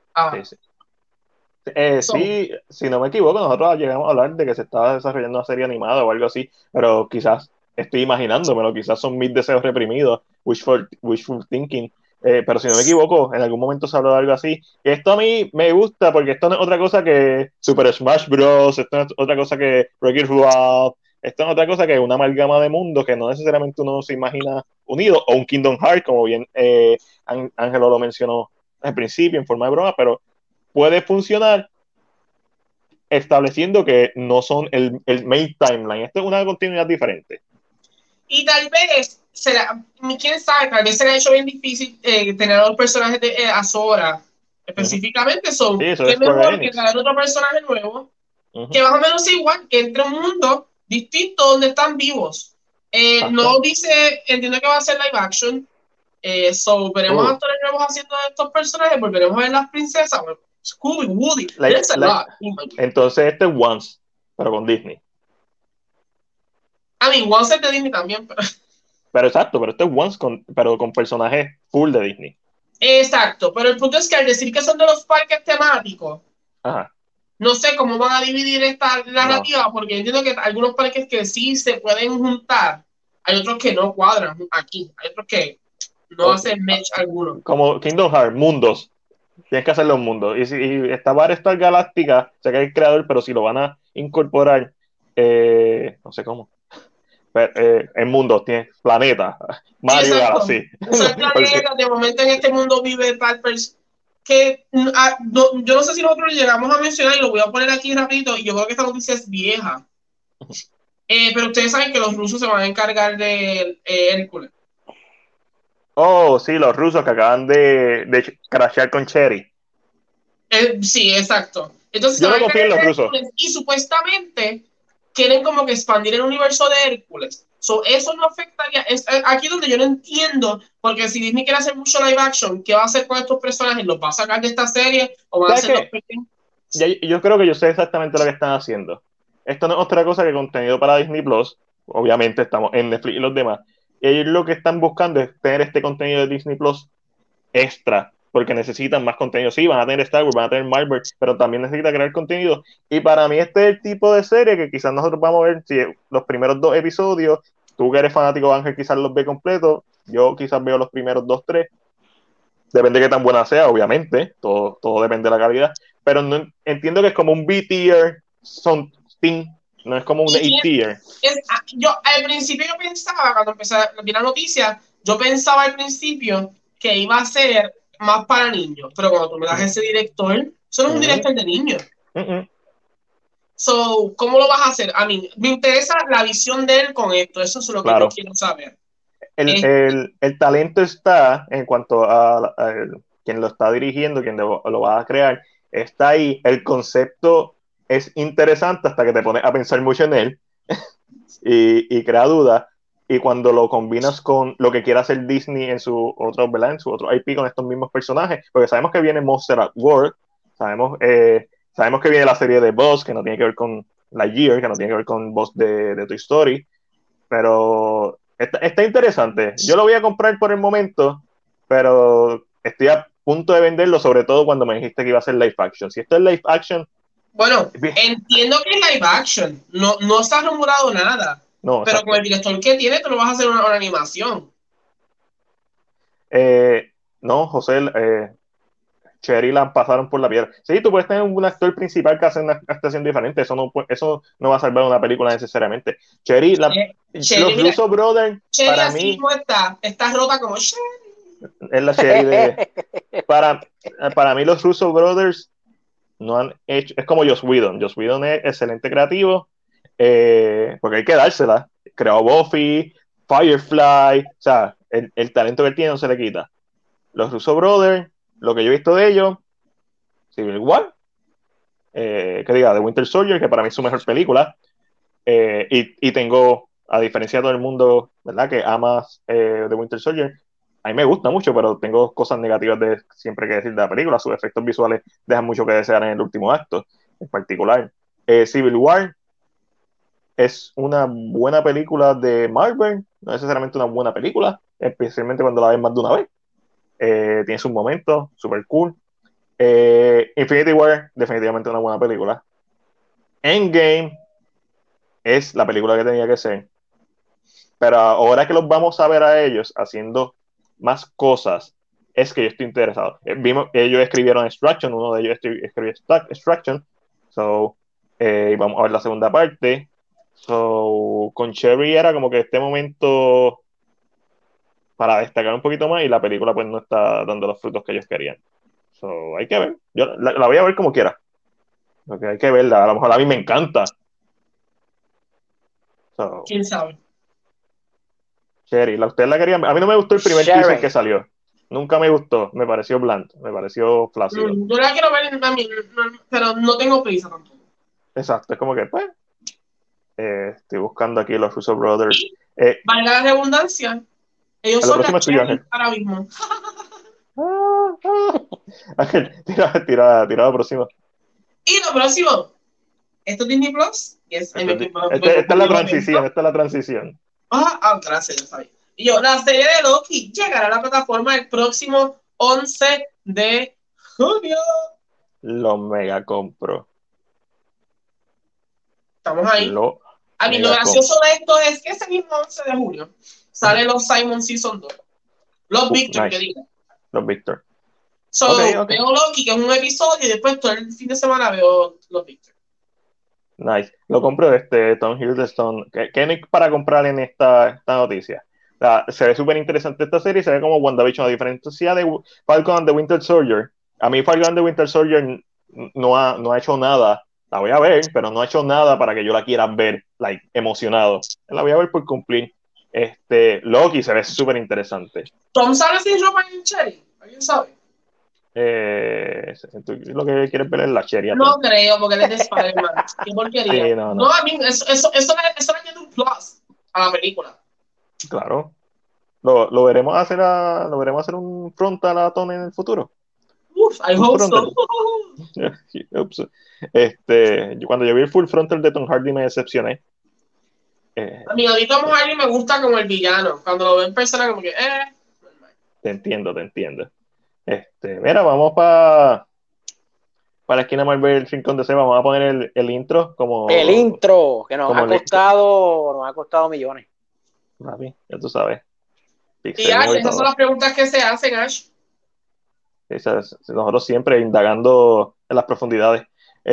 Sí, si no me equivoco, nosotros llegamos a hablar de que se estaba desarrollando una serie animada o algo así, pero quizás estoy imaginándomelo, quizás son mis deseos reprimidos, wishful thinking, pero si no me equivoco, en algún momento se habló de algo así. Y esto a mí me gusta porque esto no es otra cosa que Super Smash Bros., esto no es otra cosa que Wreck-It Ralph, esto no es otra cosa que una amalgama de mundos que no necesariamente uno se imagina unido, o un Kingdom Hearts, como bien Ángelo lo mencionó al principio en forma de broma, pero puede funcionar estableciendo que no son el main timeline. Esto es una continuidad diferente. Y tal vez, quién sabe, tal vez se le ha hecho bien difícil tener a los personajes de Azora específicamente. ¿Qué mejor que traer otro personaje nuevo? Que más o menos igual, que entre un mundo distinto donde están vivos. No dice, entiendo que va a ser live action. Veremos actores nuevos haciendo estos personajes, volveremos a ver las princesas. Scooby, Woody, entonces este es Once, pero con Disney. A mí, Once es de Disney también, pero... Pero exacto, pero este es Once, pero con personajes full de Disney. Exacto, pero el punto es que al decir que son de los parques temáticos, Ajá. no sé cómo van a dividir esta narrativa, No. porque entiendo que algunos parques que sí se pueden juntar, hay otros que no cuadran aquí, hay otros que no hacen match alguno. Como Kingdom Hearts, mundos. Tienes que hacer los mundos. Y si esta Battlestar Galáctica, sé que hay el creador, pero si lo van a incorporar, no sé cómo. Pero, en mundos, tienes planeta, Mario Sí, exacto. Galaxy. Usar planetas, de momento en este mundo vive tal persona. Que yo no sé si nosotros llegamos a mencionar, y lo voy a poner aquí rapidito, y yo creo que esta noticia es vieja. Pero ustedes saben que los rusos se van a encargar de Hércules. Oh, sí, los rusos que acaban de crashear con Cherry. Sí, exacto. Entonces se Yo van no a confío en encargar los de rusos. Hércules y supuestamente quieren como que expandir el universo de Hércules. Eso no afectaría. Es aquí donde yo no entiendo, porque si Disney quiere hacer mucho live action, ¿qué va a hacer con estos personajes? ¿Los va a sacar de esta serie o van a ¿Sabes hacer los qué? pequeños? Yo creo que yo sé exactamente lo que están haciendo. Esto no es otra cosa que contenido para Disney Plus. Obviamente estamos en Netflix y los demás. Y ellos lo que están buscando es tener este contenido de Disney Plus extra, porque necesitan más contenido. Sí, van a tener Star Wars, van a tener Marvel, pero también necesitan crear contenido. Y para mí este es el tipo de serie que quizás nosotros vamos a ver si los primeros 2 episodios, tú que eres fanático de Ángel quizás los ve completos, yo quizás veo los primeros 2, 3. Depende de qué tan buena sea, obviamente, todo depende de la calidad, pero no, entiendo que es como un B-tier something, no es como un A-tier. Yo al principio yo pensaba, cuando empecé a ver la noticia, yo pensaba al principio que iba a ser más para niños, pero cuando tú me das ese director, eso no es un director de niños. So, ¿cómo lo vas a hacer? A mí me interesa la visión de él con esto, eso es lo que yo Claro. quiero saber. El talento está en cuanto a quien lo está dirigiendo, quien lo va a crear, está ahí. El concepto es interesante hasta que te pones a pensar mucho en él y crea dudas. Y cuando lo combinas con lo que quiere hacer Disney en su otro, ¿verdad? En su otro IP con estos mismos personajes, porque sabemos que viene Monster at Work, sabemos que viene la serie de Buzz, que no tiene que ver con Lightyear, que no tiene que ver con Buzz de Toy Story, pero está interesante. Yo lo voy a comprar por el momento, pero estoy a punto de venderlo, sobre todo cuando me dijiste que iba a ser live action. Si esto es live action... Bueno, entiendo que es live action, no está rumorado nada, no, pero exacto. con el director que tiene, tú lo vas a hacer una animación. No, José, Cherry la pasaron por la piedra. Sí, tú puedes tener un actor principal que hace una actuación diferente, eso no va a salvar una película necesariamente. Cherry, los Russo Brothers, Cherry para así mí, mismo está rota como Cherry. es la Cherry de... Para mí los Russo Brothers no han hecho... Es como Joss Whedon. Joss Whedon es excelente creativo, porque hay que dársela. Creó Buffy, Firefly, o sea, el talento que él tiene no se le quita. Los Russo Brothers, lo que yo he visto de ellos, Civil War, que diga, The Winter Soldier, que para mí es su mejor película, y tengo, a diferencia de todo el mundo, ¿verdad?, que amas The Winter Soldier, a mí me gusta mucho, pero tengo cosas negativas siempre que decir de la película. Sus efectos visuales dejan mucho que desear en el último acto, en particular. Civil War es una buena película de Marvel, no necesariamente una buena película, especialmente cuando la ves más de una vez. Tiene sus momentos, super cool. Infinity War, definitivamente una buena película. Endgame es la película que tenía que ser. Pero ahora que los vamos a ver a ellos haciendo más cosas, es que yo estoy interesado. Ellos escribieron Extraction, uno de ellos escribió Extraction. So, vamos a ver la segunda parte. So, con Cherry era como que este momento para destacar un poquito más, y la película pues no está dando los frutos que ellos querían. So, hay que ver. Yo la voy a ver como quiera. Porque hay que verla. A lo mejor a mí me encanta. So, ¿Quién sabe? Cherry, ¿usted la quería? A mí no me gustó el primer teaser que salió. Nunca me gustó. Me pareció blando. Me pareció flácido. Yo la quiero ver también, pero no tengo prisa tampoco. Exacto. Es como que, pues, estoy buscando aquí los Russo Brothers. Valga la redundancia, ellos son la Cherry ahora mismo. Ángel, tira lo próximo. Y lo próximo, ¿esto es Disney Plus? Esta es la transición, esta es la transición. Gracias, ya sabía. Y yo, la serie de Loki llegará a la plataforma el próximo 11 de junio. Lo mega compro. Estamos ahí. Lo gracioso de esto es que ese mismo 11 de junio sale los Simon Season 2. Los Victor, nice. Que diga. Los Victor. Okay. Veo Loki, que es un episodio, y después todo el fin de semana veo los Victor. Nice. Lo compro de Tom Hiddleston. ¿Qué hay para comprar en esta noticia? Se ve súper interesante esta serie, se ve como WandaVision, a diferencia de Falcon and the Winter Soldier. A mí Falcon and the Winter Soldier no ha hecho nada. La voy a ver, pero no ha hecho nada para que yo la quiera ver, emocionado. La voy a ver por cumplir. Loki se ve súper interesante. ¿Tom sale sin ropa en Cherry? ¿Alguien sabe? Tú lo que quieres ver es la Cherry. No creo, porque él es de Spider-Man. Qué porquería. Sí, no, a mí eso le añade un plus a la película. Claro. Lo veremos hacer un frontal a Tom en el futuro. I hope so. Cuando yo vi el full frontal de Tom Hardy me decepcioné. A mí Tom Hardy me gusta como el villano. Cuando lo veo en persona como que Te entiendo. Mira, vamos para la esquina Marvel, el rincón de Seba. Vamos a poner el intro como el intro que nos ha costado millones. Papi, ya tú sabes. Y Ash, esas son las preguntas que se hacen, Ash. Nosotros siempre indagando en las profundidades.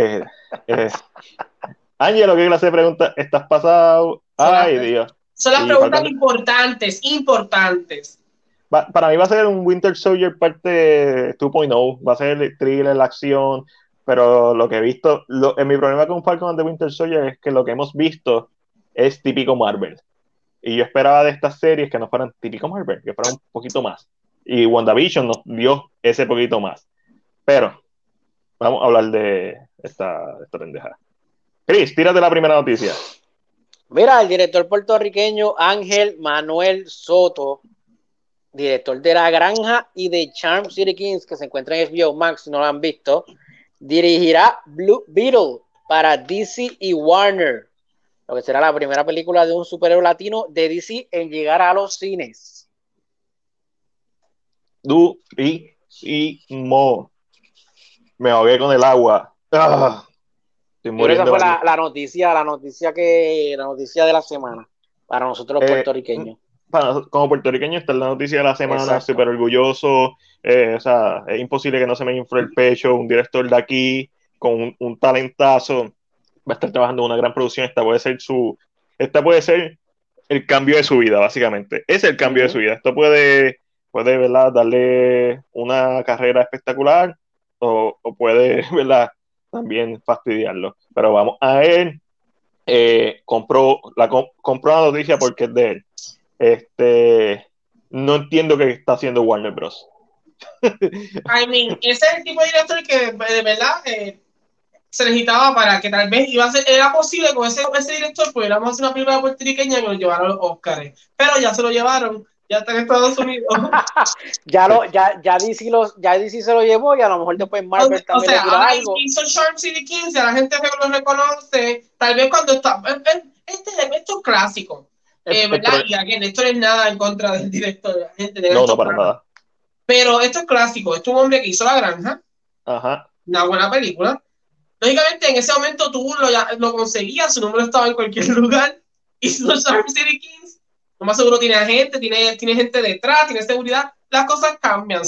Ángelo, ¿qué clase de preguntas estás pasado? Ay, Dios. Son las preguntas importantes. Para mí va a ser un Winter Soldier parte 2.0. Va a ser el thriller, la acción. Pero lo que he visto, mi problema con Falcon and the Winter Soldier es que lo que hemos visto es típico Marvel. Y yo esperaba de estas series que no fueran típico Marvel, que fueran un poquito más. Y WandaVision nos dio ese poquito más. Pero vamos a hablar de esta pendejada. Chris, tírate la primera noticia. Mira, el director puertorriqueño Ángel Manuel Soto, director de La Granja y de Charm City Kings, que se encuentra en HBO Max, si no lo han visto, dirigirá Blue Beetle para DC y Warner, lo que será la primera película de un superhéroe latino de DC en llegar a los cines. Durísimo. Me ahogué con el agua. Esa fue la noticia de la semana para nosotros los puertorriqueños. Como puertorriqueño, esta es la noticia de la semana. Súper orgulloso. Es imposible que no se me infle el pecho. Un director de aquí con un talentazo va a estar trabajando en una gran producción. Esta puede ser el cambio de su vida, básicamente. Es el cambio de su vida. Esto puede ¿verdad? Darle una carrera espectacular o puede, ¿verdad? También fastidiarlo. Pero vamos a ver. Compró la noticia porque es de él. No entiendo qué está haciendo Warner Bros. Ese es el tipo de director que de verdad se necesitaba para que tal vez era posible con ese director pudiéramos hacer una película puertorriqueña que lo llevaron a los Oscars, pero ya se lo llevaron, ya está en Estados Unidos. ya DC se lo llevó y a lo mejor después Marvel también le tira algo. Hizo Sharp City 15, la gente lo reconoce, tal vez cuando está esto es clásico. ¿Verdad? Y aquí esto no es nada en contra del director, la gente no para nada. Pero esto es clásico, esto es un hombre que hizo La Granja. Ajá. Una buena película. Lógicamente, en ese momento tú lo conseguías, su número estaba en cualquier lugar. Hizo Sharp City Kings. Lo más seguro tiene gente, tiene gente detrás, tiene seguridad. Las cosas cambian,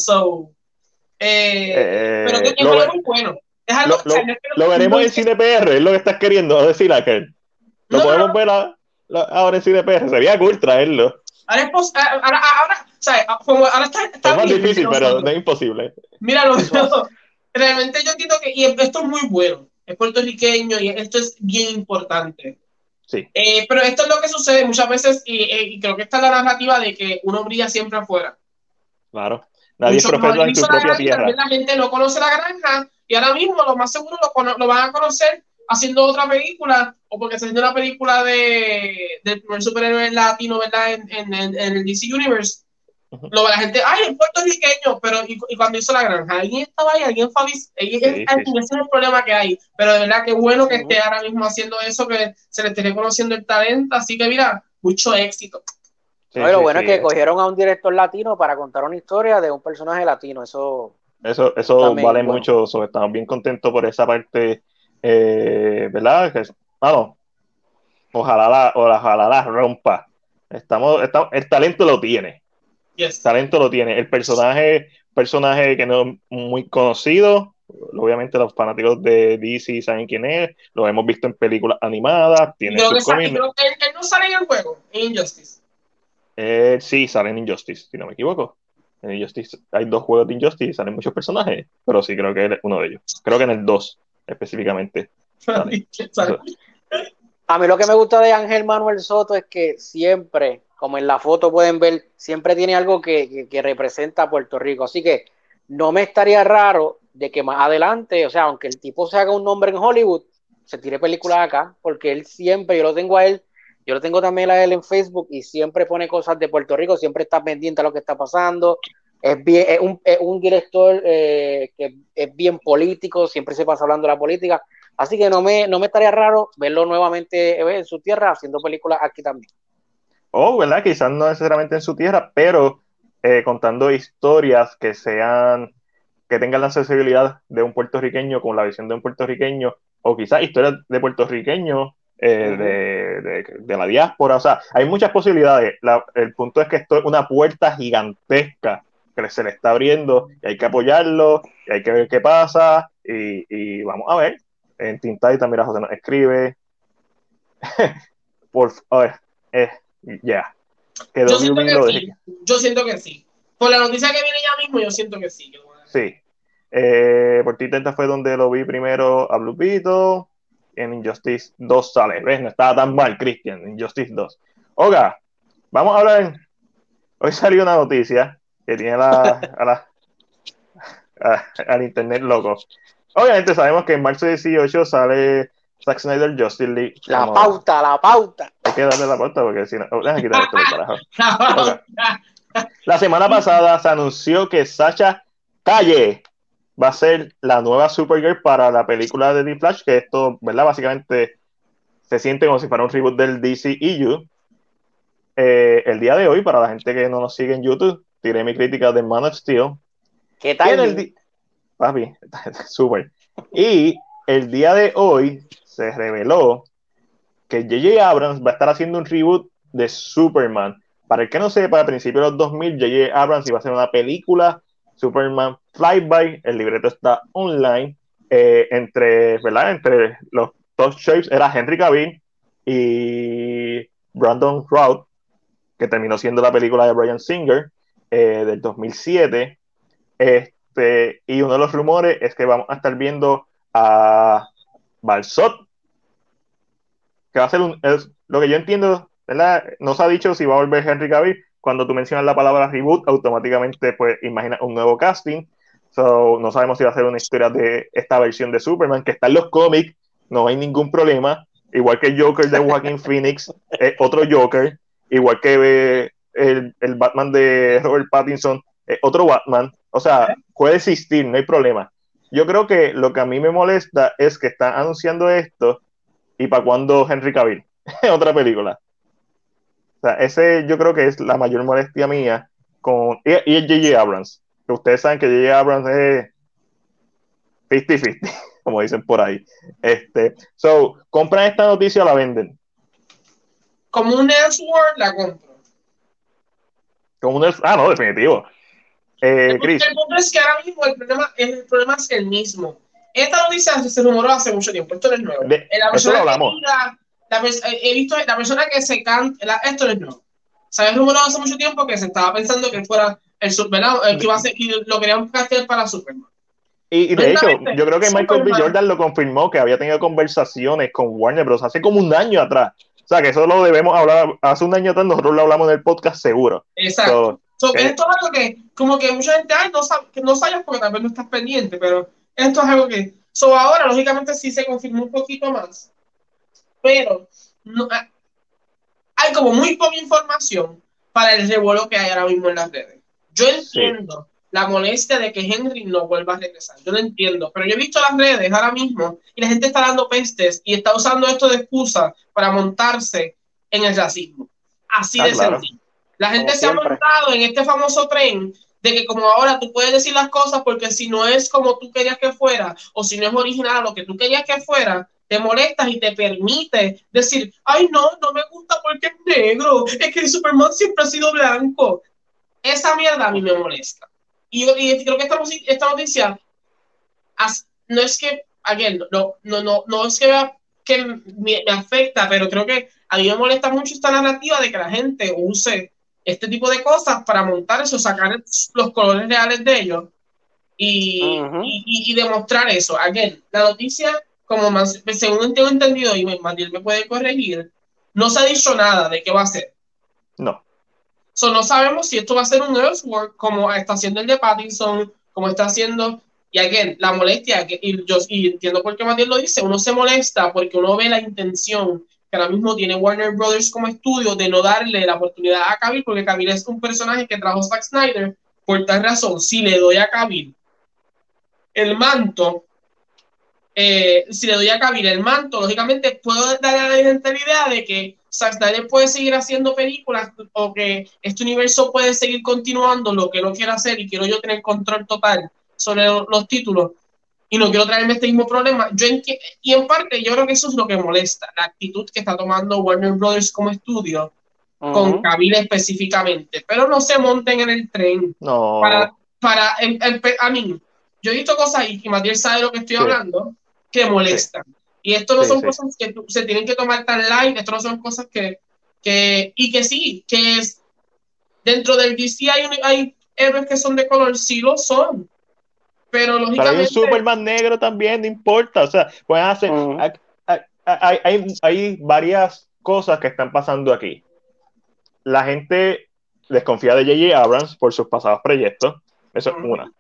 pero que es muy bueno. Es algo lo veremos en CinePR, es lo que estás queriendo decir, aquel. Lo podemos ver ahora en CinePR, sería cool traerlo. Ahora, ¿sabes? Ahora está es más difícil, pero no es imposible. Míralo, realmente yo entiendo que esto es muy bueno, es puertorriqueño y esto es bien importante. Sí. Pero esto es lo que sucede muchas veces y creo que esta es la narrativa de que uno brilla siempre afuera. Claro, nadie es profeta en su propia tierra. La gente no conoce La Granja y ahora mismo lo más seguro lo van a conocer haciendo otra película o porque se haciendo una película del primer superhéroe latino, ¿verdad? En el DC Universe. La gente, ay, es puertorriqueño, pero y cuando hizo La Granja, alguien estaba ahí, alguien fue ese es el problema que hay, pero de verdad que bueno que esté ahora mismo haciendo eso, que se le esté reconociendo el talento, así que mira, mucho éxito. Sí, lo bueno es que cogieron a un director latino para contar una historia de un personaje latino, eso vale mucho, estamos bien contentos por esa parte, ¿verdad? Ojalá la rompa. El talento lo tiene. Yes. Talento lo tiene. El personaje que no es muy conocido, obviamente los fanáticos de DC saben quién es, lo hemos visto en películas animadas, tiene sus cómics. Creo que él no sale en el juego, en Injustice. Sí, sale en Injustice, si no me equivoco. En Injustice hay 2 juegos de Injustice, salen muchos personajes, pero sí creo que él es uno de ellos. Creo que en el 2 específicamente. Sale. A mí lo que me gusta de Ángel Manuel Soto es que siempre, como en la foto pueden ver, siempre tiene algo que representa a Puerto Rico. Así que no me estaría raro de que más adelante, o sea, aunque el tipo se haga un nombre en Hollywood, se tire películas acá, porque él siempre, yo lo tengo a él, yo lo tengo también a él en Facebook y siempre pone cosas de Puerto Rico, siempre está pendiente a lo que está pasando. Es un director que es bien político, siempre se pasa hablando de la política. Así que no me estaría raro verlo nuevamente en su tierra haciendo películas aquí también. ¿Verdad? Quizás no necesariamente en su tierra, pero contando historias que tengan la sensibilidad de un puertorriqueño con la visión de un puertorriqueño, o quizás historias de puertorriqueños de la diáspora. O sea, hay muchas posibilidades. El punto es que esto es una puerta gigantesca que se le está abriendo y hay que apoyarlo y hay que ver qué pasa y vamos a ver. En Tintay también José nos escribe. Yo siento que sí. Por la noticia que viene ya mismo, yo siento que sí. Sí. Por Tintay fue donde lo vi primero a Blue Beetle. En Injustice 2 sale. ¿Ves? No estaba tan mal, Christian. Injustice 2. Oiga, vamos a hablar. Hoy salió una noticia que tiene al internet loco. Obviamente sabemos que en marzo 18 sale Zack Snyder Justice League. La pauta. Hay que darle la pauta porque si no. Déjame quitar esto del carajo. Okay. La semana pasada se anunció que Sasha Calle va a ser la nueva Supergirl para la película de The Flash, que esto, ¿verdad? Básicamente se siente como si fuera un reboot del DCEU. El día de hoy, para la gente que no nos sigue en YouTube, tiré mi crítica de Man of Steel. ¿Qué tal? Papi, súper. Y el día de hoy se reveló que J.J. Abrams va a estar haciendo un reboot de Superman. Para el que no sepa, a principios de los 2000, J.J. Abrams iba a hacer una película, Superman Flyby, el libreto está online, entre los top shapes era Henry Cavill y Brandon Routh, que terminó siendo la película de Bryan Singer del 2007. Y uno de los rumores es que vamos a estar viendo a Balzot, que va a ser lo que yo entiendo, ¿verdad? No se ha dicho si va a volver Henry Cavill. Cuando tú mencionas la palabra reboot, automáticamente pues imaginas un nuevo casting. No sabemos si va a ser una historia de esta versión de Superman, que está en los cómics, no hay ningún problema. Igual que el Joker de Joaquin Phoenix, otro Joker. Igual que el Batman de Robert Pattinson, otro Batman. O sea, puede existir, no hay problema. Yo creo que lo que a mí me molesta es que están anunciando esto y para cuándo Henry Cavill. Otra película. O sea, ese yo creo que es la mayor molestia mía y el J.J. Abrams. Que ustedes saben que J.J. Abrams es 50-50, como dicen por ahí. ¿Compran esta noticia o la venden? Como un Elseworld la compro. No, definitivo. Chris. El punto es que ahora mismo el problema es el mismo. Esta noticia se rumoró hace mucho tiempo, esto no es nuevo. Eso lo hablamos. He visto la persona que se canta, esto no es nuevo. Se había rumorado hace mucho tiempo que se estaba pensando que fuera el que iba a ser, que lo querían castear para Superman. Y de hecho, yo creo que Michael B. Jordan lo confirmó, que había tenido conversaciones con Warner Bros. Hace como un año atrás. O sea, que eso lo debemos hablar. Hace un año atrás nosotros lo hablamos en el podcast seguro. Exacto. Esto es algo que, como que mucha gente, no sabes porque tal vez no estás pendiente, pero esto es algo que. Ahora, lógicamente, sí se confirmó un poquito más, pero hay como muy poca información para el revuelo que hay ahora mismo en las redes. Yo entiendo la molestia de que Henry no vuelva a regresar. Yo lo entiendo, pero yo he visto las redes ahora mismo y la gente está dando pestes y está usando esto de excusa para montarse en el racismo. Así de sencillo. La gente se ha montado en este famoso tren de que como ahora tú puedes decir las cosas porque si no es como tú querías que fuera o si no es original a lo que tú querías que fuera, te molestas y te permite decir, ay no, no me gusta porque es negro, es que Superman siempre ha sido blanco. Esa mierda a mí me molesta. Y creo que esta noticia no es que, again, no es que me afecta, pero creo que a mí me molesta mucho esta narrativa de que la gente use este tipo de cosas para montar eso, sacar los colores reales de ellos y demostrar eso. Again, la noticia, como según tengo entendido, y Matilde me puede corregir, no se ha dicho nada de qué va a ser. No. No sabemos si esto va a ser un Elseworld como está haciendo el de Pattinson, como está haciendo, y again, la molestia, y entiendo por qué Matías lo dice, uno se molesta porque uno ve la intención que ahora mismo tiene Warner Brothers como estudio de no darle la oportunidad a Cavill, porque Cavill es un personaje que trajo Zack Snyder, por tal razón, si le doy a Cavill el manto, lógicamente puedo dar a la gente la idea de que Zack Snyder puede seguir haciendo películas o que este universo puede seguir continuando lo que no quiero hacer y quiero yo tener control total sobre los títulos y no quiero traerme este mismo problema. Y en parte yo creo que eso es lo que molesta, la actitud que está tomando Warner Brothers como estudio con Cavill específicamente, pero no se monten en el tren. No. A mí, yo he visto cosas y Matías sabe de lo que estoy hablando, que molestan. Y esto no son cosas que se tienen que tomar tan light, esto no son cosas que es dentro del DC hay héroes que son de color, sí lo son. Pero lógicamente. Pero hay un Superman negro también, no importa. O sea, pueden hacer. Hay varias cosas que están pasando aquí. La gente desconfía de J.J. Abrams por sus pasados proyectos. Eso es una.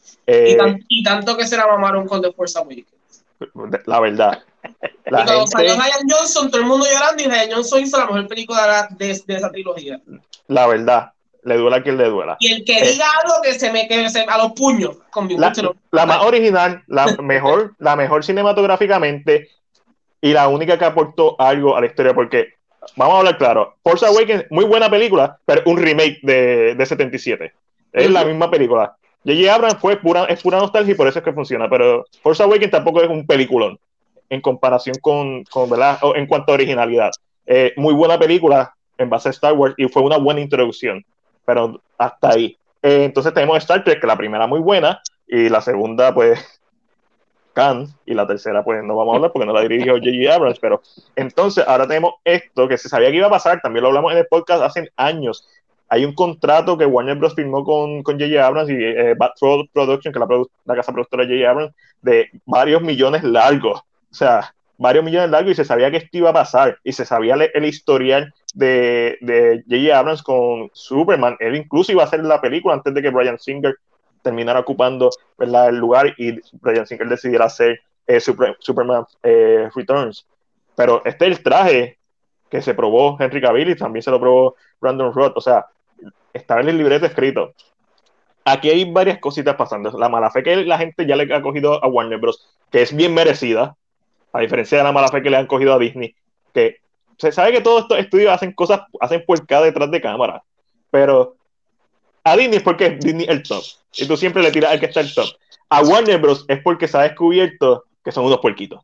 Y tanto que se la mamaron con The Force Awakens. La verdad. Y cuando salió Ryan Johnson, todo el mundo llorando y Ryan Johnson hizo la mejor película de esa trilogía. La verdad. Le duela a quien le duela. Y el que diga algo que se a los puños conmigo. La más original, la mejor cinematográficamente y la única que aportó algo a la historia, porque vamos a hablar claro, Force Awakens, muy buena película, pero un remake de 77. Es la misma película. J.J. Abrams es pura nostalgia y por eso es que funciona, pero Force Awakens tampoco es un peliculón en comparación con ¿verdad? En cuanto a originalidad. Muy buena película en base a Star Wars y fue una buena introducción, pero hasta ahí. Entonces tenemos Star Trek, que la primera muy buena y la segunda pues Khan, y la tercera pues no vamos a hablar porque no la dirigió J.J. Abrams, pero entonces ahora tenemos esto que se sabía que iba a pasar, también lo hablamos en el podcast hace años. Hay un contrato que Warner Bros. Firmó con J.J. Abrams y Bad Production, que es la casa productora de J.J. Abrams, de varios millones largos. O sea, varios millones largos, y se sabía que esto iba a pasar. Y se sabía el historial de J.J. Abrams con Superman. Él incluso iba a hacer la película antes de que Bryan Singer terminara ocupando, ¿verdad?, el lugar y Bryan Singer decidiera hacer Superman Returns. Pero este es el traje que se probó Henry Cavill y también se lo probó Brandon Roth. O sea, estaba en el libreto escrito. Aquí hay varias cositas pasando. La mala fe que la gente ya le ha cogido a Warner Bros., que es bien merecida, a diferencia de la mala fe que le han cogido a Disney, que se sabe que todos estos estudios hacen puercada detrás de cámara, pero a Disney es porque Disney es el top, y tú siempre le tiras al que está el top. A Warner Bros. Es porque se ha descubierto que son unos puerquitos.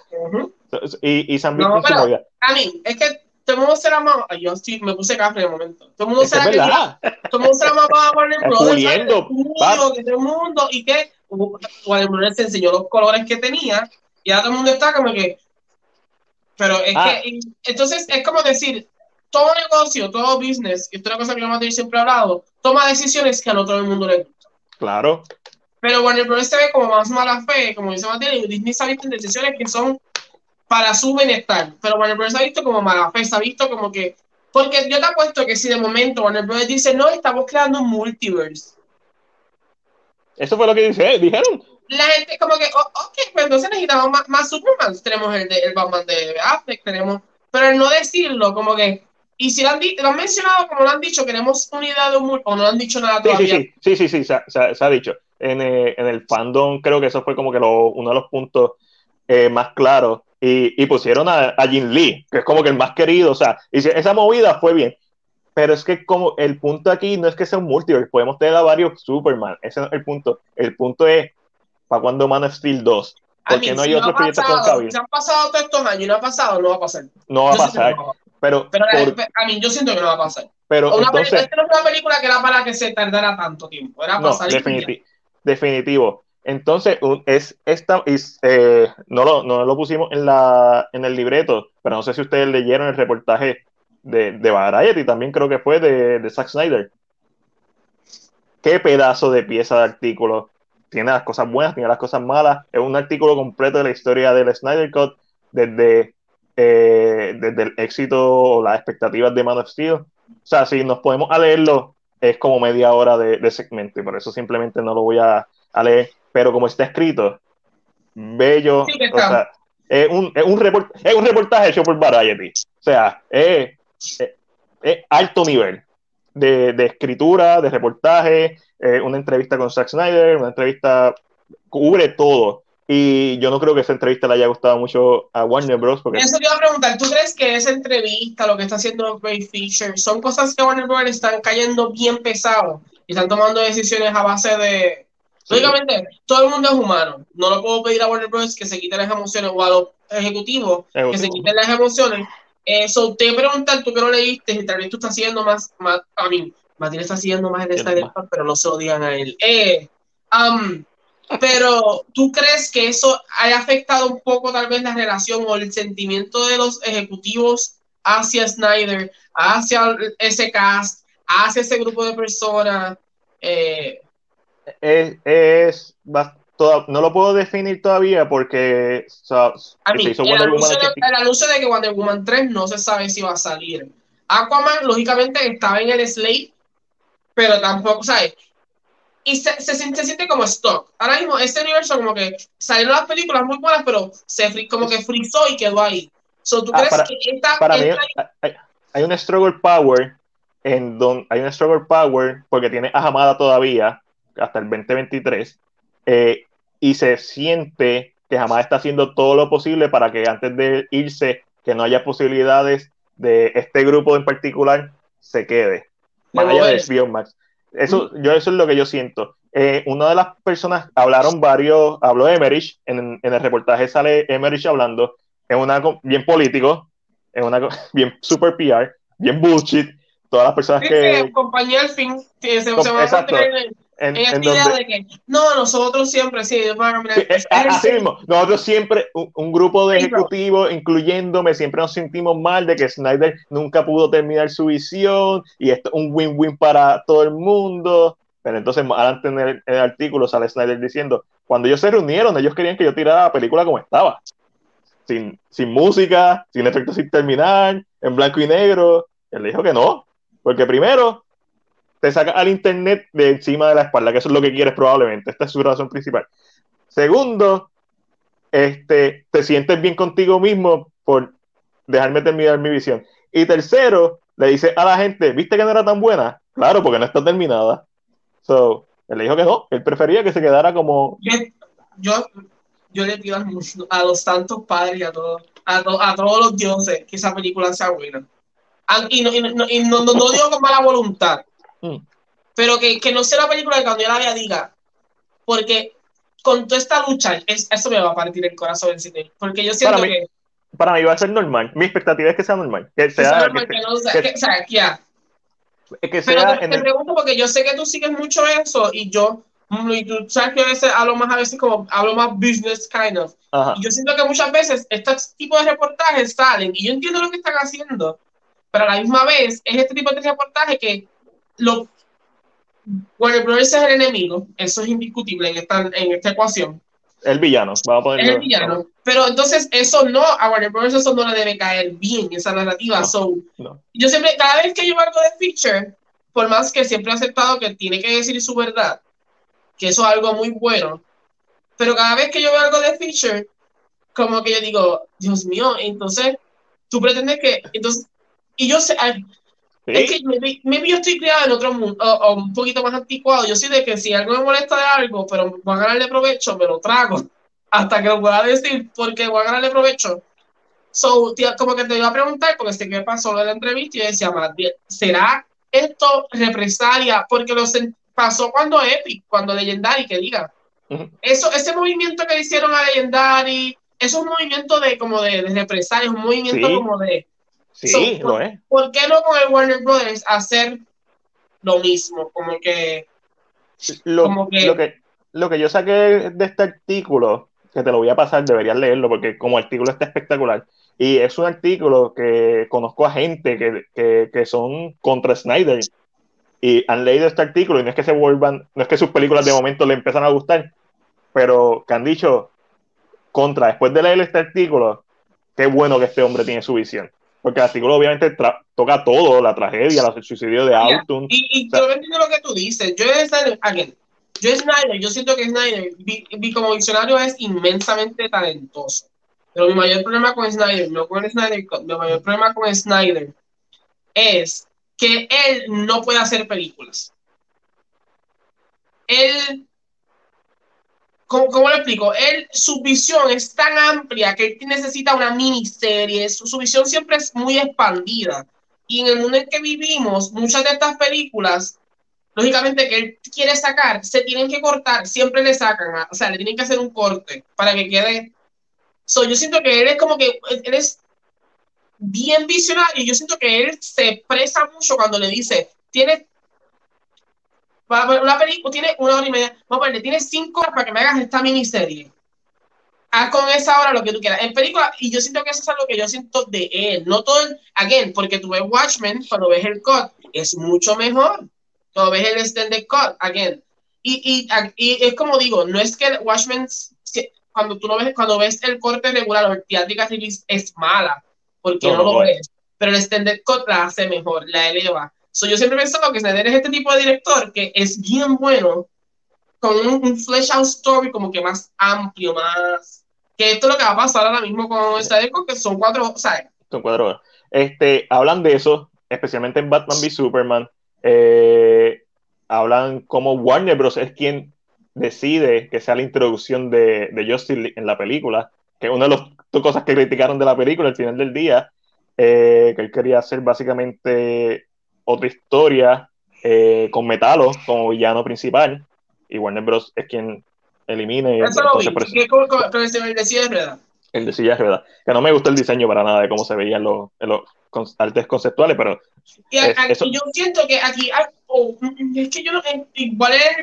Y se han visto en su movida. A mí, es que todo el mundo se la mamá. Yo sí me puse café de momento. Todo el mundo se la mamá a Warner Bros. Todo el mundo, y que Warner Bros. Se enseñó los colores que tenía, y ahora todo el mundo está como que. Pero es que, entonces es como decir, todo negocio, todo business, y esto es una cosa que Matías siempre ha hablado, toma decisiones que a no todo el mundo le gusta. Claro. Pero Warner Bros. Se ve como más mala fe, como dice Matías, y Disney se ha visto en decisiones que son para su bienestar, pero Warner Bros. Ha visto como mala fe, se ha visto como que, porque yo te apuesto que si de momento Warner Bros. Dice, no, estamos creando un multiverse. Eso fue lo que dijeron. La gente como que, ok, pues entonces necesitamos más Superman. Tenemos el Batman de Affleck, pero el no decirlo, como que, Y si lo han mencionado, como lo han dicho, queremos unidad de humor, o no han dicho nada todavía. Sí, se ha dicho. En el fandom creo que eso fue como que uno de los puntos más claros. Y pusieron a Jin Lee, que es como que el más querido. O sea, y esa movida fue bien. Pero es que como el punto aquí no es que sea un multiverse, podemos tener a varios Superman. Ese no es el punto. El punto es, ¿para cuándo Man of Steel 2? Porque no hay otros proyectos con Cavill. Se han pasado todos estos años y no ha pasado, no va a pasar. No va a pasar. Pero yo siento que no va a pasar. Pero entonces, esta no fue una película que era para que se tardara tanto tiempo. Era para salir. Definitivo. Entonces, no lo pusimos en el libreto, pero no sé si ustedes leyeron el reportaje de Variety, también creo que fue de Zack Snyder. Qué pedazo de pieza de artículo. Tiene las cosas buenas, tiene las cosas malas. Es un artículo completo de la historia del Snyder Cut, desde el éxito o las expectativas de Man of Steel. O sea, si nos podemos a leerlo, es como media hora de segmento, y por eso simplemente no lo voy a leer. Pero como está escrito, bello. Sí, o sea, es un reportaje hecho por Variety. O sea, es alto nivel de escritura, de reportaje, una entrevista con Zack Snyder, una entrevista, cubre todo. Y yo no creo que esa entrevista le haya gustado mucho a Warner Bros. Porque... Eso te iba a preguntar, ¿tú crees que esa entrevista, lo que está haciendo Ray Fisher, son cosas que Warner Bros. Están cayendo bien pesado y están tomando decisiones a base de... Sí. Lógicamente, todo el mundo es humano. No lo puedo pedir a Warner Bros. Que se quiten las emociones, o a los ejecutivos que se quiten las emociones. Eso te preguntan, tú que lo leíste, y tal vez tú estás siguiendo más a mí, Matilde está siguiendo más el Snyder Cut, pero no se lo digan a él. Pero ¿tú crees que eso haya afectado un poco tal vez la relación o el sentimiento de los ejecutivos hacia Snyder, hacia ese cast, hacia ese grupo de personas? No lo puedo definir todavía porque el anuncio de que Wonder Woman 3 no se sabe si va a salir. Aquaman, lógicamente, estaba en el slate, pero tampoco, ¿sabes? Y se siente como stock. Ahora mismo, este universo como que salieron las películas muy buenas, pero como que frizó y quedó ahí. ¿Tú crees que para mí hay un struggle power hay un struggle power porque tiene a Hamada todavía hasta el 2023 y se siente que Hamada está haciendo todo lo posible para que antes de irse, que no haya posibilidades de este grupo en particular se quede más allá de HBO Max. Eso es lo que yo siento. Una de las personas, habló Emmerich, en el reportaje sale Emmerich hablando, es bien político, es bien super PR, bien bullshit, todas las personas que compañía al fin se van a mantener en esta idea de que no, nosotros siempre sí, así mismo, nosotros siempre, un grupo de ejecutivos, incluyéndome, siempre nos sentimos mal de que Snyder nunca pudo terminar su visión y esto es un win-win para todo el mundo. Pero entonces antes en el artículo sale Snyder diciendo, cuando ellos se reunieron, ellos querían que yo tirara la película como estaba, sin música, sin efectos, sin terminar, en blanco y negro. Él le dijo que no, porque primero te saca al internet de encima de la espalda, que eso es lo que quieres probablemente. Esta es su razón principal. Segundo, te sientes bien contigo mismo por dejarme terminar mi visión. Y tercero, le dice a la gente, ¿viste que no era tan buena? Claro, porque no está terminada. Él le dijo que no, él prefería que se quedara como... Yo le pido a los santos padres y a todos los dioses que esa película sea buena. Y no digo con mala voluntad, pero que no sea una película que cuando yo la vea diga, porque con toda esta lucha, eso me va a partir el corazón en cine, porque yo siento para mí va a ser normal, mi expectativa es que sea normal, que te pregunto porque yo sé que tú sigues mucho eso y tú sabes que a veces hablo más business kind of. Y yo siento que muchas veces estos tipos de reportajes salen y yo entiendo lo que están haciendo, pero a la misma vez es este tipo de reportaje que Warner Bros. Es el enemigo, eso es indiscutible en esta ecuación. El villano, vamos a ponerlo. Es el villano, pero entonces a Warner Bros. Eso no le debe caer bien, esa narrativa. Yo siempre, cada vez que yo algo de Fisher, por más que siempre he aceptado que tiene que decir su verdad, que eso es algo muy bueno, pero cada vez que yo veo algo de Fisher, como que yo digo, Dios mío, entonces tú pretendes que, entonces Y yo sé, es que Sí, maybe yo estoy criado en otro mundo, o un poquito más anticuado. Yo soy de que si algo me molesta de algo, pero voy a ganarle provecho, me lo trago hasta que lo pueda decir porque voy a ganarle provecho. So, tía, como que te iba a preguntar, porque sé que pasó en la entrevista y yo decía, más bien, ¿será esto represalia? Porque pasó cuando Epic, cuando Legendary, que diga. ujú, Eso, ese movimiento que le hicieron a Legendary, es un movimiento de como de represalia, es un movimiento sí, como de. So, sí, lo es. ¿por qué no con el Warner Brothers hacer lo mismo? Lo, Como lo que, que, lo que yo saqué de este artículo, que te lo voy a pasar, deberías leerlo porque como artículo está espectacular. Y es un artículo que conozco a gente que son contra Snyder y han leído este artículo y no es que se vuelvan, no es que sus películas de momento le empiezan a gustar, pero que han dicho contra, después de leer este artículo, qué bueno que este hombre tiene su visión. Porque el artículo obviamente toca todo, la tragedia, el suicidio de yeah. Autumn. O Y sea, yo entiendo lo que tú dices. Yo siento que Snyder, como visionario, es inmensamente talentoso. Pero mi mayor problema con Snyder, no con Snyder, mi mayor problema con Snyder es que él no puede hacer películas. Él, ¿cómo lo explico? Su visión es tan amplia que él necesita una miniserie. Su visión siempre es muy expandida. Y en el mundo en que vivimos, muchas de estas películas, lógicamente que él quiere sacar, se tienen que cortar, siempre le sacan, o sea, le tienen que hacer un corte para que quede. Yo siento que él es como que, él es bien visionario. Yo siento que él se expresa mucho cuando le dice, tiene una película, tiene 1 hora y media, vamos a ponerle, tiene 5 horas para que me hagas esta miniserie. Haz con esa hora lo que tú quieras. En película, y yo siento que eso es algo que yo siento de él. No todo el, again, porque tú ves Watchmen, cuando ves el cut, es mucho mejor. Cuando ves el extended cut, again. Y es como digo, no es que Watchmen, cuando tú lo ves, cuando ves el corte regular o el theatrical release es mala, porque no, no no lo lo es. es. Pero el extended cut la hace mejor, la eleva. Yo siempre he pensado que Snyder es este tipo de director que es bien bueno con un flesh out story como que más amplio, más. Que esto es lo que va a pasar ahora mismo con esta Echo, que son 4, ¿sabes? Son 4 horas. Hablan de eso, especialmente en Batman v Superman. Hablan como Warner Bros. Es quien decide que sea la introducción de Justice League en la película, que es una de las cosas que criticaron de la película al final del día, que él quería hacer básicamente otra historia con Metalo como villano principal, y Warner Bros. Es quien elimina, y Eso lo entonces vi. por eso Que con se me decía de verdad. el de silla de ruedas. Que no me gustó el diseño para nada de cómo se veían los artes conceptuales, pero eso. Y yo siento que aquí hay, es que yo no, igual es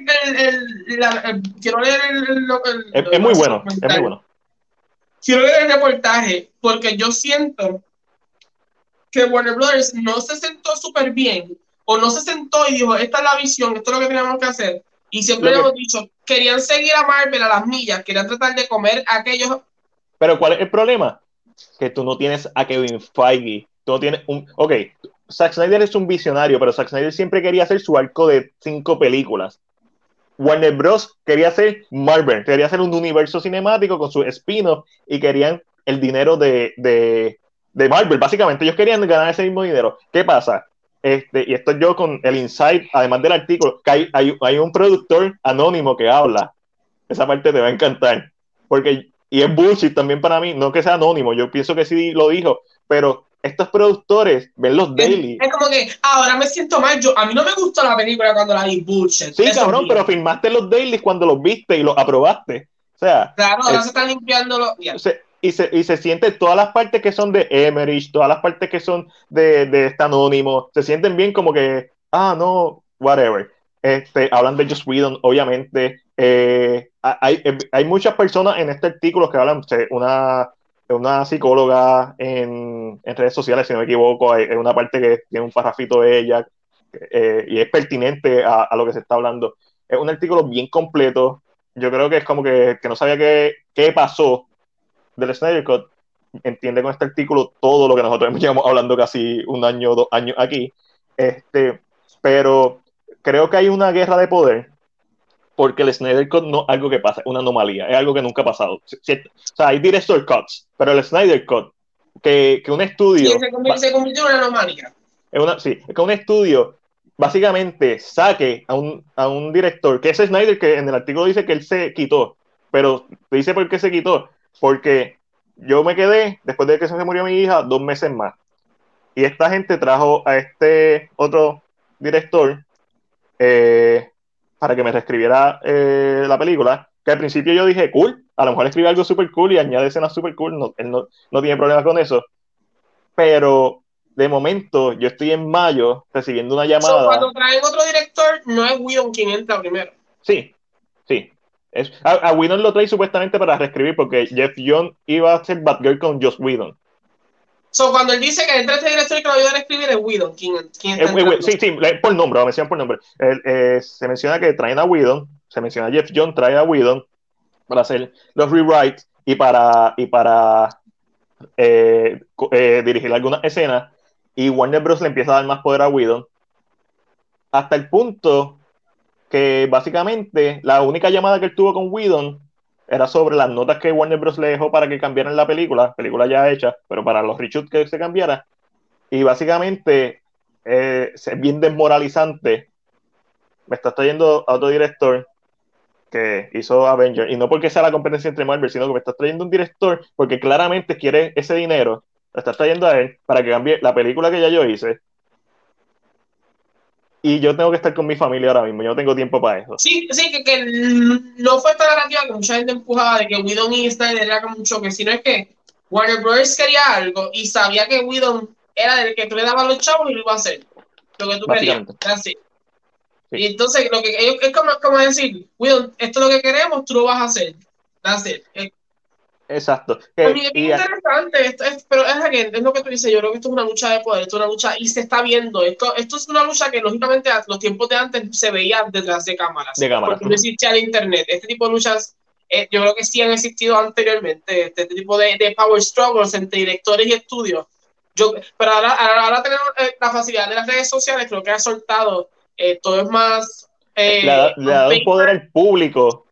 quiero leer Es muy los bueno, es muy comentarios. bueno. Quiero leer el reportaje porque yo siento que Warner Brothers no se sentó súper bien o no se sentó y dijo, esta es la visión, esto es lo que tenemos que hacer. Y siempre Lo le que, hemos dicho, querían seguir a Marvel a las millas, querían tratar de comer a aquellos. pero ¿cuál es el problema? Que tú no tienes a Kevin Feige. Tú no tienes un. Ok, Zack Snyder es un visionario, pero Zack Snyder siempre quería hacer su arco de 5 películas. Warner Bros. Quería hacer Marvel, quería hacer un universo cinemático con su spin-off y querían el dinero de Marvel. Básicamente, ellos querían ganar ese mismo dinero. ¿Qué pasa? Y esto yo con el insight, además del artículo, que hay un productor anónimo que habla. Esa parte te va a encantar. Y es bullshit también para mí, no que sea anónimo, yo pienso que sí lo dijo, pero estos productores ven los daily. Es como que ahora me siento mal. A mí no me gustó la película cuando la vi bullshit. Sí, Eso es cabrón, mío. pero firmaste los dailies cuando los viste y los aprobaste. O sea, Claro, ahora se están limpiando. Yeah. y se siente todas las partes que son de Emmerich, todas las partes que son de este anónimo, se sienten bien como que, no, whatever. Hablan de Joss Whedon, obviamente. Hay muchas personas en este artículo que hablan, una psicóloga en redes sociales, si no me equivoco, hay una parte que tiene un parrafito de ella, y es pertinente a lo que se está hablando. Es un artículo bien completo. Yo creo que es como que no sabía qué pasó del Snyder Cut. Entiende con este artículo todo lo que nosotros llevamos hablando casi 1 año, 2 años aquí. Pero creo que hay una guerra de poder porque el Snyder Cut no es algo que pasa, es una anomalía, es algo que nunca ha pasado. O sea, hay director cuts, pero el Snyder Cut que un estudio... Sí, se convirtió en una anomalía. Que un estudio básicamente saque a un director, que es Snyder, que en el artículo dice que él se quitó, pero te dice por qué se quitó, porque yo me quedé, después de que se murió mi hija, 2 meses más, y esta gente trajo a este otro director para que me reescribiera la película, que al principio yo dije, cool, a lo mejor escribe algo super cool y añade escenas super cool, él no tiene problema con eso, pero de momento yo estoy en mayo recibiendo una llamada. Cuando traen otro director, no es Whedon quien entra primero. Sí. A Whedon lo trae supuestamente para reescribir porque Jeff Johns iba a ser Batgirl con Joss Whedon. Cuando él dice que entra este director y que lo ayuda a escribir, es Whedon quien está entrando. Sí, por nombre, lo mencionan por nombre. Se menciona que traen a Whedon, se menciona a Jeff Johns, trae a Whedon para hacer los rewrites y para dirigir algunas escenas, y Warner Bros. Le empieza a dar más poder a Whedon hasta el punto que básicamente la única llamada que él tuvo con Whedon era sobre las notas que Warner Bros. Le dejó para que cambiaran la película ya hecha, pero para los reshoots que se cambiara, y básicamente es bien desmoralizante. Me estás trayendo a otro director que hizo Avengers, y no porque sea la competencia entre Marvel, sino que me estás trayendo un director porque claramente quiere ese dinero, lo estás trayendo a él para que cambie la película que ya yo hice, y yo tengo que estar con mi familia ahora mismo, yo no tengo tiempo para eso. Sí, que no fue esta narrativa que mucha gente empujaba de que Whedon y Snyder era como un choque, sino es que Warner Bros. Quería algo y sabía que Whedon era el que tú le dabas los chavos y lo iba a hacer, lo que tú querías, así. Sí. Y entonces lo que ellos es como decir, Whedon, esto es lo que queremos, tú lo vas a hacer, así. Exacto. A mí es bien interesante, pero es lo que tú dices, yo creo que esto es una lucha de poder, esto es una lucha, y se está viendo, esto es una lucha que lógicamente a los tiempos de antes se veía detrás de cámaras, porque no existía el internet, este tipo de luchas yo creo que sí han existido anteriormente, este tipo de power struggles entre directores y estudios, pero ahora tenemos la facilidad de las redes sociales, creo que ha soltado, todo es más... le ha dado poder al público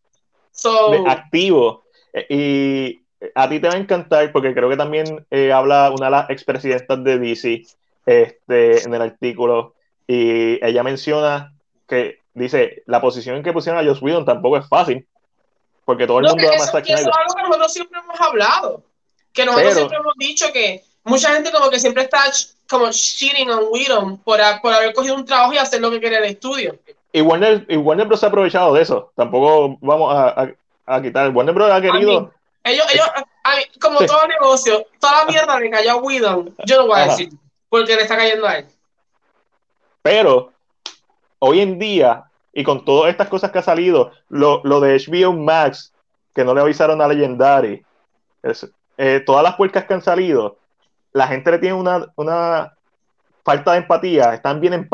activo, y a ti te va a encantar porque creo que también habla una de las expresidentas de DC en el artículo, y ella menciona que dice la posición en que pusieron a Joss Whedon tampoco es fácil porque todo el mundo ama a Zack Snyder. Eso es algo que nosotros siempre hemos hablado, que nosotros siempre hemos dicho que mucha gente como que siempre está como shitting on Whedon por haber cogido un trabajo y hacer lo que quería el estudio. Y Warner Bros. Se ha aprovechado de eso, tampoco vamos a quitar. Warner Bros. Ha querido... Ellos como todo negocio, toda la mierda le cayó a Whedon, yo no voy a decir, porque le está cayendo a él. Pero hoy en día, y con todas estas cosas que ha salido, lo de HBO Max, que no le avisaron a Legendary, todas las puercas que han salido, la gente le tiene una falta de empatía, están bien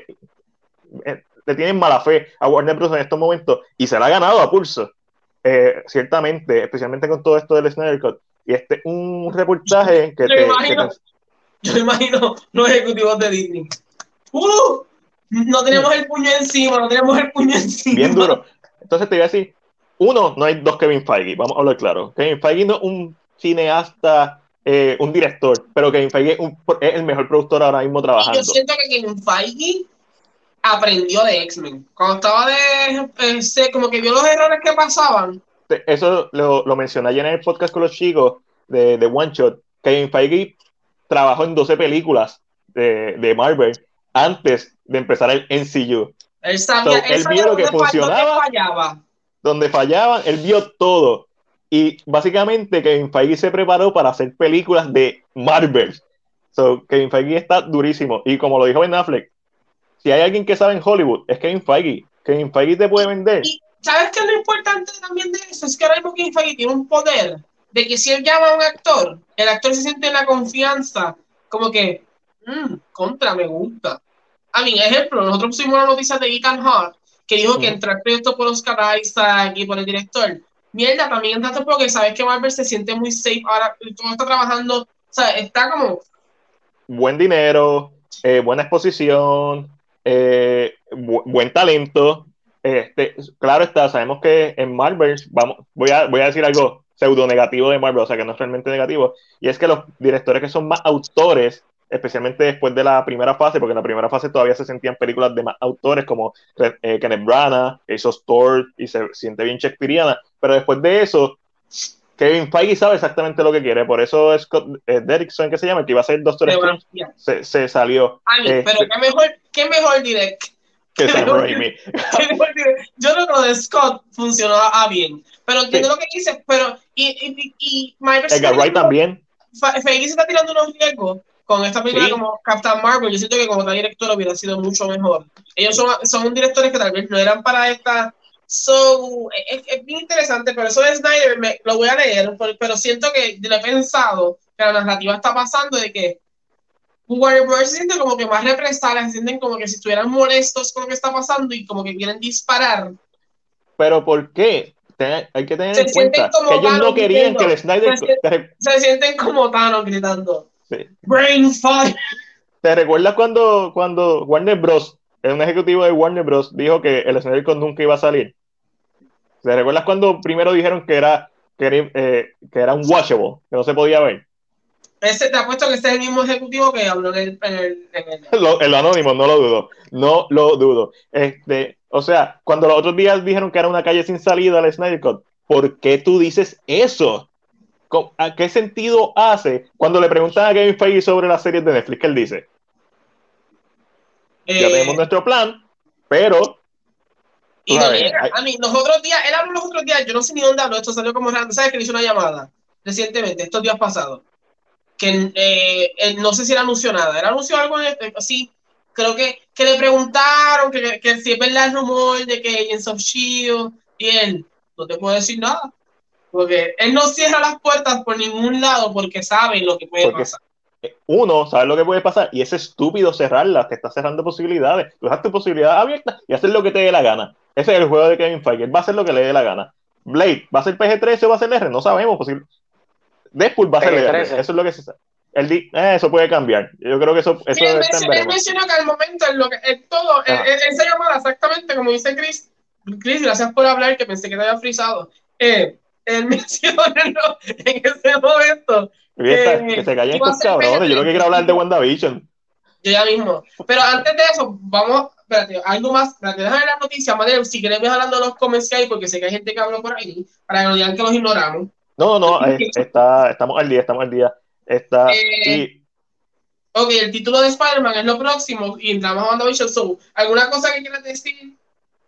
le tienen mala fe a Warner Bros. En estos momentos, y se la ha ganado a pulso. Ciertamente, especialmente con todo esto del Snyder Cut, y un reportaje que yo me imagino los ejecutivos de Disney. No tenemos el puño encima, bien duro. Entonces te voy a decir, no hay dos Kevin Feige, vamos a hablar claro. Kevin Feige no es un cineasta, un director, pero Kevin Feige es el mejor productor ahora mismo trabajando. Y yo siento que Kevin Feige aprendió de X-Men. Cuando estaba como que vio los errores que pasaban. Eso lo mencioné ayer en el podcast con los chicos de One Shot. Kevin Feige trabajó en 12 películas de Marvel antes de empezar el MCU. Él sabía vio lo que funcionaba, donde fallaban, él vio todo. Y básicamente Kevin Feige se preparó para hacer películas de Marvel. Kevin Feige está durísimo. Y como lo dijo Ben Affleck, si hay alguien que sabe en Hollywood, es Kevin Feige. Kevin Feige te puede vender. Y ¿sabes qué es lo importante también de eso? Es que ahora mismo Kevin Feige tiene un poder de que si él llama a un actor, el actor se siente en la confianza, como que, contra, me gusta. A mí, ejemplo, nosotros pusimos la noticia de Ethan Hawke, que dijo que entró al proyecto por Oscar Isaac y por el director. Mierda, también entraste porque sabes que Marvel se siente muy safe, ahora todo está trabajando, o sea, está como... Buen dinero, buena exposición, buen talento. Claro está, sabemos que en Marvel, voy a decir algo pseudo negativo de Marvel, o sea que no es realmente negativo, y es que los directores que son más autores, especialmente después de la primera fase, porque en la primera fase todavía se sentían películas de más autores como Kenneth Branagh, que hizo Thor y se siente bien shakespeariana, pero después de eso Kevin Feige sabe exactamente lo que quiere, por eso Scott Derrickson, que se llama, que iba a ser Doctor Strange, se salió. Pero qué mejor direct. Que Sam Raimi. Yo creo que lo de Scott funcionó bien, pero entiendo lo que dice, pero y Michael Edgar Wright también. Feige se está tirando unos riesgos con esta película como Captain Marvel. Yo siento que como tal director hubiera sido mucho mejor. Ellos son directores que tal vez no eran para esta. Es bien interesante, pero eso de Snyder lo voy a leer, pero siento que lo he pensado, que la narrativa está pasando de que Warner Bros. Se siente como que más represalias, se sienten como que si estuvieran molestos con lo que está pasando y como que quieren disparar. ¿Pero por qué? Hay que tener en cuenta que ellos no querían que el Snyder... Se sienten como Thanos gritando. Sí. Brain fire. ¿Te recuerdas cuando Warner Bros., un ejecutivo de Warner Bros. Dijo que el Snyder Cut nunca iba a salir? ¿Te recuerdas cuando primero dijeron que era un watchable, que no se podía ver? Te apuesto que este es el mismo ejecutivo que habló en el... Lo anónimo, no lo dudo. O sea, cuando los otros días dijeron que era una calle sin salida al Snyder Cut, ¿por qué tú dices eso? ¿A qué sentido hace? Cuando le preguntan a Kevin Feige sobre las series de Netflix, ¿qué él dice? Ya tenemos nuestro plan, pero... Y no llega. A mí, él habló los otros días, yo no sé ni dónde habló, esto salió como random. ¿Sabes que le hizo una llamada recientemente, estos días pasados? Que no sé si él anunció nada. Él anunció algo así. Creo que le preguntaron que si es verdad el rumor de que Agents of S.H.I.E.L.D. y él no te puedo decir nada. Porque él no cierra las puertas por ningún lado porque sabe lo que puede pasar. Uno sabe lo que puede pasar y es estúpido cerrarlas, te está cerrando posibilidades. Tú dejas tu posibilidad abierta y hacer lo que te dé la gana. Ese es el juego de Kevin Feige. Él va a hacer lo que le dé la gana. Blade, ¿va a ser PG-13 o va a ser R? No sabemos. Deadpool va a ser R. Eso es lo que se sabe. Eso puede cambiar. Yo creo que eso él mencionó que al momento esa llamada exactamente como dice Chris, gracias por hablar, que pensé que te había frisado. Él mencionó en ese momento que se callen estos cabrones. Yo lo que quiero hablar de WandaVision. Yo ya mismo. Pero antes de eso, espérate, algo más, espérate, déjame la noticia, Mateo, si quieres ves hablando de los comments que hay, porque sé que hay gente que habló por ahí, para que no digan que los ignoramos. No, estamos al día. Ok, el título de Spider-Man es lo próximo y entramos a WandaVision. ¿Alguna cosa que quieras decir?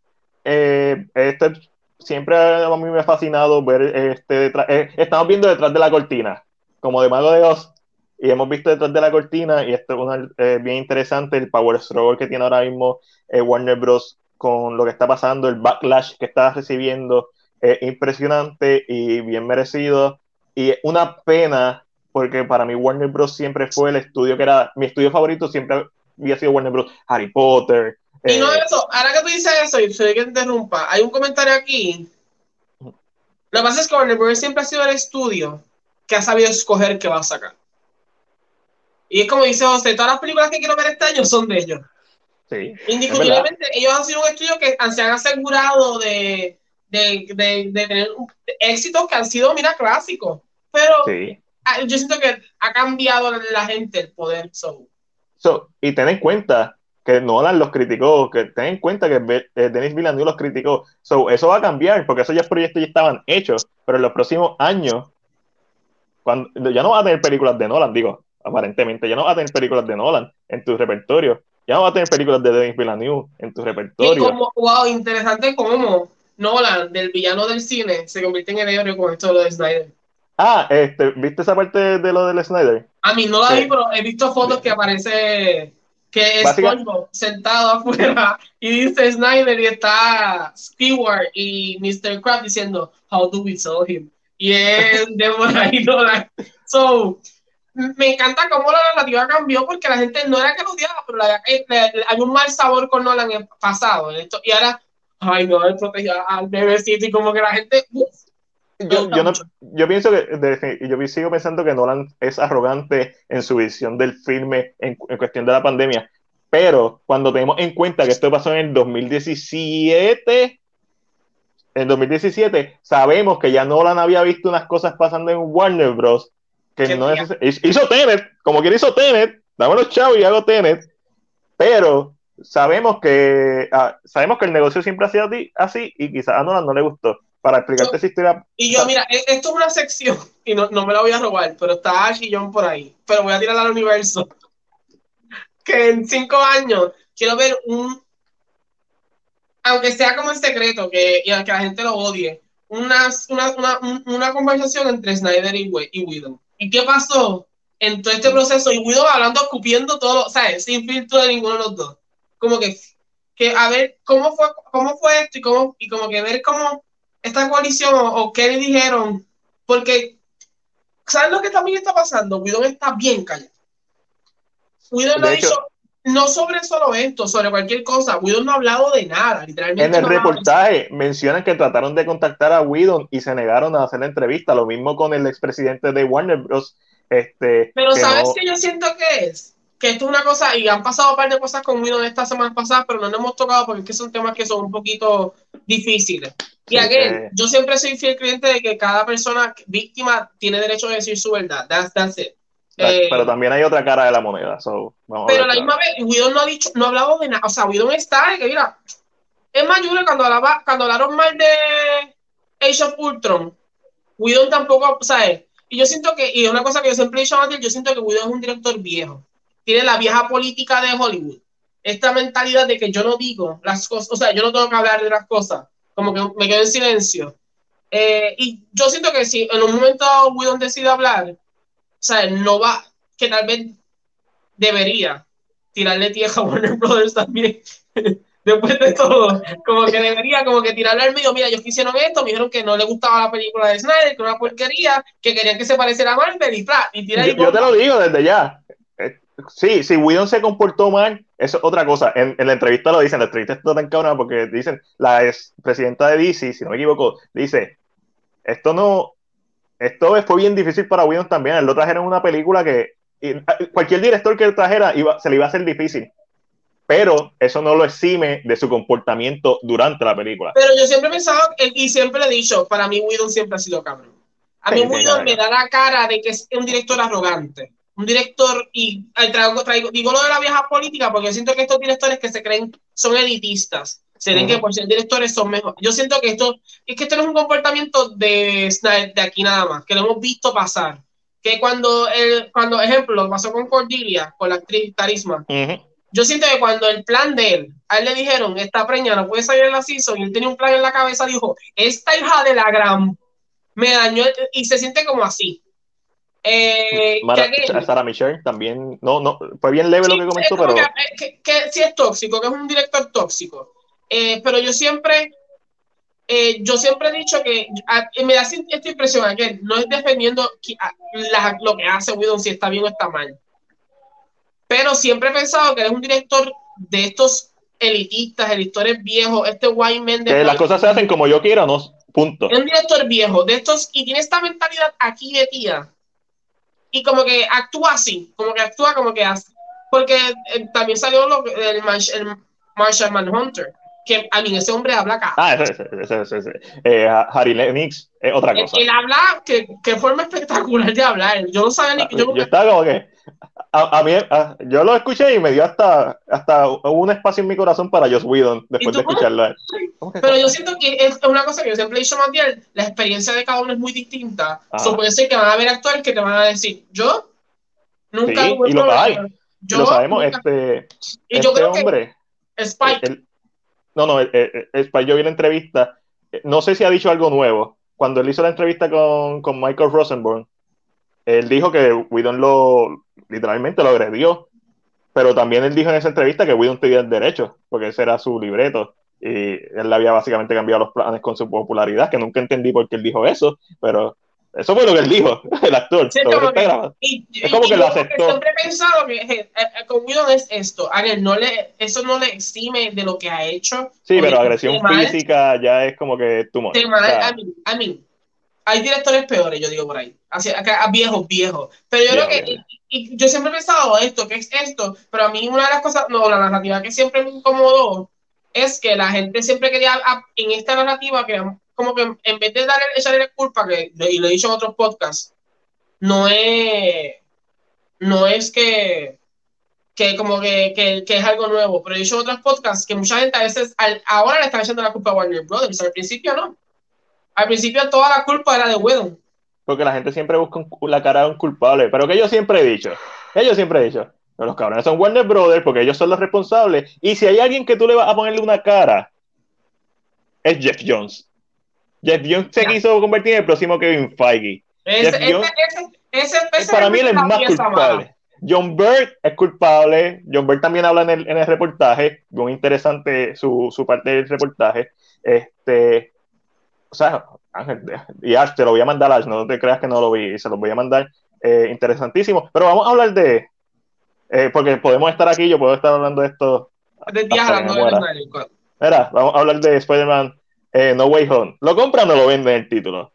Siempre a mí me ha fascinado ver estamos viendo detrás de la cortina, como de Mago de Oz, y hemos visto detrás de la cortina, y esto es bien interesante, el power struggle que tiene ahora mismo Warner Bros. Con lo que está pasando, el backlash que está recibiendo, impresionante y bien merecido, y una pena, porque para mí Warner Bros. Siempre fue el estudio que era, mi estudio favorito siempre había sido Warner Bros. Harry Potter. Y no eso, ahora que tú dices eso, y soy que te interrumpa, hay un comentario aquí. Lo que pasa es que Warner Bros. Siempre ha sido el estudio que ha sabido escoger qué va a sacar. Y es como dice José, todas las películas que quiero ver este año son de ellos. Sí, indiscutiblemente, ellos han sido un estudio que se han asegurado de tener éxitos que han sido, mira, clásicos. Pero sí, yo siento que ha cambiado la gente el poder. Y ten en cuenta que Nolan los criticó, que ten en cuenta que Denis Villeneuve los criticó. Eso va a cambiar, porque esos proyectos ya estaban hechos, pero en los próximos años, ya no va a tener películas de Nolan, aparentemente, ya no va a tener películas de Nolan en tu repertorio, ya no va a tener películas de Denis Villeneuve en tu repertorio. Wow, interesante cómo Nolan, del villano del cine, se convierte en el héroe con esto de lo de Snyder. ¿Viste esa parte de lo del Snyder? A mí no la vi, pero he visto fotos que aparece que es SpongeBob sentado afuera y dice Snyder y está Stewart y Mr. Krabs diciendo how do we sell him, y es Deborah y Nolan. Me encanta cómo la narrativa cambió, porque la gente no era que lo odiaba, pero hay un mal sabor con Nolan en el pasado y ahora, ay no, él protegió al bebecito y como que la gente yo sigo pensando que Nolan es arrogante en su visión del filme en cuestión de la pandemia, pero cuando tenemos en cuenta que esto pasó en el 2017, en 2017, sabemos que ya Nolan había visto unas cosas pasando en Warner Bros. Que no hizo Tenet, como quien hizo Tenet, dame los chavos y hago Tenet, pero sabemos que el negocio siempre ha sido así y quizás a Nolan no le gustó. Para explicarte esa historia. Y yo, mira, esto es una sección y no me la voy a robar, pero está Ash y John por ahí, pero voy a tirar al universo. Que en 5 años quiero ver aunque sea como en secreto, y aunque la gente lo odie, una conversación entre Snyder y Whedon. ¿Y qué pasó en todo este proceso? Y Whedon hablando, escupiendo todo, ¿sabes? Sin filtro de ninguno de los dos. Como que a ver cómo fue esto y como que ver cómo esta coalición o qué le dijeron. Porque, ¿sabes lo que también está pasando? Whedon está bien callado. Whedon ha dicho, no sobre solo esto, sobre cualquier cosa. Whedon no ha hablado de nada, literalmente. En el reportaje mencionan que trataron de contactar a Whedon y se negaron a hacer la entrevista. Lo mismo con el expresidente de Warner Bros. Pero ¿sabes qué yo siento que es? Que esto es una cosa, y han pasado un par de cosas con Whedon estas semanas pasadas, pero no nos hemos tocado porque es que son temas que son un poquito difíciles. Y again, yo siempre soy fiel creyente de que cada persona víctima tiene derecho a decir su verdad. That's it. Pero también hay otra cara de la moneda. Pero a la misma vez, Whedon no ha hablado de nada. O sea, Whedon está de que, mira, es más, Julio, cuando hablaron mal de Age of Ultron, Whedon tampoco, ¿sabes? Y yo siento que, y es una cosa que yo siempre he dicho antes, yo siento que Whedon es un director viejo. Tiene la vieja política de Hollywood. Esta mentalidad de que yo no digo las cosas, o sea, yo no tengo que hablar de las cosas. Como que me quedo en silencio. Y yo siento que si en un momento Whedon decide hablar, o sea, no va, que tal vez debería tirarle tierra a Warner Brothers también. Después de todo, como que debería, como que tirarle al medio, mira, ellos que hicieron esto, me dijeron que no les gustaba la película de Snyder, que era una porquería, que querían que se pareciera a Marvel y bla, y tira yo te lo digo desde ya. Sí, si Whedon se comportó mal, eso es otra cosa. En la entrevista lo dicen, la entrevista está tan cabrona porque dicen, la ex presidenta de DC, si no me equivoco, dice, esto fue bien difícil para Whedon también. Él lo trajeron en una película que cualquier director que lo trajera se le iba a hacer difícil. Pero eso no lo exime de su comportamiento durante la película. Pero yo siempre he pensado, y siempre le he dicho, para mí Whedon siempre ha sido cabrón. A mí Whedon me da la cara de que es un director arrogante. Un director, y digo lo de la vieja política porque yo siento que estos directores que se creen son elitistas, se creen que por ser directores son mejores. Yo siento que esto no es un comportamiento de aquí nada más, que lo hemos visto pasar. Que cuando ejemplo, lo que pasó con Cordelia, con la actriz Carisma, yo siento que cuando el plan de él, a él le dijeron, esta preña no puede salir en la season, y él tenía un plan en la cabeza, dijo, esta hija de la gran me dañó, y se siente como así. Sarah Michelle también, no, fue bien leve lo que comentó, pero... Que sí es tóxico, que es un director tóxico. Pero yo siempre he dicho que me da esta impresión, que no es defendiendo lo que hace Whedon, si está bien o está mal. Pero siempre he pensado que es un director de estos elitistas, editores viejos, white man de... Que las cosas se hacen como yo quiero, no, punto. Es un director viejo, de estos, y tiene esta mentalidad aquí de tía. Y como que actúa así, como que hace. Porque también salió el Martian Manhunter, que a mí ese hombre habla acá. Harry Lennox es otra cosa. Él habla, que forma espectacular de hablar. Yo no sabía ni que yo estaba como que... yo lo escuché y me dio hasta un espacio en mi corazón para Joss Whedon después de escucharlo. Pero yo siento que es una cosa que yo siempre he dicho, Matiel, la experiencia de cada uno es muy distinta. Puede ser que van a haber actores que te van a decir, yo nunca sí, y lo hay. Lo sabemos, y yo creo hombre, que Spike. Spike, yo vi la entrevista, no sé si ha dicho algo nuevo. Cuando él hizo la entrevista con Michael Rosenbaum, él dijo que Whedon literalmente lo agredió, pero también él dijo en esa entrevista que Whedon tenía el derecho, porque ese era su libreto, y él le había básicamente cambiado los planes con su popularidad, que nunca entendí por qué él dijo eso, pero eso fue lo que él dijo, el actor. Sí, es como que lo aceptó. Siempre he pensado que con Whedon es esto, eso no le exime de lo que ha hecho. Sí, pero agresión física ya es como que tu muerte. A mí. Hay directores peores, yo digo por ahí. A viejos. Pero yo creo que, y yo siempre he pensado esto, ¿qué es esto? Pero a mí una de las cosas, la narrativa que siempre me incomodó es que la gente siempre quería, en esta narrativa, como que en vez de echarle la culpa, y lo he dicho en otros podcasts, no es que es algo nuevo, pero he dicho en otros podcasts que mucha gente a veces ahora le está echando la culpa a Warner Brothers, al principio no. Al principio toda la culpa era de Whedon. Porque la gente siempre busca la cara de un culpable, pero que yo siempre he dicho, los cabrones son Warner Brothers porque ellos son los responsables, y si hay alguien que tú le vas a ponerle una cara, es Jeff Jones. Jeff Jones se quiso convertir en el próximo Kevin Feige. Para mí él es más culpable. John Byrne es culpable. John Byrne también habla en el reportaje, muy interesante su parte del reportaje. O sea, Ángel, y Ash, te lo voy a mandar, Ash, no te creas que no lo vi, se los voy a mandar, interesantísimo, pero vamos a hablar de, porque podemos estar aquí, yo puedo estar hablando de esto Mira, vamos a hablar de Spider-Man No Way Home. ¿Lo compran o lo venden el título?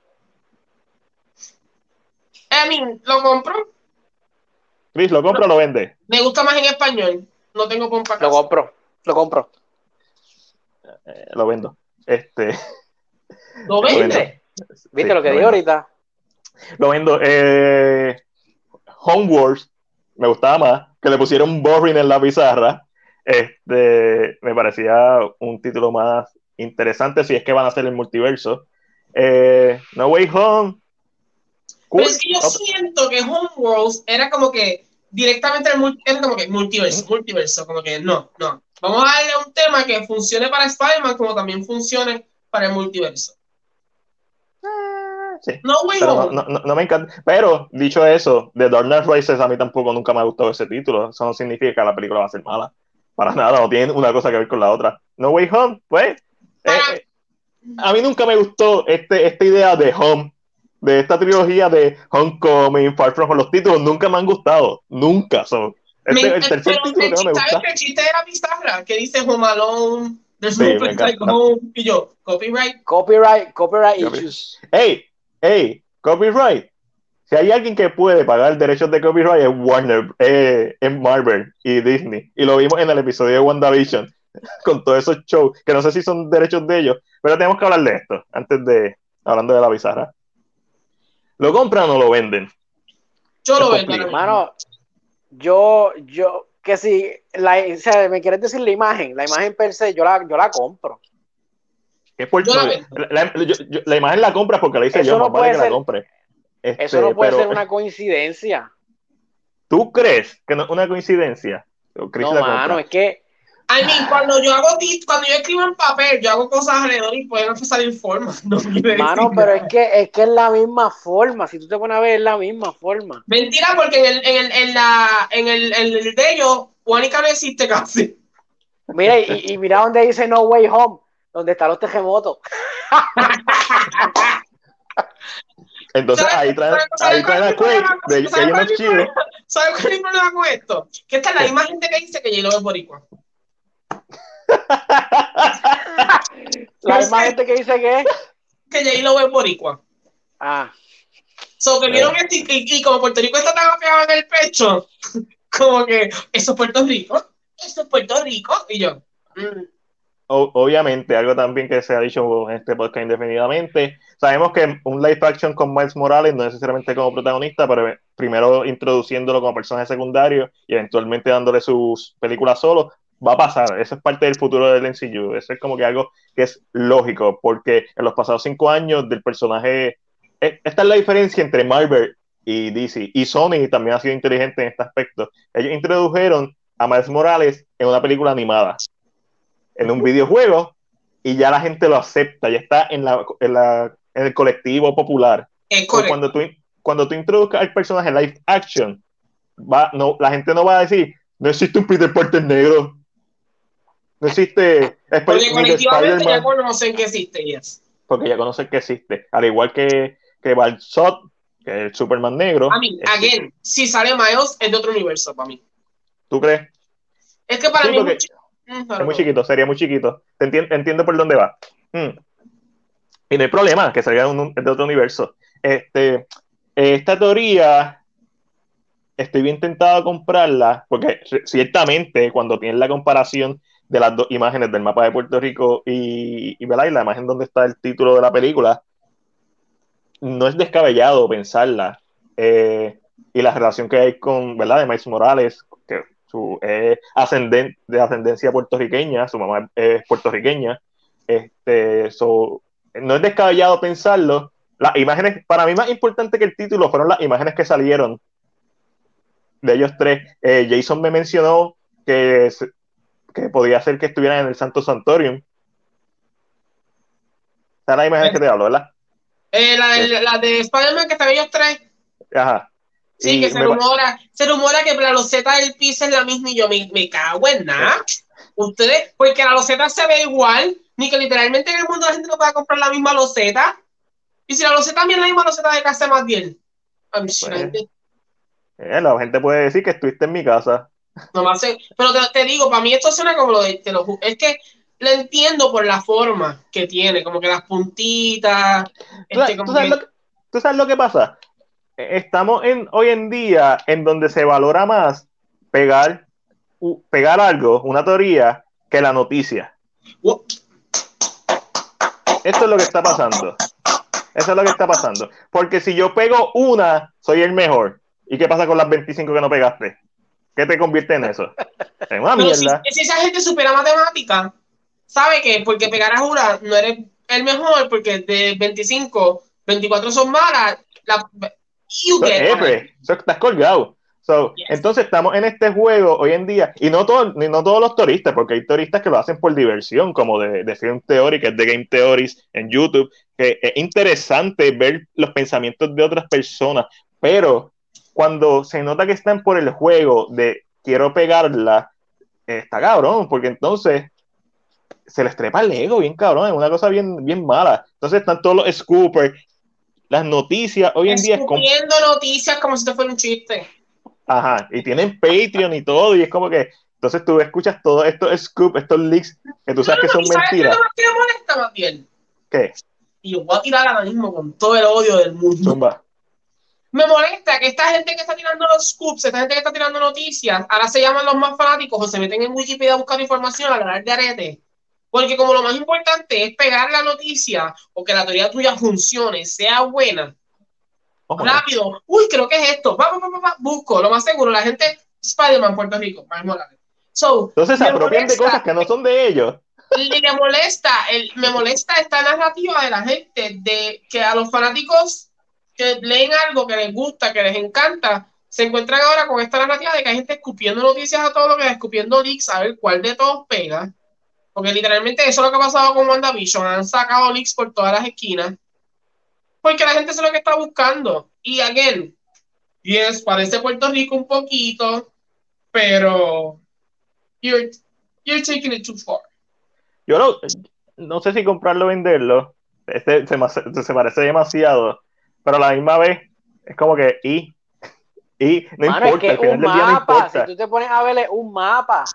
Lo compro. Chris, ¿lo compra o lo vende? Me gusta más en español, no tengo pompa. Lo compro. Lo vendo. ¿Lo vende? ¿Viste lo que dijo ahorita? Lo vendo. Homeworld me gustaba más, que le pusieron boring en la pizarra. Me parecía un título más interesante si es que van a hacer el multiverso. No Way Home. Cool. Pero es que yo siento que Homeworld era como que directamente era como que multiverso, como que no. Vamos a darle un tema que funcione para Spider-Man como también funcione para el multiverso. Sí, no me encanta. Pero, dicho eso, The Dark Knight Rises a mí tampoco nunca me ha gustado ese título. Eso no significa que la película va a ser mala. Para nada, no tiene una cosa que ver con la otra. No Way Home, pues. A mí nunca me gustó esta idea de Home, de esta trilogía de Homecoming, Far From Home. Los títulos nunca me han gustado. Nunca son. El tercer título que no me gusta. ¿Sabes que el chiste de la pizarra? Que dice Home Alone, There's no place like home. Y yo, copyright issues. Hey, copyright. Si hay alguien que puede pagar derechos de copyright es Warner, en Marvel y Disney. Y lo vimos en el episodio de WandaVision, con todos esos shows, que no sé si son derechos de ellos, pero tenemos que hablar de esto, hablando de la pizarra. ¿Lo compran o lo venden? Yo lo vendo. Hermano, yo, que si, o sea, me quieres decir la imagen per se, yo la compro. Es por la imagen la compras porque la hice yo, no puede que la compre. Eso no puede ser una coincidencia. ¿Tú crees que no es una coincidencia? No, mano, es que cuando yo escribo en papel, yo hago cosas alrededor y pueden salir formas. No mano, pero es que es la misma forma. Si tú te pones a ver, es la misma forma. Mentira, porque en el de ellos, Juanica no existe casi. Mira, y mira donde dice No Way Home, donde están los terremotos. Entonces ahí traen a Quake de Agent of Shield. ¿Sabes cuál es el problema con esto? Que esta es la misma gente que dice que J-Lo es boricua. La misma gente que dice que J-Lo es boricua. Que vieron esto y como Puerto Rico está tan pegado en el pecho, como que eso es Puerto Rico, y yo. Obviamente, algo también que se ha dicho en este podcast indefinidamente, sabemos que un live action con Miles Morales no necesariamente como protagonista, pero primero introduciéndolo como personaje secundario y eventualmente dándole sus películas solo, va a pasar. Eso es parte del futuro del MCU. Eso es como que algo que es lógico, porque en los pasados 5 años del personaje, esta es la diferencia entre Marvel y DC, y Sony también ha sido inteligente en este aspecto. Ellos introdujeron a Miles Morales en una película animada, en un videojuego, y ya la gente lo acepta, ya está en el colectivo popular. Cuando tú introduzcas al personaje live action, la gente no va a decir, no existe un Peter Parker negro, no existe porque colectivamente ya conocen que existe, porque ya conocen que existe, al igual que Balzot, que es el Superman negro. Si sale Miles es de otro universo para mí. ¿Tú crees? Es que para mí es muy chiquito, sería muy chiquito. Entiendo por dónde va. Y no hay problema que salga de otro universo. Esta teoría estoy bien tentado a comprarla, porque ciertamente cuando tienes la comparación de las dos imágenes del mapa de Puerto Rico ¿verdad? Y la imagen donde está el título de la película, no es descabellado pensarla. Y la relación que hay con, ¿verdad? De Miles Morales, que de ascendencia puertorriqueña, su mamá es puertorriqueña. No es descabellado pensarlo. Las imágenes, para mí más importante que el título fueron las imágenes que salieron de ellos tres. Jason me mencionó que podía ser que estuvieran en el Santo Santorium. Esa es la imagen que te hablo, ¿verdad? La de Spider-Man que están ellos tres. Ajá. Sí, que se rumora que la loseta del piso es la misma y yo me cago en nada. Ustedes, porque la loseta se ve igual, ni que literalmente en el mundo la gente no pueda comprar la misma loseta. Y si la loseta también es la misma loseta de casa más bien. La gente puede decir que estuviste en mi casa. Pero te digo, para mí esto suena como lo de, es que lo entiendo por la forma que tiene, como que las puntitas. ¿Tú sabes lo que pasa? Estamos hoy en día en donde se valora más pegar algo, una teoría, que la noticia. Esto es lo que está pasando. Eso es lo que está pasando. Porque si yo pego una, soy el mejor. ¿Y qué pasa con las 25 que no pegaste? ¿Qué te convierte en eso? En una mierda. Si esa gente supera matemática, sabe que porque pegaras una no eres el mejor, porque de 25, 24 son malas. Eso estás colgado. Yes. Entonces estamos en este juego hoy en día, y no todos los turistas, porque hay turistas que lo hacen por diversión, como de Film Theory, que es de Game Theories en YouTube, que es interesante ver los pensamientos de otras personas, pero cuando se nota que están por el juego de quiero pegarla, está cabrón, porque entonces se les trepa el ego bien cabrón, es una cosa bien, bien mala. Entonces están todos los scoopers, las noticias hoy en día escupiendo noticias como si esto fuera un chiste. Ajá, y tienen Patreon y todo, y es como que entonces tú escuchas todos estos scoops, estos leaks que tú sabes que son mentiras. ¿Sabes qué me molesta más bien? ¿Qué? Y yo voy a tirar ahora mismo con todo el odio del mundo. Zumba. Me molesta que esta gente que está tirando los scoops, esta gente que está tirando noticias, ahora se llaman los más fanáticos o se meten en Wikipedia a buscar información, a hablar de arete. Porque como lo más importante es pegar la noticia o que la teoría tuya funcione, sea buena, rápido, uy, creo que es esto, busco, lo más seguro, la gente, Spider-Man, Puerto Rico, entonces se apropian de cosas que no son de ellos. Me molesta esta narrativa de la gente, de que a los fanáticos que leen algo que les gusta, que les encanta, se encuentran ahora con esta narrativa de que hay gente escupiendo noticias a todo lo que escupiendo leaks, a ver cuál de todos pega. Porque literalmente eso es lo que ha pasado con WandaVision. Han sacado leaks por todas las esquinas. Porque la gente es lo que está buscando. Y again, yes, parece Puerto Rico un poquito, pero you're taking it too far. Yo no sé si comprarlo o venderlo. Se parece demasiado. Pero a la misma vez es como que no Mano, importa, es que al final del día no importa. Si tú te pones a verle un mapa.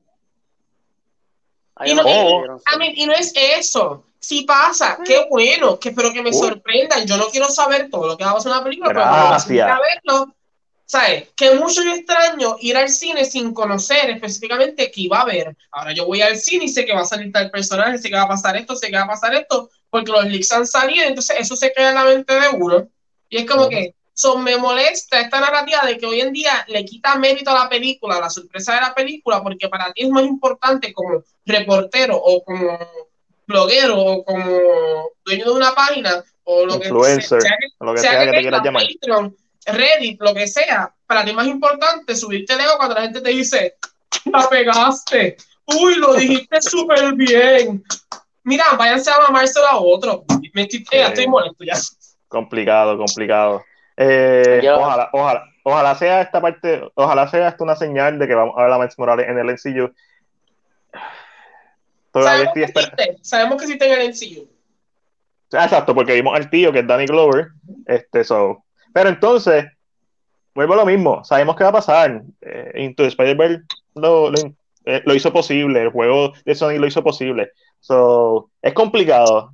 Y no es eso. Si pasa, qué bueno, espero que me sorprendan. Yo no quiero saber todo lo que va a pasar en la película, pero para verlo, ¿sabes? Que mucho yo extraño ir al cine sin conocer específicamente qué iba a ver. Ahora yo voy al cine y sé que va a salir tal personaje, sé que va a pasar esto, sé que va a pasar esto, porque los leaks han salido, entonces eso se queda en la mente de uno. Y es como que me molesta esta narrativa de que hoy en día le quita mérito a la película, la sorpresa de la película, porque para ti es más importante como reportero o como bloguero o como dueño de una página o lo influencer, lo que sea que te quieras llamar, Patreon, Reddit, lo que sea, para ti es más importante subirte el ego cuando la gente te dice la pegaste, uy, lo dijiste súper bien, mira, váyanse a mamárselo a otro. Estoy molesto ya. Complicado. Ojalá sea esta parte, ojalá sea esto una señal de que vamos a ver a Miles Morales en el MCU. Sabemos que existe en el MCU. Exacto, porque vimos al tío que es Danny Glover. Pero entonces, vuelvo a lo mismo. Sabemos qué va a pasar. Into the Spider-Verse lo hizo posible. El juego de Sony lo hizo posible. Es complicado.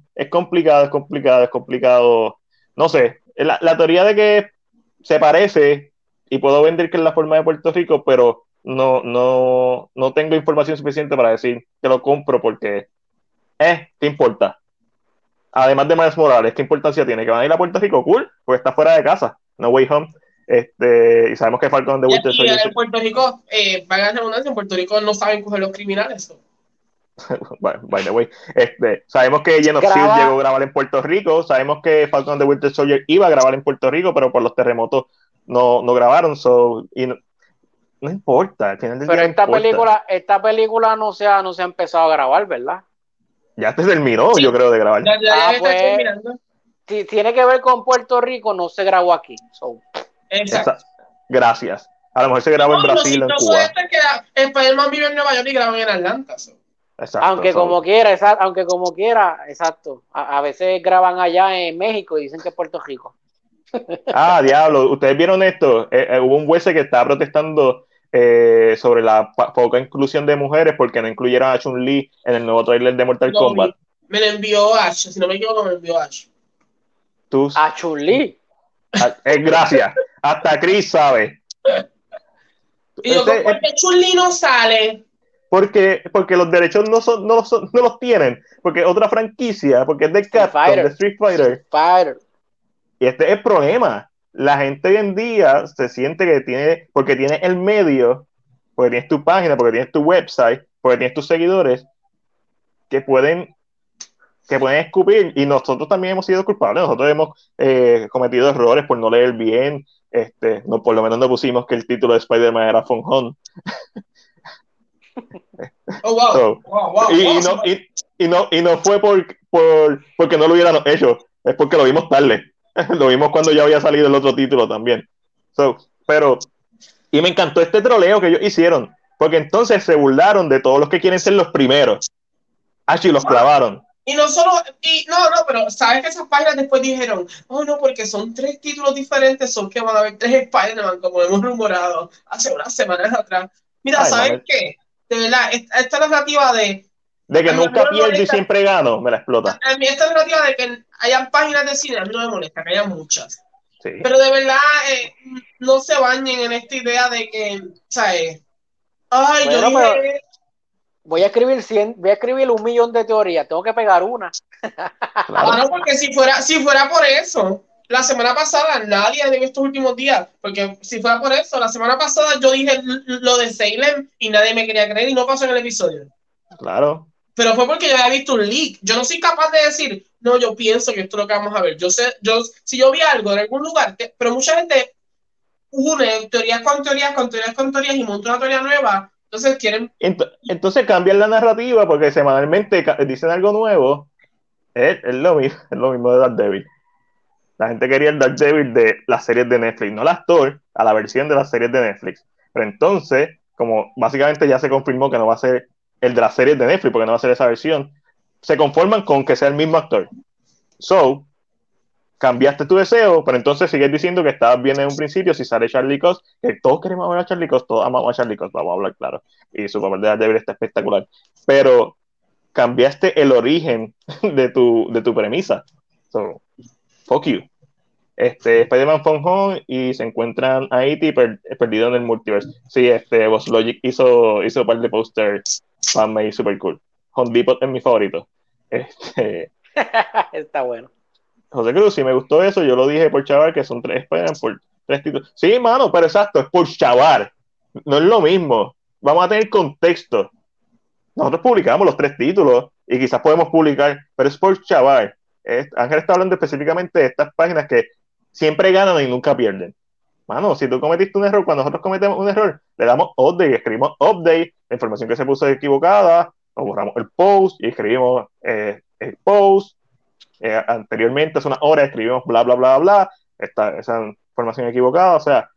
No sé. La teoría de que se parece y puedo vender que es la forma de Puerto Rico, pero no tengo información suficiente para decir que lo compro porque, ¿qué importa? Además de Miles Morales, ¿qué importancia tiene? ¿Que van a ir a Puerto Rico? Cool, pues está fuera de casa, No Way Home. Y sabemos que Falcon de Y Winter aquí Soldier. en Puerto Rico, valga la redundancia, en Puerto Rico no saben coger los criminales. By the way, sabemos que Agent of S.H.I.E.L.D. llegó a grabar en Puerto Rico, sabemos que Falcon de Winter Soldier iba a grabar en Puerto Rico, pero por los terremotos no grabaron, y no importa, al final del Pero día no importa. esta película no se ha empezado a grabar, ¿verdad? Ya te terminó, Sí. yo creo, de grabar. Ya está Pues terminando. si tiene que ver con Puerto Rico, no se grabó aquí. So, Exacto. Gracias. A lo mejor se grabó en No, y lo Brasil o en chistoso Cuba. es que Spider-Man vive en Nueva York y graban en Atlanta. Exacto. aunque como quiera, exacto. A veces graban allá en México y dicen que es Puerto Rico. Diablo, ¿ustedes vieron esto? Hubo un juez que estaba protestando sobre la poca inclusión de mujeres porque no incluyeron a Chun-Li en el nuevo trailer de Mortal Kombat. Me lo envió Ash, si no me equivoco, me lo envió Ash. A Chun-Li. Gracias. Hasta Chris sabe. Y yo, ¿por qué Chun-Li no sale? Porque los derechos no los tienen. Porque es otra franquicia, porque es de Capcom, de Street Fighter. Y este es el problema. La gente hoy en día se siente que porque tiene el medio, porque tienes tu página, porque tienes tu website, porque tienes tus seguidores, que pueden escupir. Y nosotros también hemos sido culpables. Nosotros hemos cometido errores por no leer bien. Por lo menos no pusimos que el título de Spider-Man era Phone Home. Oh, wow. Wow. Y no fue porque no lo hubieran hecho, es porque lo vimos tarde. Lo vimos cuando ya había salido el otro título también. Y me encantó este troleo que ellos hicieron, porque entonces se burlaron de todos los que quieren ser los primeros. Así los clavaron. Y no solo, pero sabes que esas páginas después dijeron, oh no, porque son 3 títulos diferentes, son que van a haber 3 Spider-Man, como hemos rumorado hace unas semanas atrás. Mira, ¿sabes qué? De verdad, esta narrativa de que nunca pierdo y siempre gano, me la explota. A mí esta narrativa de que hayan páginas de cine, a mí no me molesta, que haya muchas. Sí. Pero de verdad, no se bañen en esta idea de que, ¿sabes? Ay, bueno, yo dije... Voy a escribir 1 millón de teorías, tengo que pegar una. Claro. No, porque si fuera por eso, la semana pasada, nadie en estos últimos días, porque si fuera por eso, la semana pasada yo dije lo de Salem y nadie me quería creer y no pasó en el episodio. Claro. Pero fue porque yo había visto un leak. Yo no soy capaz de decir, no, yo pienso que esto es lo que vamos a ver. Si yo vi algo en algún lugar, pero mucha gente une teorías con teorías y monta una teoría nueva. Entonces quieren... Entonces cambian la narrativa porque semanalmente dicen algo nuevo. Es lo mismo de Daredevil. La gente quería el Daredevil de las series de Netflix, no el actor, a la versión de las series de Netflix. Pero entonces, como básicamente ya se confirmó que no va a ser el de las series de Netflix, porque no va a ser esa versión, se conforman con que sea el mismo actor. So, cambiaste tu deseo, pero entonces sigues diciendo que estabas bien en un principio. Si sale Charlie Cox, que todos queremos ver a Charlie Cox, todos amamos a Charlie Cox, vamos a hablar claro, y su papel de Daredevil está espectacular, pero cambiaste el origen de tu premisa. So, fuck you. Spider-Man Phone Home y se encuentran a E.T. perdido en el multiverse. Sí, Boss Logic hizo un par de posters fanmade super cool. Home Depot es mi favorito. Está bueno. José Cruz, si me gustó eso, yo lo dije por chaval, que son 3 Spider-Man por 3 títulos. Sí, mano, pero exacto, es por chaval. No es lo mismo. Vamos a tener contexto. Nosotros publicamos los 3 títulos y quizás podemos publicar, pero es por chaval. Ángel está hablando específicamente de estas páginas que siempre ganan y nunca pierden. Mano, si tú cometiste un error, cuando nosotros cometemos un error, le damos update, escribimos update, la información que se puso equivocada, nos borramos el post y escribimos el post. Anteriormente, hace una hora, escribimos bla, bla, bla, bla, esa información equivocada, o sea,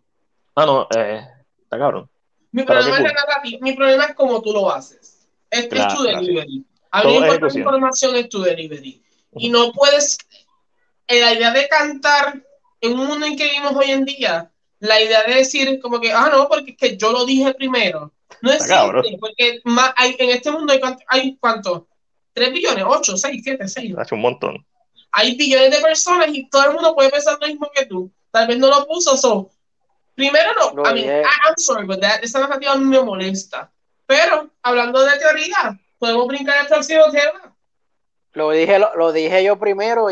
está cabrón. Mi problema es cómo tú lo haces. Es tu delivery. A mí me importa la información, es tu delivery. Y no puedes, la idea de cantar en un mundo en que vivimos hoy en día, la idea de decir como que, no, porque es que yo lo dije primero. No existe, porque en este mundo hay ¿cuánto? 3 billones, 8, 6, 7, 6. Hace un montón. Hay billones de personas y todo el mundo puede pensar lo mismo que tú. Tal vez no lo puso, Primero no, Lo I mean, dije, I'm sorry, but esa narrativa a mí me molesta. Pero, hablando de teoría, podemos brincar al próximo tema. lo dije yo primero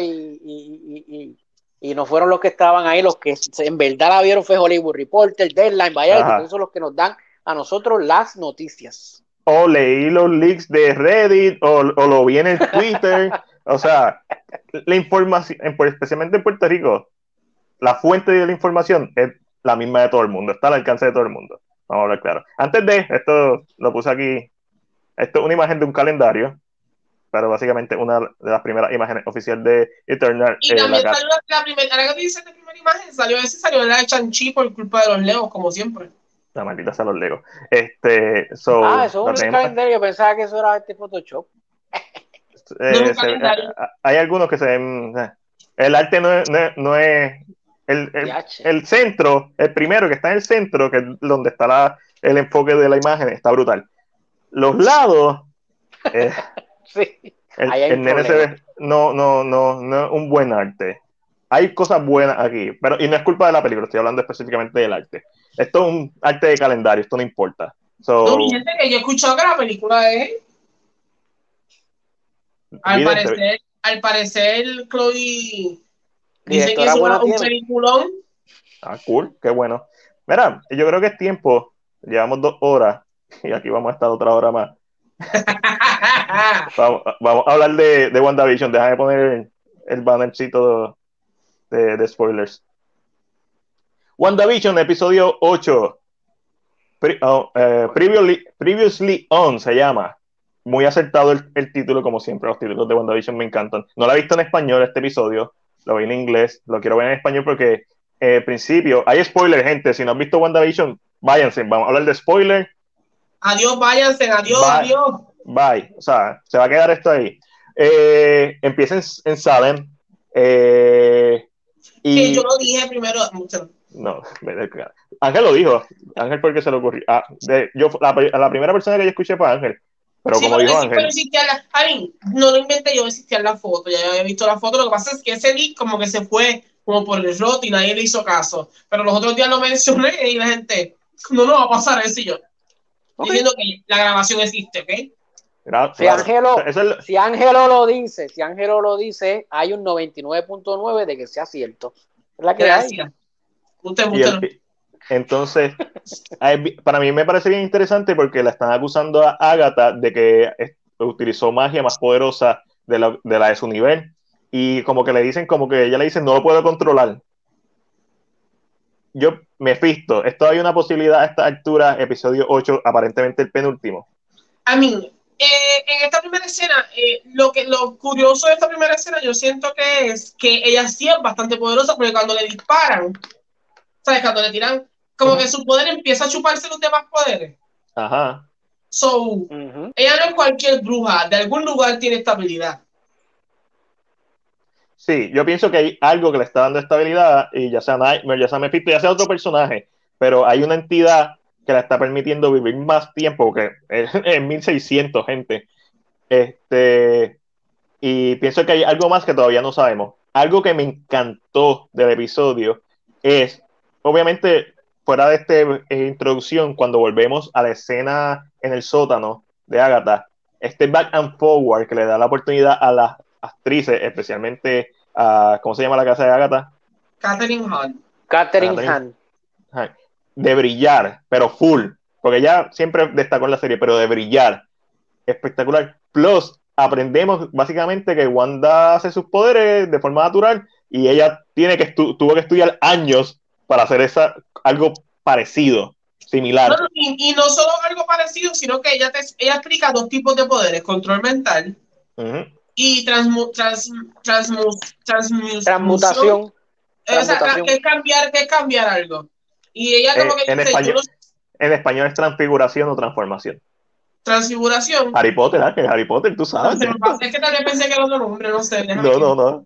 y no fueron los que estaban ahí, los que en verdad la vieron fue Hollywood Reporter, Deadline, Variety, Ajá. todos son los que nos dan a nosotros las noticias. O leí los leaks de Reddit, o lo vi en el Twitter. O sea, la información, especialmente en Puerto Rico, la fuente de la información es la misma de todo el mundo, está al alcance de todo el mundo. Vamos a hablar claro. Antes de esto, lo puse aquí. Esto es una imagen de un calendario, pero básicamente una de las primeras imágenes oficiales de Eternal. Y también salió la primera, ahora que dice la primera imagen, salió la de Chanchi por culpa de los Leos, como siempre. La maldita sea los Legos. Eso es un calendario, yo pensaba que eso era Photoshop. Hay algunos que se ven. El arte no es el centro, el primero que está en el centro, que es donde está el enfoque de la imagen, está brutal. Los lados, sí, el nene se ve, no es un buen arte. Hay cosas buenas aquí, pero y no es culpa de la película, estoy hablando específicamente del arte. Esto es un arte de calendario, esto no importa. No, mi gente, que yo he escuchado que la película es. Al parecer, Chloe dice que es un peliculón. Ah, cool, qué bueno. Mira, yo creo que es tiempo. Llevamos 2 horas y aquí vamos a estar otra hora más. vamos a hablar de WandaVision. Déjame poner el bannercito de spoilers. WandaVision, episodio 8. Previously On se llama. Muy acertado el título, como siempre. Los títulos de WandaVision me encantan. No lo he visto en español este episodio. Lo vi en inglés. Lo quiero ver en español porque al principio hay spoilers, gente. Si no han visto WandaVision, váyanse. Vamos a hablar de spoilers. Adiós, váyanse. Adiós, bye, adiós. Bye. O sea, se va a quedar esto ahí. Empieza en Salem. Que yo lo dije primero. No, Ángel lo dijo. Ángel, ¿por qué se le ocurrió? La primera persona que yo escuché fue Ángel. Pero sí, como dijo Ángel. No lo inventé yo, existía en la foto. Ya había visto la foto. Lo que pasa es que ese leak como que se fue como por el rot y nadie le hizo caso. Pero los otros días lo mencioné y la gente, no va a pasar eso. Y yo diciendo que la grabación existe, ¿ok? Si Ángelo lo dice, hay un 99.9 de que sea cierto. Es la que gracias. Entonces, para mí me parece bien interesante porque la están acusando a Agatha de que utilizó magia más poderosa de la de su nivel. Y como que ella le dice, no lo puedo controlar. Yo me fisto. Esto hay una posibilidad a esta altura, episodio 8, aparentemente el penúltimo. En esta primera escena, lo curioso de esta primera escena, yo siento que es que ella sí es bastante poderosa, porque cuando le disparan, ¿sabes? Cuando le tiran, como que su poder empieza a chuparse los demás poderes. Ajá. Ella no es cualquier bruja, de algún lugar tiene estabilidad. Sí, yo pienso que hay algo que le está dando estabilidad, y ya sea Nightmare, ya sea Mephisto, ya sea otro personaje, pero hay una entidad que la está permitiendo vivir más tiempo, que es 1600, gente. Y pienso que hay algo más que todavía no sabemos. Algo que me encantó del episodio es, obviamente, fuera de esta introducción, cuando volvemos a la escena en el sótano de Agatha, este back and forward que le da la oportunidad a las actrices, especialmente a, ¿cómo se llama la casa de Agatha? Catherine Hahn. De brillar, pero full, porque ella siempre destacó en la serie, pero de brillar, espectacular. Plus, aprendemos básicamente que Wanda hace sus poderes de forma natural y ella tuvo que estudiar años para hacer algo parecido, similar. Y no solo algo parecido, sino que ella explica 2 tipos de poderes: control mental y transmutación. O sea, que es cambiar algo. Y ella como que dice, en español es transfiguración o transformación. Transfiguración. Harry Potter, que Harry Potter, tú sabes. Es que tal vez pensé que era otro nombre, no sé. No.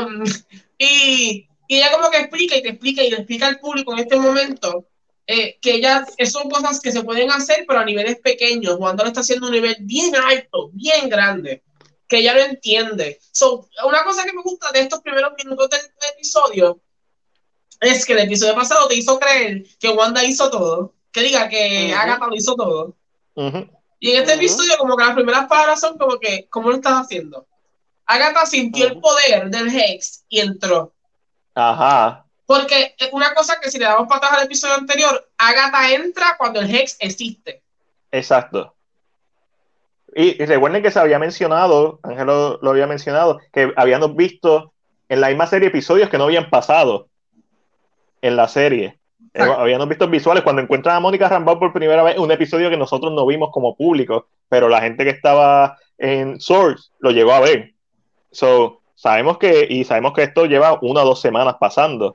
Y ella como que explica y le explica al público en este momento que son cosas que se pueden hacer, pero a niveles pequeños. Wanda lo está haciendo a un nivel bien alto, bien grande, que ella no entiende. Una cosa que me gusta de estos primeros minutos del episodio es que el episodio pasado te hizo creer que Wanda hizo todo, que diga que Agatha lo hizo todo. Y en este episodio como que las primeras palabras son como que, ¿cómo lo estás haciendo? Agatha sintió el poder del Hex y entró. Ajá. Porque una cosa que si le damos para atrás al episodio anterior, Agatha entra cuando el Hex existe. Exacto. Y recuerden que se había mencionado, Ángel lo había mencionado, que habíamos visto en la misma serie episodios que no habían pasado en la serie. Habíamos visto visuales cuando encuentran a Mónica Rambeau por primera vez, un episodio que nosotros no vimos como público, pero la gente que estaba en Source lo llegó a ver. So, sabemos que esto lleva 1 o 2 semanas pasando.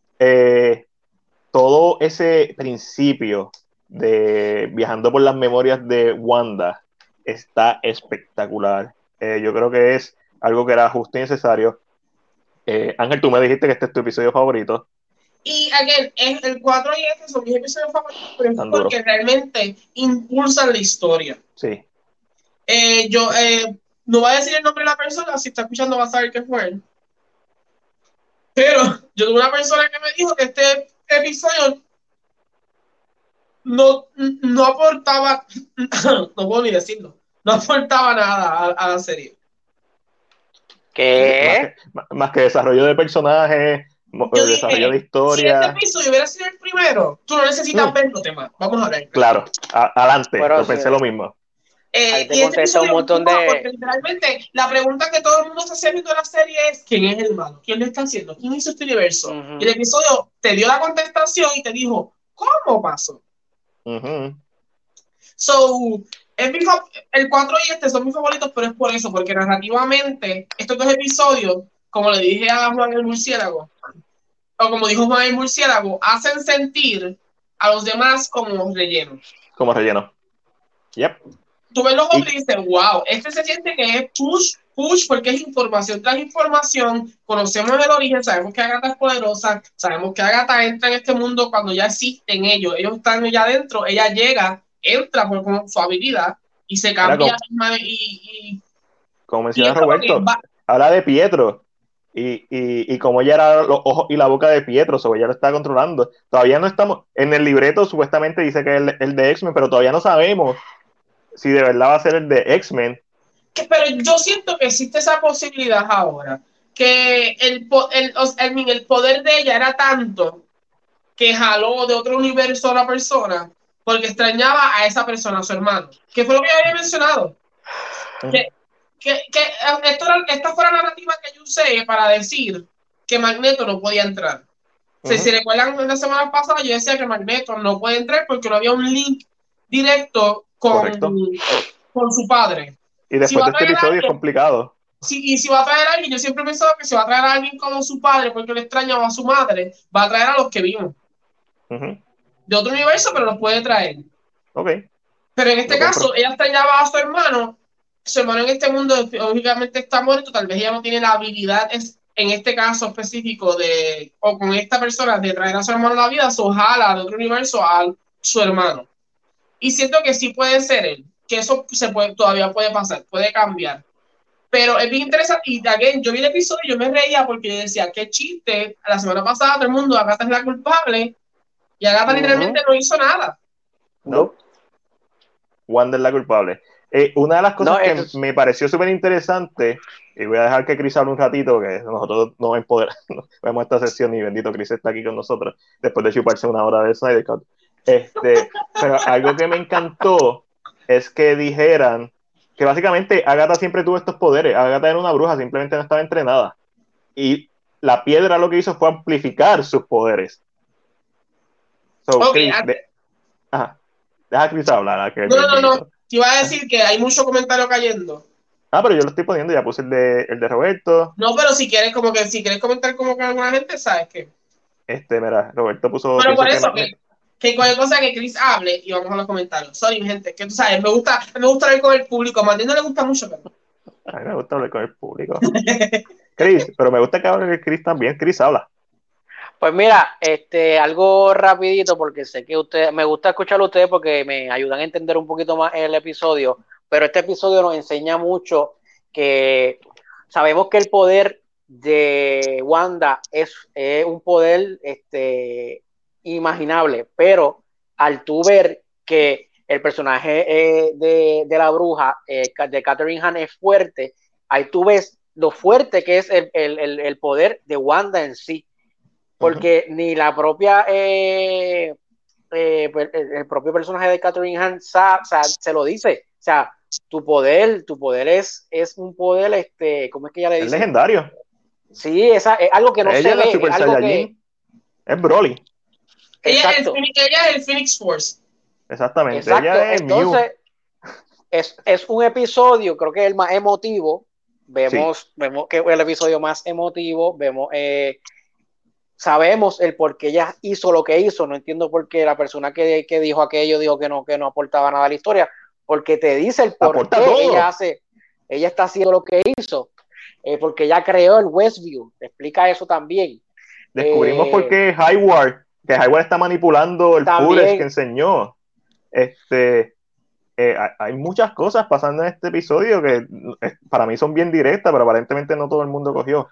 Todo ese principio de viajando por las memorias de Wanda está espectacular. Yo creo que es algo que era justo y necesario. Ángel, tú me dijiste que este es tu episodio favorito. Y again, el 4 y este son mis episodios favoritos, pero es porque realmente impulsan la historia. Sí. Yo no voy a decir el nombre de la persona, si está escuchando va a saber qué fue él. Pero yo tuve una persona que me dijo que este episodio no aportaba, no puedo ni decirlo, no aportaba nada a la serie. ¿Qué? Más que desarrollo de personajes, desarrollo de historia. Si este episodio hubiera sido el primero, tú no necesitas verlo, tema. Vamos a ver. Claro, adelante, pero yo pensé lo mismo. Ahí te contesta un montón de... Porque literalmente la pregunta que todo el mundo se hace viendo la serie es ¿quién es el malo? ¿Quién lo está haciendo? ¿Quién hizo este universo? Y el episodio te dio la contestación y te dijo ¿cómo pasó? So, el 4 y este son mis favoritos, pero es por eso, porque narrativamente estos 2 episodios, como le dije a Juan el Murciélago, o como dijo Juan el Murciélago, hacen sentir a los demás como relleno. Como relleno. Yep. Tú ves los otros y dices, wow, este se siente que es push, porque es información tras información, conocemos el origen, sabemos que Agatha es poderosa, sabemos que Agatha entra en este mundo cuando ya existen ellos están ya adentro, ella llega, entra con su habilidad y se cambia. Como menciona Roberto, habla de Pietro y como ella era los ojos y la boca de Pietro, so ella lo está controlando. Todavía no estamos, en el libreto supuestamente dice que es el de X-Men, pero todavía no sabemos si de verdad va a ser el de X-Men. Pero yo siento que existe esa posibilidad ahora, que el poder de ella era tanto que jaló de otro universo a la persona porque extrañaba a esa persona, a su hermano, que fue lo que yo había mencionado. Esta fue la narrativa que yo usé para decir que Magneto no podía entrar. Si recuerdan la semana pasada, yo decía que Magneto no puede entrar porque no había un link directo con su padre. Y después de este episodio es complicado. Y si va a traer a alguien, yo siempre he pensado que si va a traer a alguien como su padre porque le extrañaba a su madre, va a traer a los que vimos. De otro universo, pero los puede traer. Pero en este caso, ella extrañaba a su hermano en este mundo lógicamente está muerto, tal vez ella no tiene la habilidad en este caso específico o con esta persona de traer a su hermano a la vida, su jala de otro universo a su hermano. Y siento que sí puede ser él, que eso todavía puede pasar, puede cambiar. Pero es bien interesante, y again, yo vi el episodio y yo me reía porque yo decía, qué chiste, la semana pasada todo el mundo, Agatha es la culpable, y Agatha literalmente no hizo nada. No. Wanda es la culpable. Una de las cosas que me pareció súper interesante, y voy a dejar que Chris hable un ratito, que nosotros no vemos esta sesión y bendito Chris está aquí con nosotros, después de chuparse 1 hora de Snyder Cut. Pero algo que me encantó es que dijeran que básicamente Agatha siempre tuvo estos poderes. Agatha era una bruja, simplemente no estaba entrenada. Y la piedra lo que hizo fue amplificar sus poderes. Chris, deja a Chris hablar. No. Te iba a decir que hay mucho comentario cayendo. Pero yo lo estoy poniendo, ya puse el de Roberto. No, pero si quieres comentar como que alguna gente, ¿sabes qué? Mira, Roberto puso... Pero por eso, que cualquier cosa que Chris hable y vamos a los comentarios. Sorry, gente, que tú sabes, me gusta hablar con el público. A Martín no le gusta mucho, pero... A mí me gusta hablar con el público. Chris, pero me gusta que hable Chris también. Chris, habla. Pues mira, algo rapidito, porque sé que me gusta escuchar a ustedes porque me ayudan a entender un poquito más el episodio, pero este episodio nos enseña mucho que sabemos que el poder de Wanda es un poder imaginable, pero al tú ver que el personaje de la bruja, de Catherine Hahn, es fuerte, ahí tú ves lo fuerte que es el poder de Wanda en sí, porque ni la propia el propio personaje de Catherine Hahn o sea, se lo dice, o sea, tu poder es un poder, ¿cómo es que ella le Es dice? legendario. Sí, es algo que no Ella se es la ve, Super es algo Saiyajin. Es Broly. Exacto. Ella es el Phoenix Force. Exactamente. Exacto. Ella es Mew. Entonces, es un episodio, creo que es el más emotivo. Vemos que es el episodio más emotivo. Sabemos el por qué ella hizo lo que hizo. No entiendo por qué la persona que dijo aquello dijo que no aportaba nada a la historia. Porque te dice el por Aporta qué todo. ella está haciendo lo que hizo. Porque ella creó el Westview. Te explica eso también. Descubrimos por qué Hayward está manipulando el footage que También. enseñó. Hay muchas cosas pasando en este episodio que para mí son bien directas, pero aparentemente no todo el mundo cogió.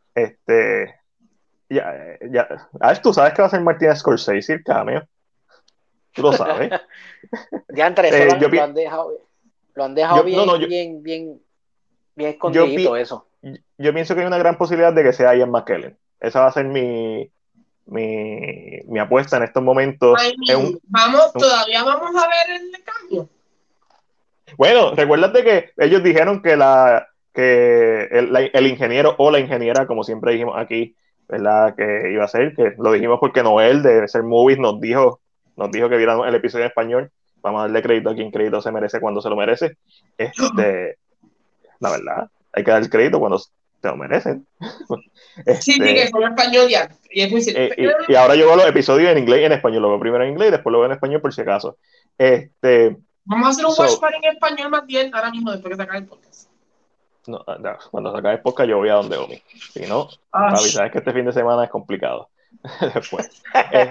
A ver, tú sabes que va a ser Martin Scorsese el cameo. Tú lo sabes. Ya entre eso Yo, lo han dejado no, no, bien yo, escondidito eso. yo pienso que hay una gran posibilidad de que sea Ian McKellen. Esa va a ser mi apuesta en estos momentos. Todavía vamos a ver el cambio. Bueno, recuérdate que ellos dijeron que el ingeniero o la ingeniera, como siempre dijimos aquí, ¿verdad? Que iba a ser, que lo dijimos porque Noel de Ser Movies nos dijo que viéramos el episodio en español. Vamos a darle crédito a quien crédito se merece cuando se lo merece. La verdad, hay que dar el crédito cuando se lo merecen. Sí, que fue en español ya. Y es muy cierto. Y ahora yo veo los episodios en inglés y en español. Lo veo primero en inglés y después lo veo en español por si acaso. Vamos a hacer un watch party en español más bien ahora mismo después que se acabe el podcast. No, cuando se acabe el podcast yo voy a donde Omi. Si no, Fabi, sabes que este fin de semana es complicado. Después.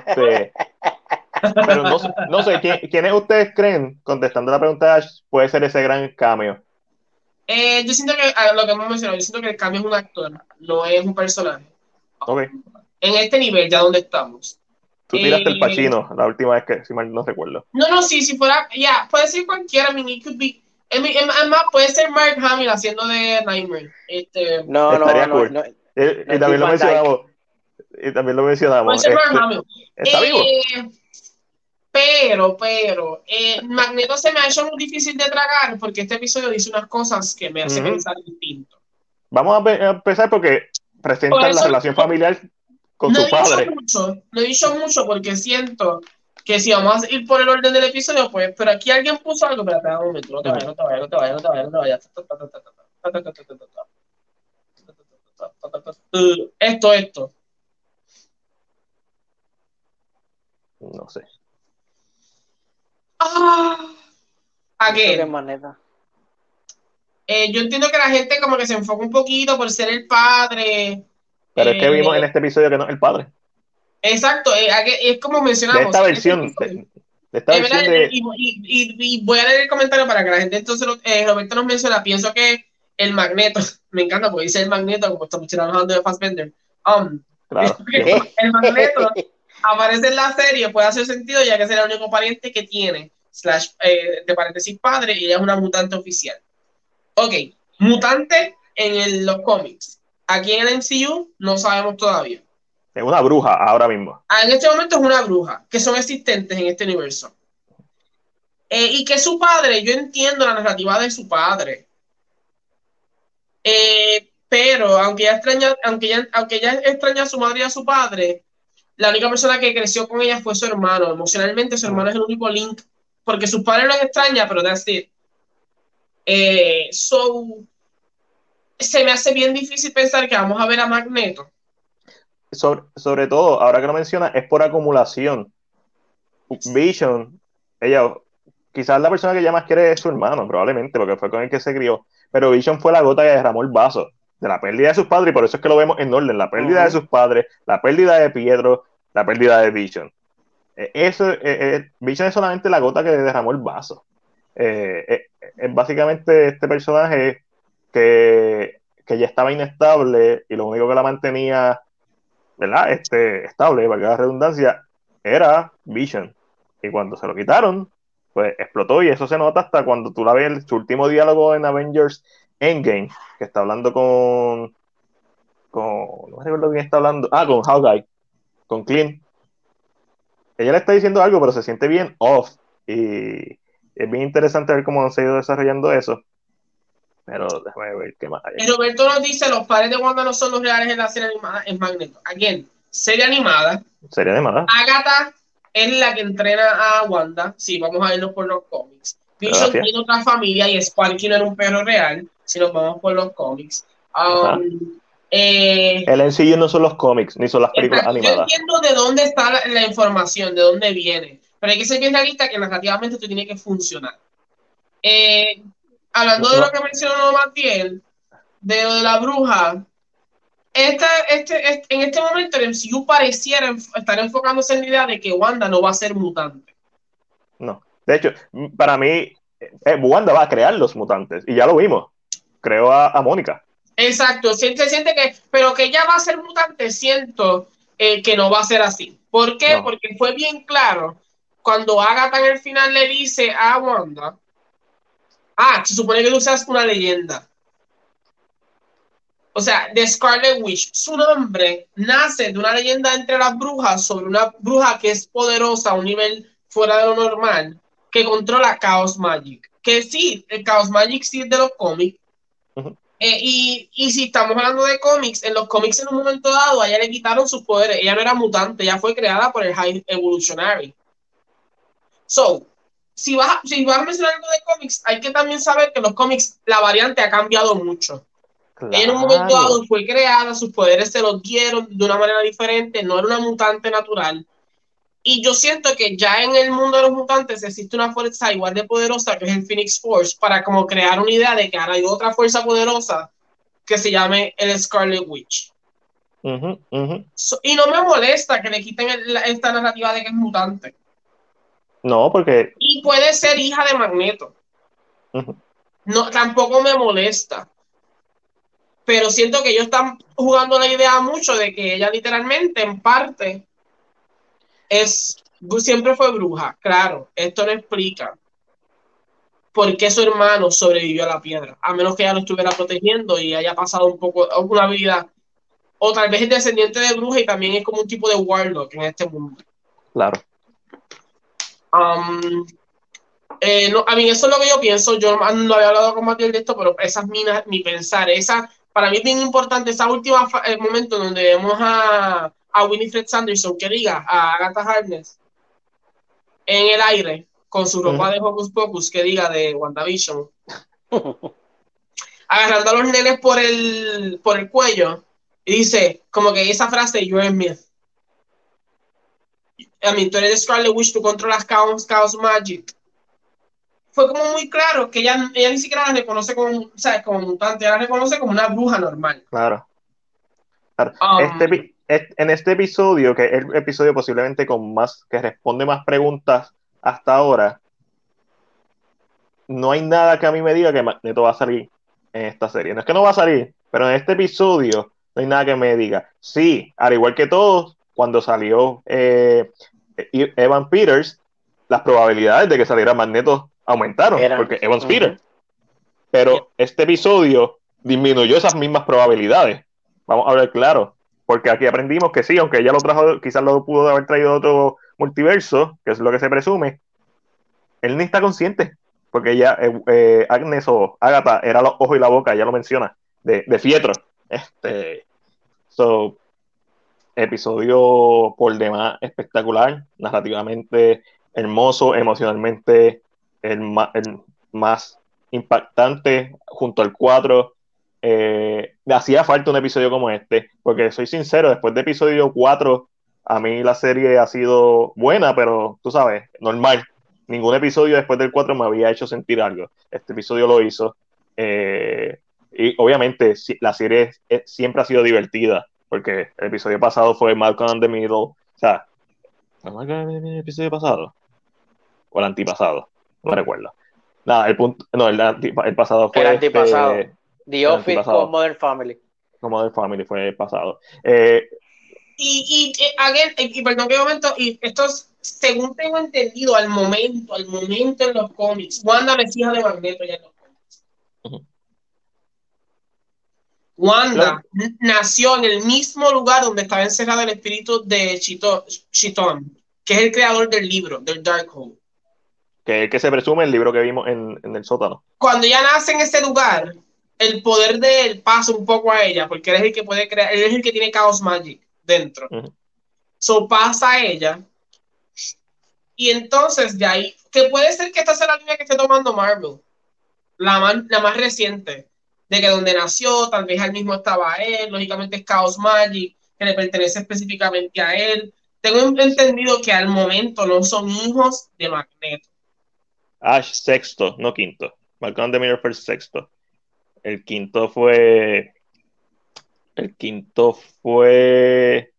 Pero no sé, ¿quiénes ustedes creen, contestando la pregunta, puede ser ese gran cameo? Yo siento que, lo que hemos mencionado, yo siento que el cambio es un actor, no es un personaje. Okay. En este nivel, ya donde estamos. Tú tiraste el Pacino la última vez que, si mal no recuerdo. No, sí, si fuera, puede ser cualquiera, it could be. Además, puede ser Mark Hamill haciendo de Nightmare. Estaría cool. Y también lo mencionamos. Puede ser Mark Hamill. ¿Está vivo? Pero, Magneto se me ha hecho muy difícil de tragar porque este episodio dice unas cosas que me hacen pensar distinto. Vamos a empezar porque presentan la relación familiar con su padre. No he dicho mucho porque siento que si vamos a ir por el orden del episodio, pues, pero aquí alguien puso algo, pero espera un momento, no te vayas. Esto. No sé. Yo entiendo que la gente como que se enfoca un poquito por ser el padre. Pero es que vimos en este episodio que no es el padre. Exacto, es como mencionamos. De esta versión. Y voy a leer el comentario para que la gente entonces, Roberto nos menciona, pienso que el Magneto, me encanta porque dice el Magneto, como estamos hablando de Fassbender. Claro. El Magneto aparece en la serie, puede hacer sentido ya que es el único pariente que tiene, de paréntesis padre, y ella es una mutante oficial. Ok, mutante en los cómics. Aquí en el MCU no sabemos todavía. Es una bruja ahora mismo. En este momento es una bruja, que son existentes en este universo. Y que su padre, yo entiendo la narrativa de su padre. Pero aunque ella extraña a su madre y a su padre, la única persona que creció con ella fue su hermano. Emocionalmente su hermano es el único link, porque sus padres lo extraña, pero that's it. Se me hace bien difícil pensar que vamos a ver a Magneto. Sobre todo, ahora que lo menciona, es por acumulación. Vision, quizás la persona que ella más quiere es su hermano, probablemente, porque fue con el que se crió, pero Vision fue la gota que derramó el vaso de la pérdida de sus padres, y por eso es que lo vemos en orden, la pérdida de sus padres, la pérdida de Pietro, la pérdida de Vision. Vision es solamente la gota que derramó el vaso. Es básicamente este personaje que que ya estaba inestable y lo único que la mantenía, ¿verdad? Estable, para que la redundancia, era Vision. Y cuando se lo quitaron, pues explotó, y eso se nota hasta cuando tú la ves en su último diálogo en Avengers Endgame, que está hablando no recuerdo quién está hablando, con Hawkeye, con Clint. Ella le está diciendo algo, pero se siente bien off, y es bien interesante ver cómo se ha ido desarrollando eso. Pero déjame ver qué más hay. Y Roberto nos dice, los padres de Wanda no son los reales en la serie animada, es Magneto. Again, serie animada. Serie animada. Agatha es la que entrena a Wanda. Sí, vamos a irnos por los cómics. Vision Gracias. tiene otra familia y Sparky no era un perro real, si nos vamos por los cómics. El MCU no son los cómics, ni son las películas animadas. Yo entiendo de dónde está la información, de dónde viene, pero hay que ser bien realista que narrativamente esto tiene que funcionar. Hablando de lo que mencionó Matiel, de lo de la bruja, en este momento el MCU pareciera estar enfocándose en la idea de que Wanda no va a ser mutante. No, de hecho, para mí, Wanda va a crear los mutantes, y ya lo vimos. Creó a Mónica. Exacto, se siente que, pero que ella va a ser mutante, siento que no va a ser así. ¿Por qué? No. Porque fue bien claro cuando Agatha en el final le dice a Wanda, se supone que tú seas una leyenda. O sea, de Scarlet Witch, su nombre nace de una leyenda entre las brujas sobre una bruja que es poderosa a un nivel fuera de lo normal, que controla Chaos Magic. Que sí, el Chaos Magic sí es de los cómics. Uh-huh. Y si estamos hablando de cómics, en los cómics en un momento dado a ella le quitaron sus poderes. Ella no era mutante, ella fue creada por el High Evolutionary. So, si vas a mencionar algo de cómics, hay que también saber que en los cómics la variante ha cambiado mucho. Claro. Ella en un momento dado fue creada, sus poderes se los dieron de una manera diferente, no era una mutante natural. Y yo siento que ya en el mundo de los mutantes existe una fuerza igual de poderosa que es el Phoenix Force, para como crear una idea de que ahora hay otra fuerza poderosa que se llame el Scarlet Witch. Uh-huh, uh-huh. Y no me molesta que le quiten esta narrativa de que es mutante. No, porque... Y puede ser hija de Magneto. Uh-huh. No, tampoco me molesta. Pero siento que ellos están jugando la idea mucho de que ella literalmente, en parte, siempre fue bruja. Claro, esto no explica por qué su hermano sobrevivió a la piedra, a menos que ella lo estuviera protegiendo y haya pasado un poco una vida, o tal vez es descendiente de bruja y también es como un tipo de warlock en este mundo. Claro. No, a mí eso es lo que yo pienso. Yo no había hablado con Matiel de esto, pero esa es mi pensar. Para mí es bien importante esa última momento donde vemos a Winifred Sanderson que diga a Agatha Harkness en el aire con su ropa de Hocus Pocus, que diga de WandaVision, agarrando a los nenes por el cuello y dice como que esa frase, you're a myth. A mí, tú eres de Scarlet Witch, tú controlas Chaos Magic. Fue como muy claro que ella ni siquiera la reconoce como, ¿sabes? Como mutante, ella la reconoce como una bruja normal. Claro. En este episodio, que es el episodio posiblemente que responde más preguntas hasta ahora, no hay nada que a mí me diga que Magneto va a salir en esta serie. No es que no va a salir, pero en este episodio no hay nada que me diga. Sí, al igual que todos, cuando salió Evan Peters, las probabilidades de que saliera Magneto aumentaron, porque Evan Peters. Pero este episodio disminuyó esas mismas probabilidades. Vamos a hablar claro, porque aquí aprendimos que sí, aunque ella lo trajo, quizás lo pudo haber traído de otro multiverso, que es lo que se presume, él ni está consciente, porque ella, Agnes o Agatha, era los ojos y la boca, ella lo menciona, de Fietro. Episodio por demás espectacular, narrativamente hermoso, emocionalmente el más impactante junto al 4. Me hacía falta un episodio como este, porque soy sincero, después de episodio 4 a mí la serie ha sido buena, pero tú sabes, normal. Ningún episodio después del 4 me había hecho sentir algo. Este episodio lo hizo. Y obviamente la serie siempre ha sido divertida, porque el episodio pasado fue Malcolm in the Middle. O sea, ¿no es el episodio pasado? ¿O el antipasado? No me recuerdo. Nada, el pasado fue el antipasado. The Office con Modern Family. Con Modern Family fue el pasado. Y perdón que momento, y esto es, según tengo entendido, al momento en los cómics, Wanda no es hija de Magneto ya en los cómics. Uh-huh. Wanda nació en el mismo lugar donde estaba encerrado el espíritu de Chitón, que es el creador del libro, del Darkhold. Que se presume el libro que vimos en el sótano. Cuando ella nace en ese lugar, el poder de él pasa un poco a ella, porque él es el que puede crear, él es el que tiene Chaos Magic dentro. Uh-huh. So pasa a ella. Y entonces de ahí, que puede ser que esta sea la línea que esté tomando Marvel, la más reciente, de que donde nació, tal vez él mismo estaba él, lógicamente es Chaos Magic, que le pertenece específicamente a él. Tengo entendido que al momento no son hijos de Magneto. Ash sexto, no quinto. Malcolm de Mirror fue el sexto. El quinto fue. ¿Cuál fue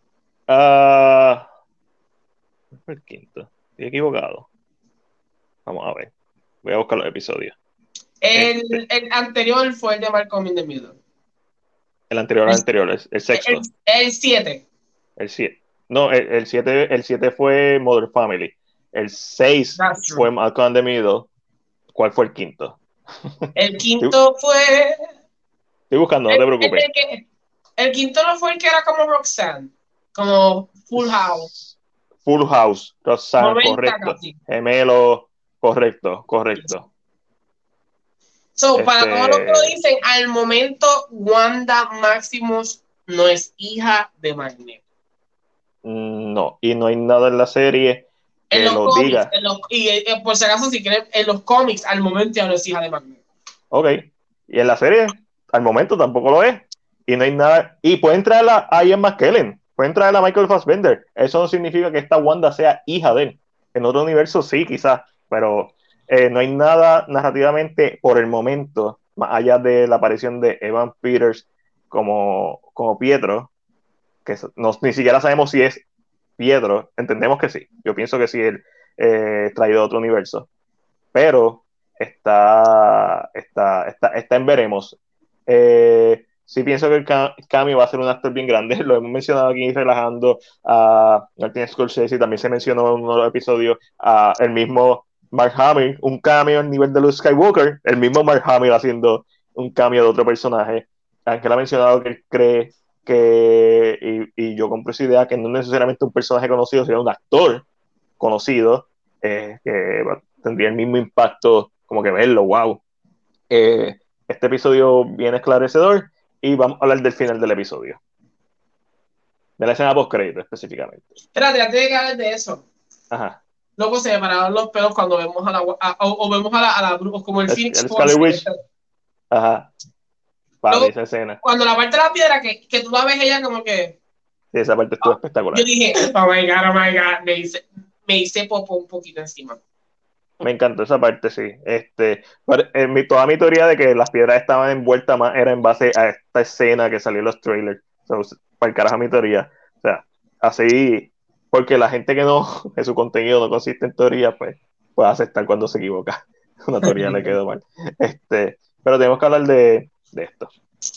el quinto? Estoy equivocado. Vamos a ver. Voy a buscar los episodios. El anterior fue el de Malcolm in the Middle. El anterior, el sexto. El 7. El 7. No, el 7 fue Modern Family. El 6 fue Malcolm in the Middle. ¿Cuál fue el quinto? El quinto fue... Estoy buscando, no te preocupes. El quinto no fue el que era como Roxanne, como Full House. Full House, Roxanne, correcto. Casi. Gemelo, correcto. So, para todos los que lo dicen, al momento Wanda Maximus no es hija de Magneto. No, y no hay nada en la serie que lo diga. Y por si acaso, si quieren, en los cómics, al momento ya no es hija de Magneto. Ok, y en la serie, al momento tampoco lo es. Y no hay nada. Y pueden traer a Ian McKellen, pueden traer a Michael Fassbender. Eso no significa que esta Wanda sea hija de él. En otro universo sí, quizás, pero no hay nada narrativamente por el momento, más allá de la aparición de Evan Peters como Pietro, que ni siquiera sabemos si es Pietro. Entendemos que sí. Yo pienso que sí, él traído de otro universo. Pero está en veremos. Sí pienso que el Cami va a ser un actor bien grande. Lo hemos mencionado aquí relajando a Martin Scorsese, y también se mencionó en uno de los episodios a el mismo Mark Hamill, un cameo al nivel de Luke Skywalker, el mismo Mark Hamill haciendo un cameo de otro personaje. Ángel ha mencionado que él cree que, y yo compro esa idea, que no necesariamente un personaje conocido, sino un actor conocido, que tendría el mismo impacto, como que verlo, wow. Este episodio bien esclarecedor, y vamos a hablar del final del episodio, de la escena post-crédito específicamente. Espérate, antes de que hables de eso. Ajá. Luego se me pararon los pelos cuando vemos vemos a la bruja, como el Phoenix Scarlet Witch. Ajá. Para esa escena. Cuando la parte de la piedra, que tú la ves ella como que... Sí, esa parte estuvo espectacular. Yo dije, oh my God, me hice popo un poquito encima. Me encantó esa parte, sí. Toda mi teoría de que las piedras estaban envueltas más era en base a esta escena que salió en los trailers. Para el carajo mi teoría. O sea, así, porque la gente que su contenido no consiste en teoría, pues puede aceptar cuando se equivoca. Una teoría le quedó mal. Pero tenemos que hablar de esto.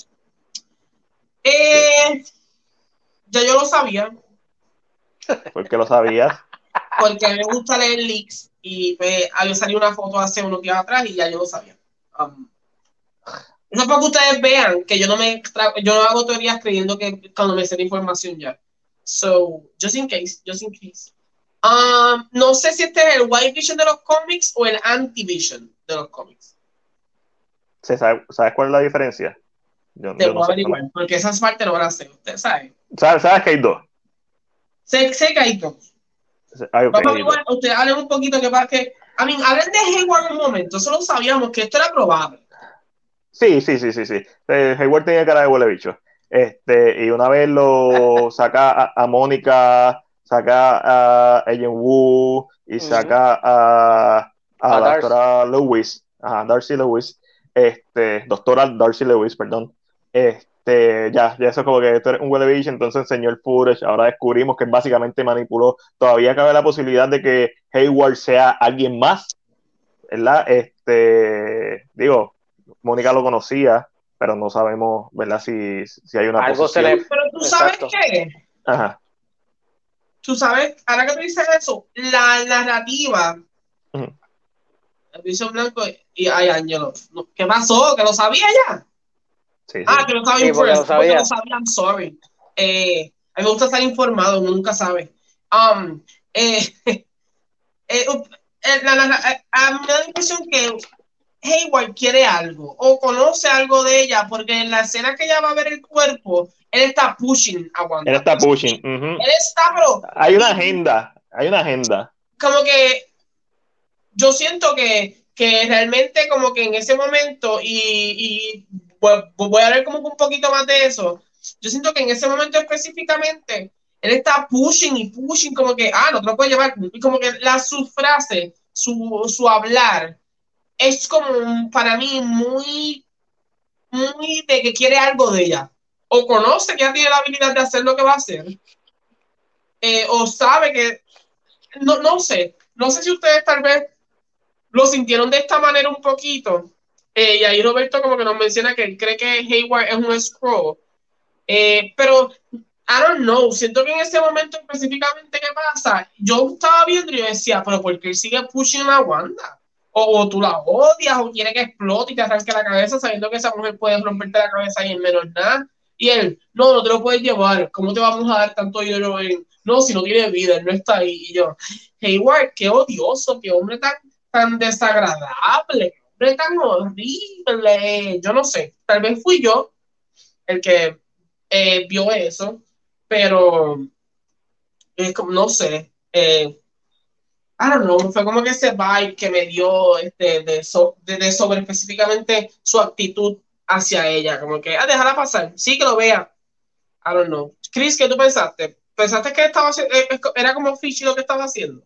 Ya yo lo sabía. ¿Por qué lo sabías? Porque a mí me gusta leer leaks, y había salido una foto hace unos días atrás y ya yo lo sabía. Eso es para que ustedes vean que yo no hago teorías creyendo que cuando me sé la información ya. So, just in case. No sé si este es el White Vision de los cómics o el Anti-Vision de los cómics. ¿Sabes cuál es la diferencia? Te puedo averiguar, porque esas partes no las sé. ¿Usted sabe? ¿Sabes que hay dos? Sé que hay dos. Vamos a averiguar. Ustedes hablen un poquito hablen de Hayward un momento. Solo sabíamos que esto era probable. Sí. Hayward tenía cara de huele bicho. Y una vez lo saca a Mónica, saca a Agent Woo y saca a la doctora Lewis, Darcy Lewis, doctora Darcy Lewis, perdón. Ya eso es como que esto es un huele bicho, entonces enseñó el footage. Ahora descubrimos que básicamente manipuló. Todavía cabe la posibilidad de que Hayward sea alguien más, ¿verdad? Mónica lo conocía, pero no sabemos, ¿verdad? Si hay una Algo se posición. le... Pero tú sabes Exacto. qué, Ajá. tú sabes, ahora que tú dices eso, la narrativa, Ujú. el Vision Blanco y ay, Ángelo, ¿qué pasó? ¿Que lo sabía ya? Sí, sí. Ah, que lo estaba Sí, porque lo impressed, porque lo sabía. sabía, I'm sorry. A mí me gusta estar informado, uno nunca sabe. Eh, a mí me da la impresión que Hayward quiere algo o conoce algo de ella, porque en la escena que ella va a ver el cuerpo, él está pushing a Él Wanda. está pushing. Ujú. Él está, pero Hay una agenda. Hay una agenda. como que yo siento que realmente como que en ese momento, y voy a hablar como que un poquito más de eso, yo siento que en ese momento específicamente, él está pushing y pushing como que, no te lo puedes llevar, y como que su frase, su hablar, es como para mí muy, muy de que quiere algo de ella. O conoce que ella tiene la habilidad de hacer lo que va a hacer, o sabe que, no sé si ustedes tal vez lo sintieron de esta manera un poquito. Y ahí Roberto como que nos menciona que él cree que Hayward es un Skrull. Pero, I don't know, siento que en ese momento específicamente, ¿qué pasa? Yo estaba viendo y yo decía, pero ¿por qué él sigue pushing a Wanda? O tú la odias, o quiere que explote y te arranque la cabeza sabiendo que esa mujer puede romperte la cabeza y en menos nada. Y él, no te lo puedes llevar, ¿cómo te vamos a dar tanto dinero en? No, si no tiene vida, él no está ahí. Y yo, Hayward, qué odioso, qué hombre tan desagradable, qué hombre tan horrible. Yo no sé, tal vez fui yo el que vio eso, pero como, no sé, I don't know, fue como que ese vibe que me dio de sobre específicamente su actitud hacia ella, como que, déjala pasar, sí que lo vea, I don't know. Chris, ¿qué tú pensaste? ¿Pensaste que era como fishy lo que estaba haciendo?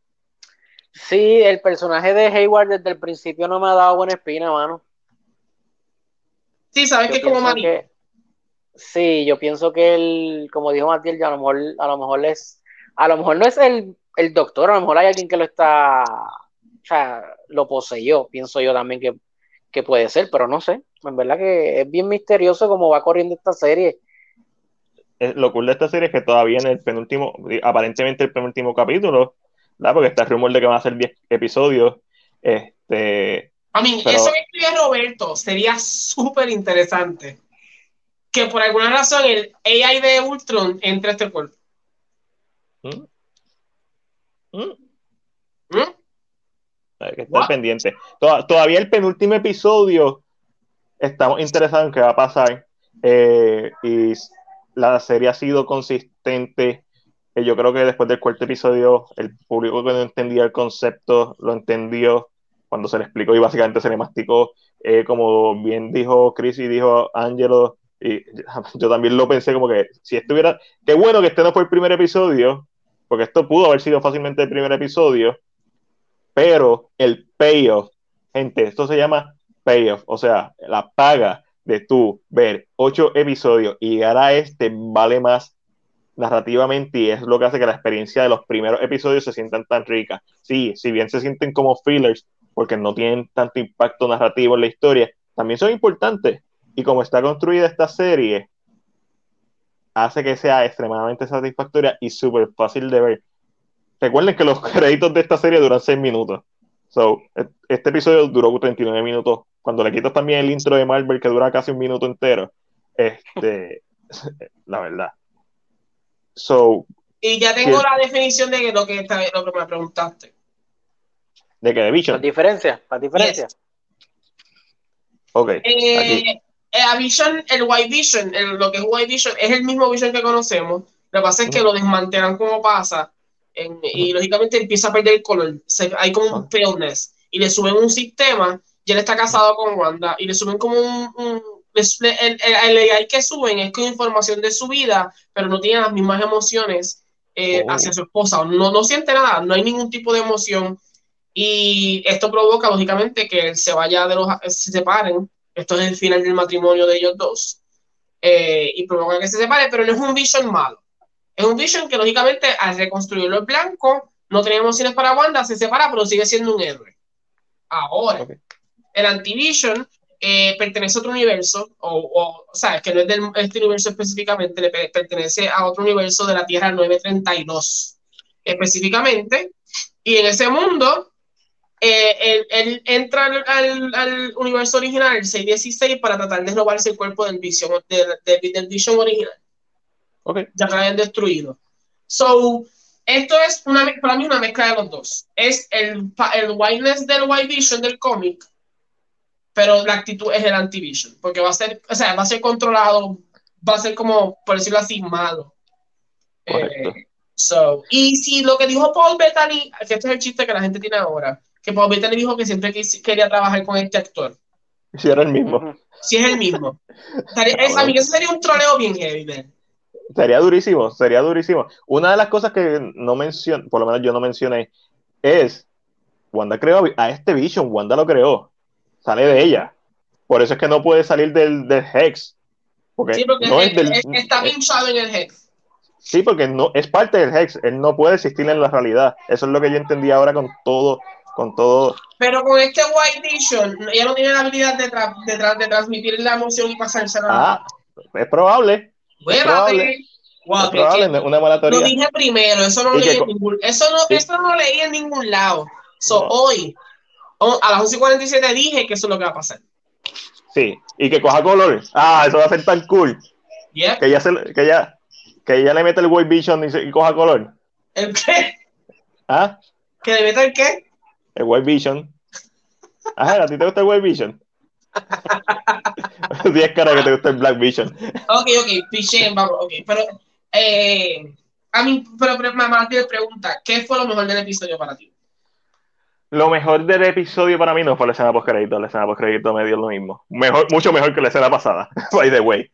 Sí, el personaje de Hayward desde el principio no me ha dado buena espina, mano. Sí, sabes que Yo es como pienso Manny. que, sí, yo pienso que él, como dijo Matiel, ya a lo mejor no es el doctor, a lo mejor hay alguien que lo está, o sea, lo poseyó, pienso yo también que puede ser, pero no sé, en verdad que es bien misterioso cómo va corriendo esta serie. Lo cool de esta serie es que todavía en el penúltimo, aparentemente el penúltimo capítulo, ¿verdad? Porque está el rumor de que van a ser 10 episodios. A mí, eso Pero que escribe Roberto sería súper interesante. Que por alguna razón el AI de Ultron entre a este cuerpo. ¿Mm? ¿Mm? ¿Mm? Hay que estar What? pendiente. Todavía el penúltimo episodio estamos interesados en qué va a pasar. Y la serie ha sido consistente. Yo creo que después del cuarto episodio, el público que no entendía el concepto lo entendió cuando se le explicó y básicamente se le masticó. Como bien dijo Chris y dijo Angelo, y yo también lo pensé como que si estuviera, qué bueno que este no fue el primer episodio, porque esto pudo haber sido fácilmente el primer episodio, pero el payoff, gente, esto se llama payoff, o sea, la paga de tú ver 8 episodios y llegar a este vale más narrativamente y es lo que hace que la experiencia de los primeros episodios se sientan tan ricas. Sí, si bien se sienten como fillers porque no tienen tanto impacto narrativo en la historia, también son importantes y como está construida esta serie hace que sea extremadamente satisfactoria y súper fácil de ver. Recuerden que los créditos de esta serie duran 6 minutos. So, este episodio duró 39 minutos. Cuando le quitas también el intro de Marvel, que dura casi un minuto entero. La verdad. So, Y ya si tengo la definición de lo que me preguntaste. ¿de qué? ¿De Vision? Las diferencias. Yes. Ok, aquí. A Vision, el White Vision, lo que es White Vision, es el mismo Vision que conocemos. Lo que pasa es que lo desmantelan como pasa y lógicamente empieza a perder el color. Hay como un paleness y le suben un sistema. Y él está casado con Wanda y le suben como el AI que suben es con información de su vida, pero no tiene las mismas emociones hacia su esposa. No siente nada, no hay ningún tipo de emoción. Y esto provoca, lógicamente, que se vaya se separen. Esto es el final del matrimonio de ellos dos. Y provoca que se separe, pero no es un Vision malo. Es un Vision que, lógicamente, al reconstruirlo en blanco, no tenía emociones para Wanda, se separa, pero sigue siendo un héroe. Ahora, Okay. el Anti-Vision pertenece a otro universo, o sea, que no es de este universo específicamente, le pertenece a otro universo de la Tierra 932 específicamente, y en ese mundo él entra al universo original, el 616, para tratar de robarse el cuerpo del Vision, del Vision original, ya que lo habían destruido. So, esto es para mí una mezcla de los dos. Es el whiteness del White Vision del cómic, pero la actitud es el anti-Vision, porque va a ser controlado, va a ser como, por decirlo así, malo. Y si lo que dijo Paul Bettany, que este es el chiste que la gente tiene ahora, que Paul Bettany dijo que siempre quería trabajar con este actor. Si era el mismo. Si es el mismo. A mí eso sería un troleo bien heavy, man. Sería durísimo. Una de las cosas que no mencioné, por lo menos yo no mencioné, es Wanda creó a este Vision, Wanda lo creó. Sale de ella. Por eso es que no puede salir del Hex. Porque está pinchado en el Hex. Sí, porque no, es parte del Hex. Él no puede existir en la realidad. Eso es lo que yo entendí ahora con todo. Pero con este White Vision, ella no tiene la habilidad de transmitir la emoción y pasársela. Es probable. Es probable, una mala teoría. Lo dije primero, eso no leí en ningún lado. Hoy, a las 11:47 dije que eso es lo que va a pasar. Sí, y que coja color. Eso va a ser tan cool. Yep. Que ella le mete el White Vision y coja color. ¿El qué? ¿Ah? ¿Que le meta el qué? El White Vision. ¿A ti te gusta el White Vision? Tienes cara que te gusta el Black Vision. Ok, piché, vamos, ok. Pero, a mí, pero mamá te pregunta, ¿qué fue lo mejor del episodio para ti? Lo mejor del episodio para mí no fue la escena post-crédito. La escena post-crédito me dio lo mismo. Mucho mejor que la escena pasada. By the way.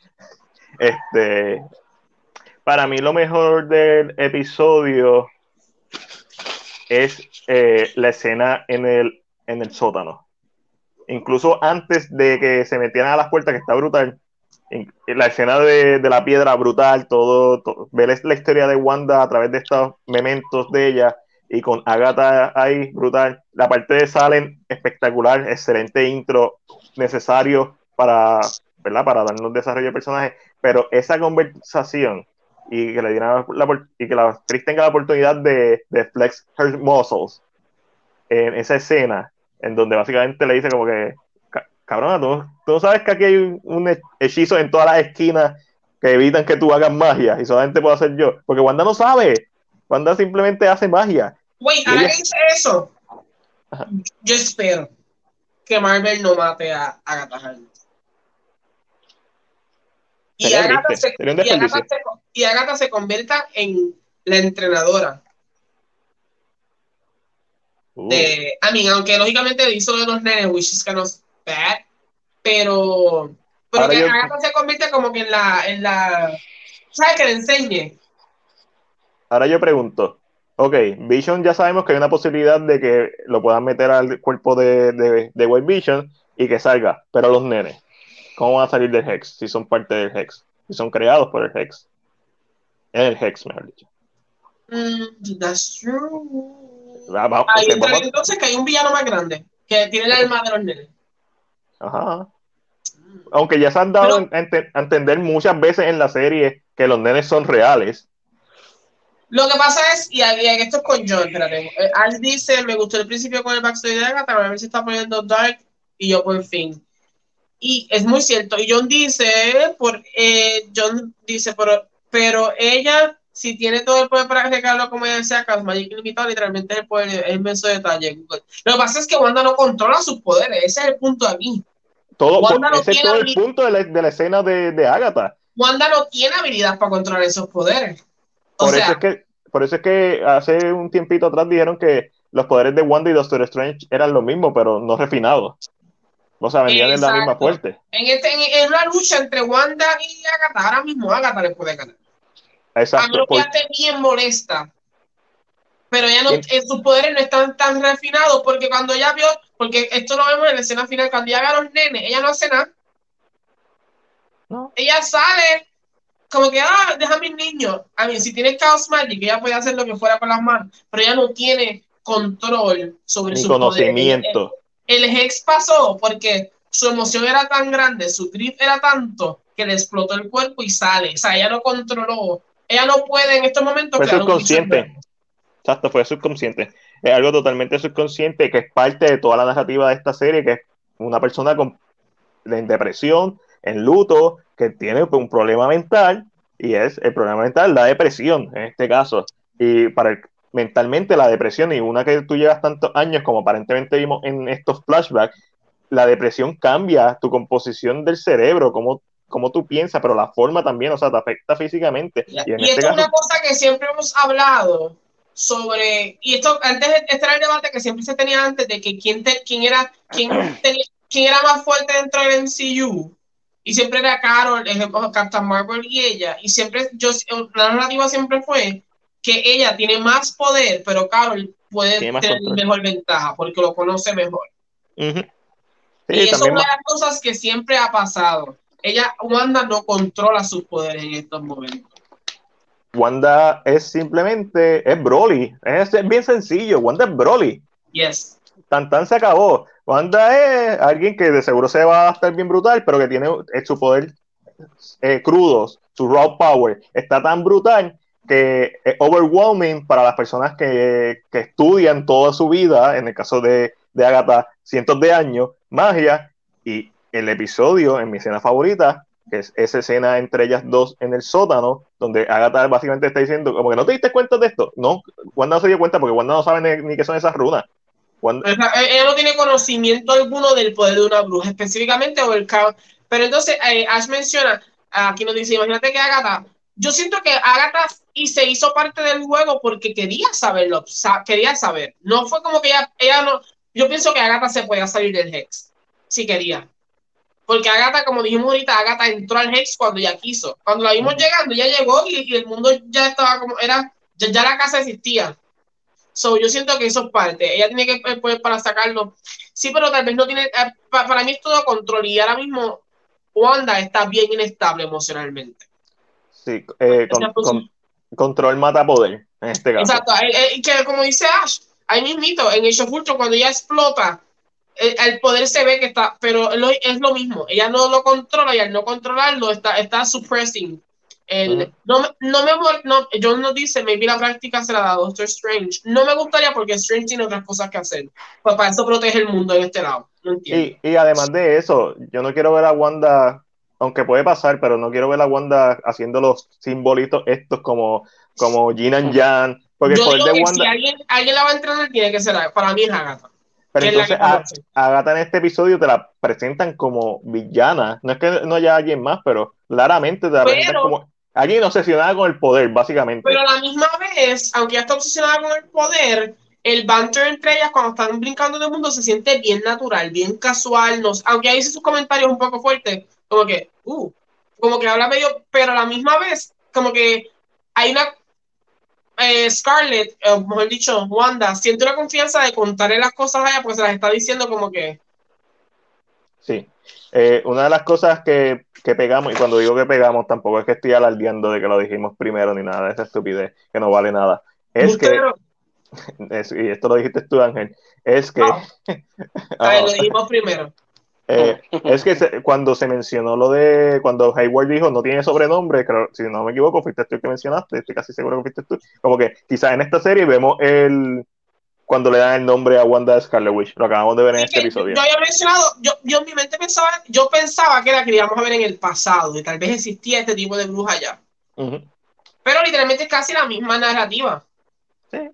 Para mí lo mejor del episodio es la escena en el sótano. Incluso antes de que se metieran a las puertas, que está brutal. La escena de la piedra brutal, todo, ver la historia de Wanda a través de estos mementos de ella, y con Agatha ahí, brutal. La parte de Salem, espectacular, excelente intro, necesario para darnos desarrollo de personaje, pero esa conversación y que le dieran y que la actriz tenga la oportunidad de flex her muscles en esa escena, en donde básicamente le dice como que, cabrona, tú no sabes que aquí hay un hechizo en todas las esquinas que evitan que tú hagas magia y solamente puedo hacer yo, porque Wanda no sabe. Wanda simplemente hace magia. Wait, ahora que dice eso, yo espero que Marvel no mate a Agatha Harkness. Y Agatha se convierta en la entrenadora aunque lógicamente hizo de los nenes, which is kind of bad, pero que Agatha se convierta como que en la ¿sabes? Que le enseñe. Ahora yo pregunto, Vision ya sabemos que hay una posibilidad de que lo puedan meter al cuerpo de White Vision y que salga, pero los nenes, ¿cómo van a salir del Hex? Si son parte del Hex, si son creados por el Hex, en el Hex, mejor dicho. That's true. Ahí entonces que hay un villano más grande que tiene el alma de los nenes. Ajá. Aunque ya se han dado a entender muchas veces en la serie que los nenes son reales. Lo que pasa es, y esto es con John, espérate. Al dice, me gustó el principio con el backstory de Agatha, a ver si está poniendo dark, y yo por fin. Y es muy cierto. Y John dice, pero ella, si tiene todo el poder para agregarlo como ella desea, Chaos Magic ilimitado, literalmente es el poder, es inmenso detalle. Lo que pasa es que Wanda no controla sus poderes, ese es el punto aquí. Ese es todo el punto de la escena de Agatha. Wanda no tiene habilidad para controlar esos poderes. Por eso es que hace un tiempito atrás dijeron que los poderes de Wanda y Doctor Strange eran los mismos, pero no refinados. O sea, venían en la misma fuerte. En una lucha entre Wanda y Agatha, ahora mismo Agatha le puede ganar. Exacto. A menos que esté bien molesta. Pero ella sus poderes no están tan refinados, porque cuando ella vio, porque esto lo vemos en la escena final, cuando ella ve a los nenes, ella no hace nada. No. Ella sale como que, deja a mis niños. A mí, si tiene Chaos Magic, ella puede hacer lo que fuera con las manos, pero ella no tiene control sobre su conocimiento. El Hex pasó porque su emoción era tan grande, su drift era tanto, que le explotó el cuerpo y sale. O sea, ella no controló. Ella no puede en estos momentos Fue crear un subconsciente. Exacto, fue subconsciente. Es algo totalmente subconsciente que es parte de toda la narrativa de esta serie, que es una persona en depresión, en luto, que tiene un problema mental, y es el problema mental, la depresión, en este caso. Y mentalmente la depresión, y una que tú llevas tantos años, como aparentemente vimos en estos flashbacks, la depresión cambia tu composición del cerebro, cómo tú piensas, pero la forma también, o sea, te afecta físicamente. Y en Y este esto es caso, una cosa que siempre hemos hablado sobre, y esto antes, este era el debate que siempre se tenía antes de que quién era más fuerte dentro del MCU. Y siempre era Carol, ejemplo, Captain Marvel y ella. Y siempre, la narrativa siempre fue que ella tiene más poder, pero Carol puede tiene más tener control. mejor ventaja porque lo conoce mejor. Uh-huh. Sí, Y eso es también una de las cosas que siempre ha pasado. Wanda no controla sus poderes en estos momentos. Wanda es simplemente, es Broly, es bien sencillo, Wanda es Broly. Yes. Tan se acabó. Wanda es alguien que de seguro se va a estar bien brutal, pero que tiene su poder crudo, su raw power, está tan brutal que es overwhelming para las personas que estudian toda su vida, en el caso de Agatha, cientos de años, magia, y el episodio, en mi escena favorita, que es esa escena entre ellas dos en el sótano, donde Agatha básicamente está diciendo, como que no te diste cuenta de esto. No, Wanda no se dio cuenta porque Wanda no sabe ni qué son esas runas. Ella no tiene conocimiento alguno del poder de una bruja, específicamente o el caos. Pero entonces Ash menciona, aquí nos dice, imagínate que Agatha, yo siento que Agatha se hizo parte del juego porque quería saberlo, quería saber. No fue como que ella no, yo pienso que Agatha se podía salir del Hex, si quería. Porque Agatha, como dijimos ahorita, Agatha entró al Hex cuando ya quiso. Cuando la vimos llegando, ya llegó y el mundo ya estaba como, ya la casa existía. So, yo siento que eso es parte. Ella tiene que poder para sacarlo. Sí, pero tal vez no tiene. Para mí es todo control. Y ahora mismo Wanda está bien inestable emocionalmente. Sí, control mata poder, en este caso. Exacto. Que como dice Ash, ahí mismito, en Age of Ultron, cuando ella explota, el poder se ve que está. Pero es lo mismo. Ella no lo controla y al no controlarlo está suppressing. John nos dice, maybe la práctica se la da a Doctor Strange. No me gustaría porque Strange tiene otras cosas que hacer. Pues para eso protege el mundo en este lado. No entiendo. Y además de eso, yo no quiero ver a Wanda, aunque puede pasar, pero no quiero ver a Wanda haciendo los simbolitos estos como Yin and Yang, porque el Yo poder digo de que Wanda. si alguien la va a entrenar, tiene que ser para mí es Agatha. Pero Que entonces es la que conoce. Agatha en este episodio te la presentan como villana. No es que no haya alguien más, pero claramente te la presentan como alguien obsesionada con el poder, básicamente. Pero a la misma vez, aunque ella está obsesionada con el poder, el banter entre ellas cuando están brincando del mundo se siente bien natural, bien casual. Aunque ahí dice sus comentarios un poco fuertes, como que habla medio, pero a la misma vez, como que hay una Scarlett, mejor dicho, Wanda, siente una confianza de contarle las cosas a ella porque se las está diciendo como que. Sí. Una de las cosas que pegamos, y cuando digo que pegamos, tampoco es que estoy alardeando de que lo dijimos primero ni nada de esa estupidez, que no vale nada. Es que, y esto lo dijiste tú, Ángel, es que. Lo dijimos primero. Es que cuando se mencionó cuando Hayward dijo no tiene sobrenombre, creo, si no me equivoco, fuiste tú el que mencionaste, estoy casi seguro que fuiste tú. Como que quizás en esta serie vemos cuando le dan el nombre a Wanda Scarlet Witch, lo acabamos de ver en este episodio. Yo había mencionado, yo en mi mente pensaba que la queríamos ver en el pasado, y tal vez existía este tipo de bruja ya. Pero literalmente es casi la misma narrativa. Sí.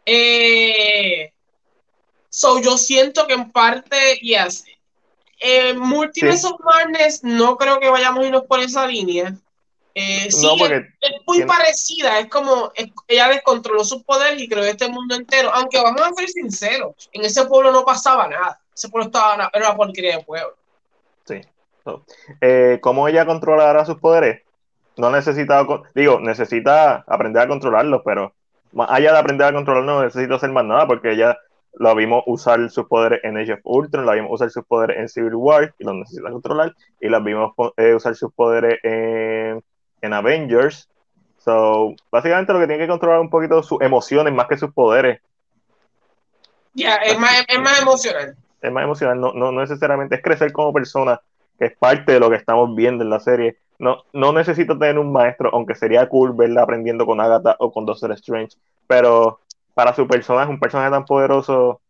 Yo siento que en parte, yes. Multiverse of Madness, no creo que vayamos a irnos por esa línea. Sí, porque es muy parecida, es como ella descontroló sus poderes y creó este mundo entero, aunque vamos a ser sinceros, en ese pueblo no pasaba nada, ese pueblo era una porquería de pueblo. Sí. ¿Cómo ella controlará sus poderes? No necesita aprender a controlarlos, pero más allá de aprender a controlarlos no necesita hacer más nada, porque ella la vimos usar sus poderes en Age of Ultron, la vimos usar sus poderes en Civil War y los necesita controlar, y la vimos usar sus poderes en Avengers. So, básicamente lo que tiene que controlar un poquito sus emociones más que sus poderes. Es más emocional. es más emocional, no necesariamente es crecer como persona, que es parte de lo que estamos viendo en la serie. No necesito tener un maestro, aunque sería cool verla aprendiendo con Agatha o con Doctor Strange, pero para su personaje, un personaje tan poderoso,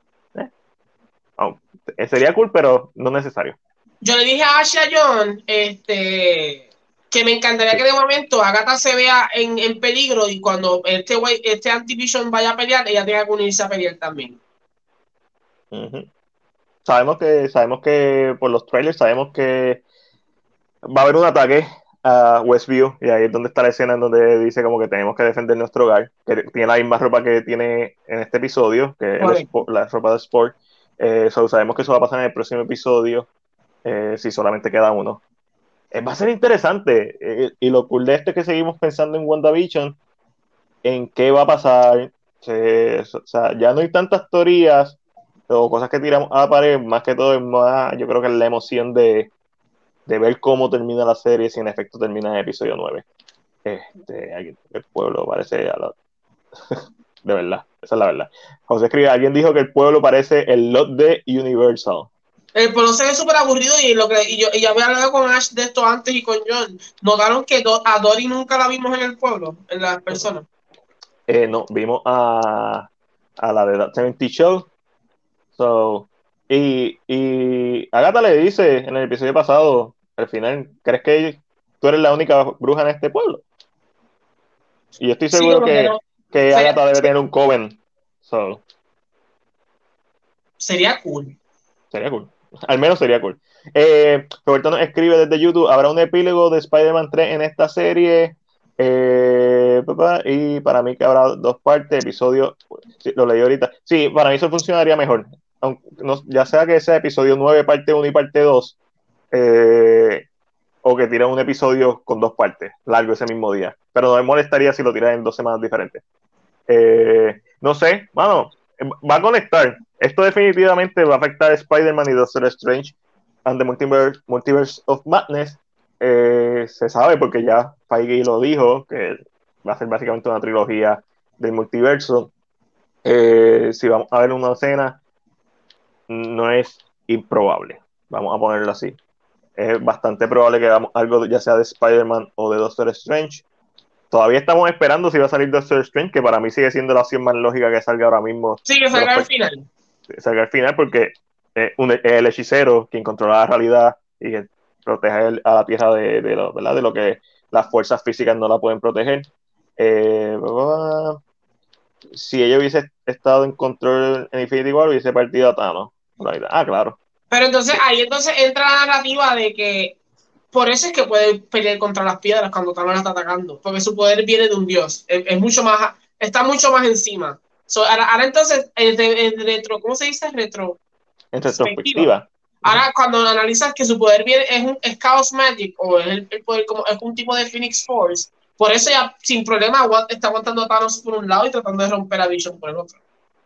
sería cool, pero no necesario. Yo le dije a Ashley y a John que me encantaría que de momento Agatha se vea en peligro y cuando este Anti-Vision vaya a pelear, ella tenga que unirse a pelear también. Uh-huh. Sabemos que por los trailers sabemos que va a haber un ataque a Westview, y ahí es donde está la escena en donde dice como que tenemos que defender nuestro hogar, que tiene la misma ropa que tiene en este episodio, que es la ropa de Sport. Sabemos que eso va a pasar en el próximo episodio, si solamente queda uno. Va a ser interesante, y lo cool de esto es que seguimos pensando en WandaVision, en qué va a pasar. O sea, ya no hay tantas teorías o cosas que tiramos a la pared, más que todo es más, yo creo que es la emoción de ver cómo termina la serie, si en efecto termina en el episodio 9. El pueblo parece de verdad, esa es la verdad. José escribe, alguien dijo que el pueblo parece el lot de Universal. El pueblo se ve súper aburrido y yo había hablado con Ash de esto antes y con John. ¿Notaron que a Dory nunca la vimos en el pueblo, en las personas? No, vimos a la de That 70 Show. Y Agatha le dice en el episodio pasado, al final, ¿crees que tú eres la única bruja en este pueblo? Y yo estoy seguro que Agatha debe tener un coven. Sería cool. Sería cool. Al menos sería cool. Roberto nos escribe desde YouTube, ¿habrá un epílogo de Spider-Man 3 en esta serie? Y para mí que habrá 2 partes, episodio, sí, lo leí ahorita. Sí, para mí eso funcionaría mejor. Aunque, ya sea que sea episodio 9, parte 1 y parte 2, o que tiren un episodio con 2 partes, largo ese mismo día. Pero no me molestaría si lo tiran en 2 semanas diferentes. No sé, mano, va a conectar. Esto definitivamente va a afectar a Spider-Man y Doctor Strange and the Multiverse of Madness. Se sabe porque ya Feige lo dijo, que va a ser básicamente una trilogía del multiverso. Si vamos a ver una escena, no es improbable, vamos a ponerlo así. Es bastante probable que hagamos algo ya sea de Spider-Man o de Doctor Strange. Todavía estamos esperando si va a salir Doctor Strange, que para mí sigue siendo la opción más lógica que salga ahora mismo. Sí, que salga al final. Salga al final porque es el hechicero quien controla la realidad y que protege a la Tierra de lo que las fuerzas físicas no la pueden proteger. Si ella hubiese estado en control en Infinity War, hubiese partido a Thanos. Claro. Pero entonces ahí entra la narrativa de que por eso es que puede pelear contra las piedras cuando Thanos la está atacando, porque su poder viene de un dios, es mucho más, está mucho más encima. Ahora entonces, ¿cómo se dice? En retrospectiva. Ahora cuando analizas que su poder viene es Chaos Magic, o es el poder como es un tipo de Phoenix Force, por eso ya sin problema está aguantando a Thanos por un lado y tratando de romper a Vision por el otro.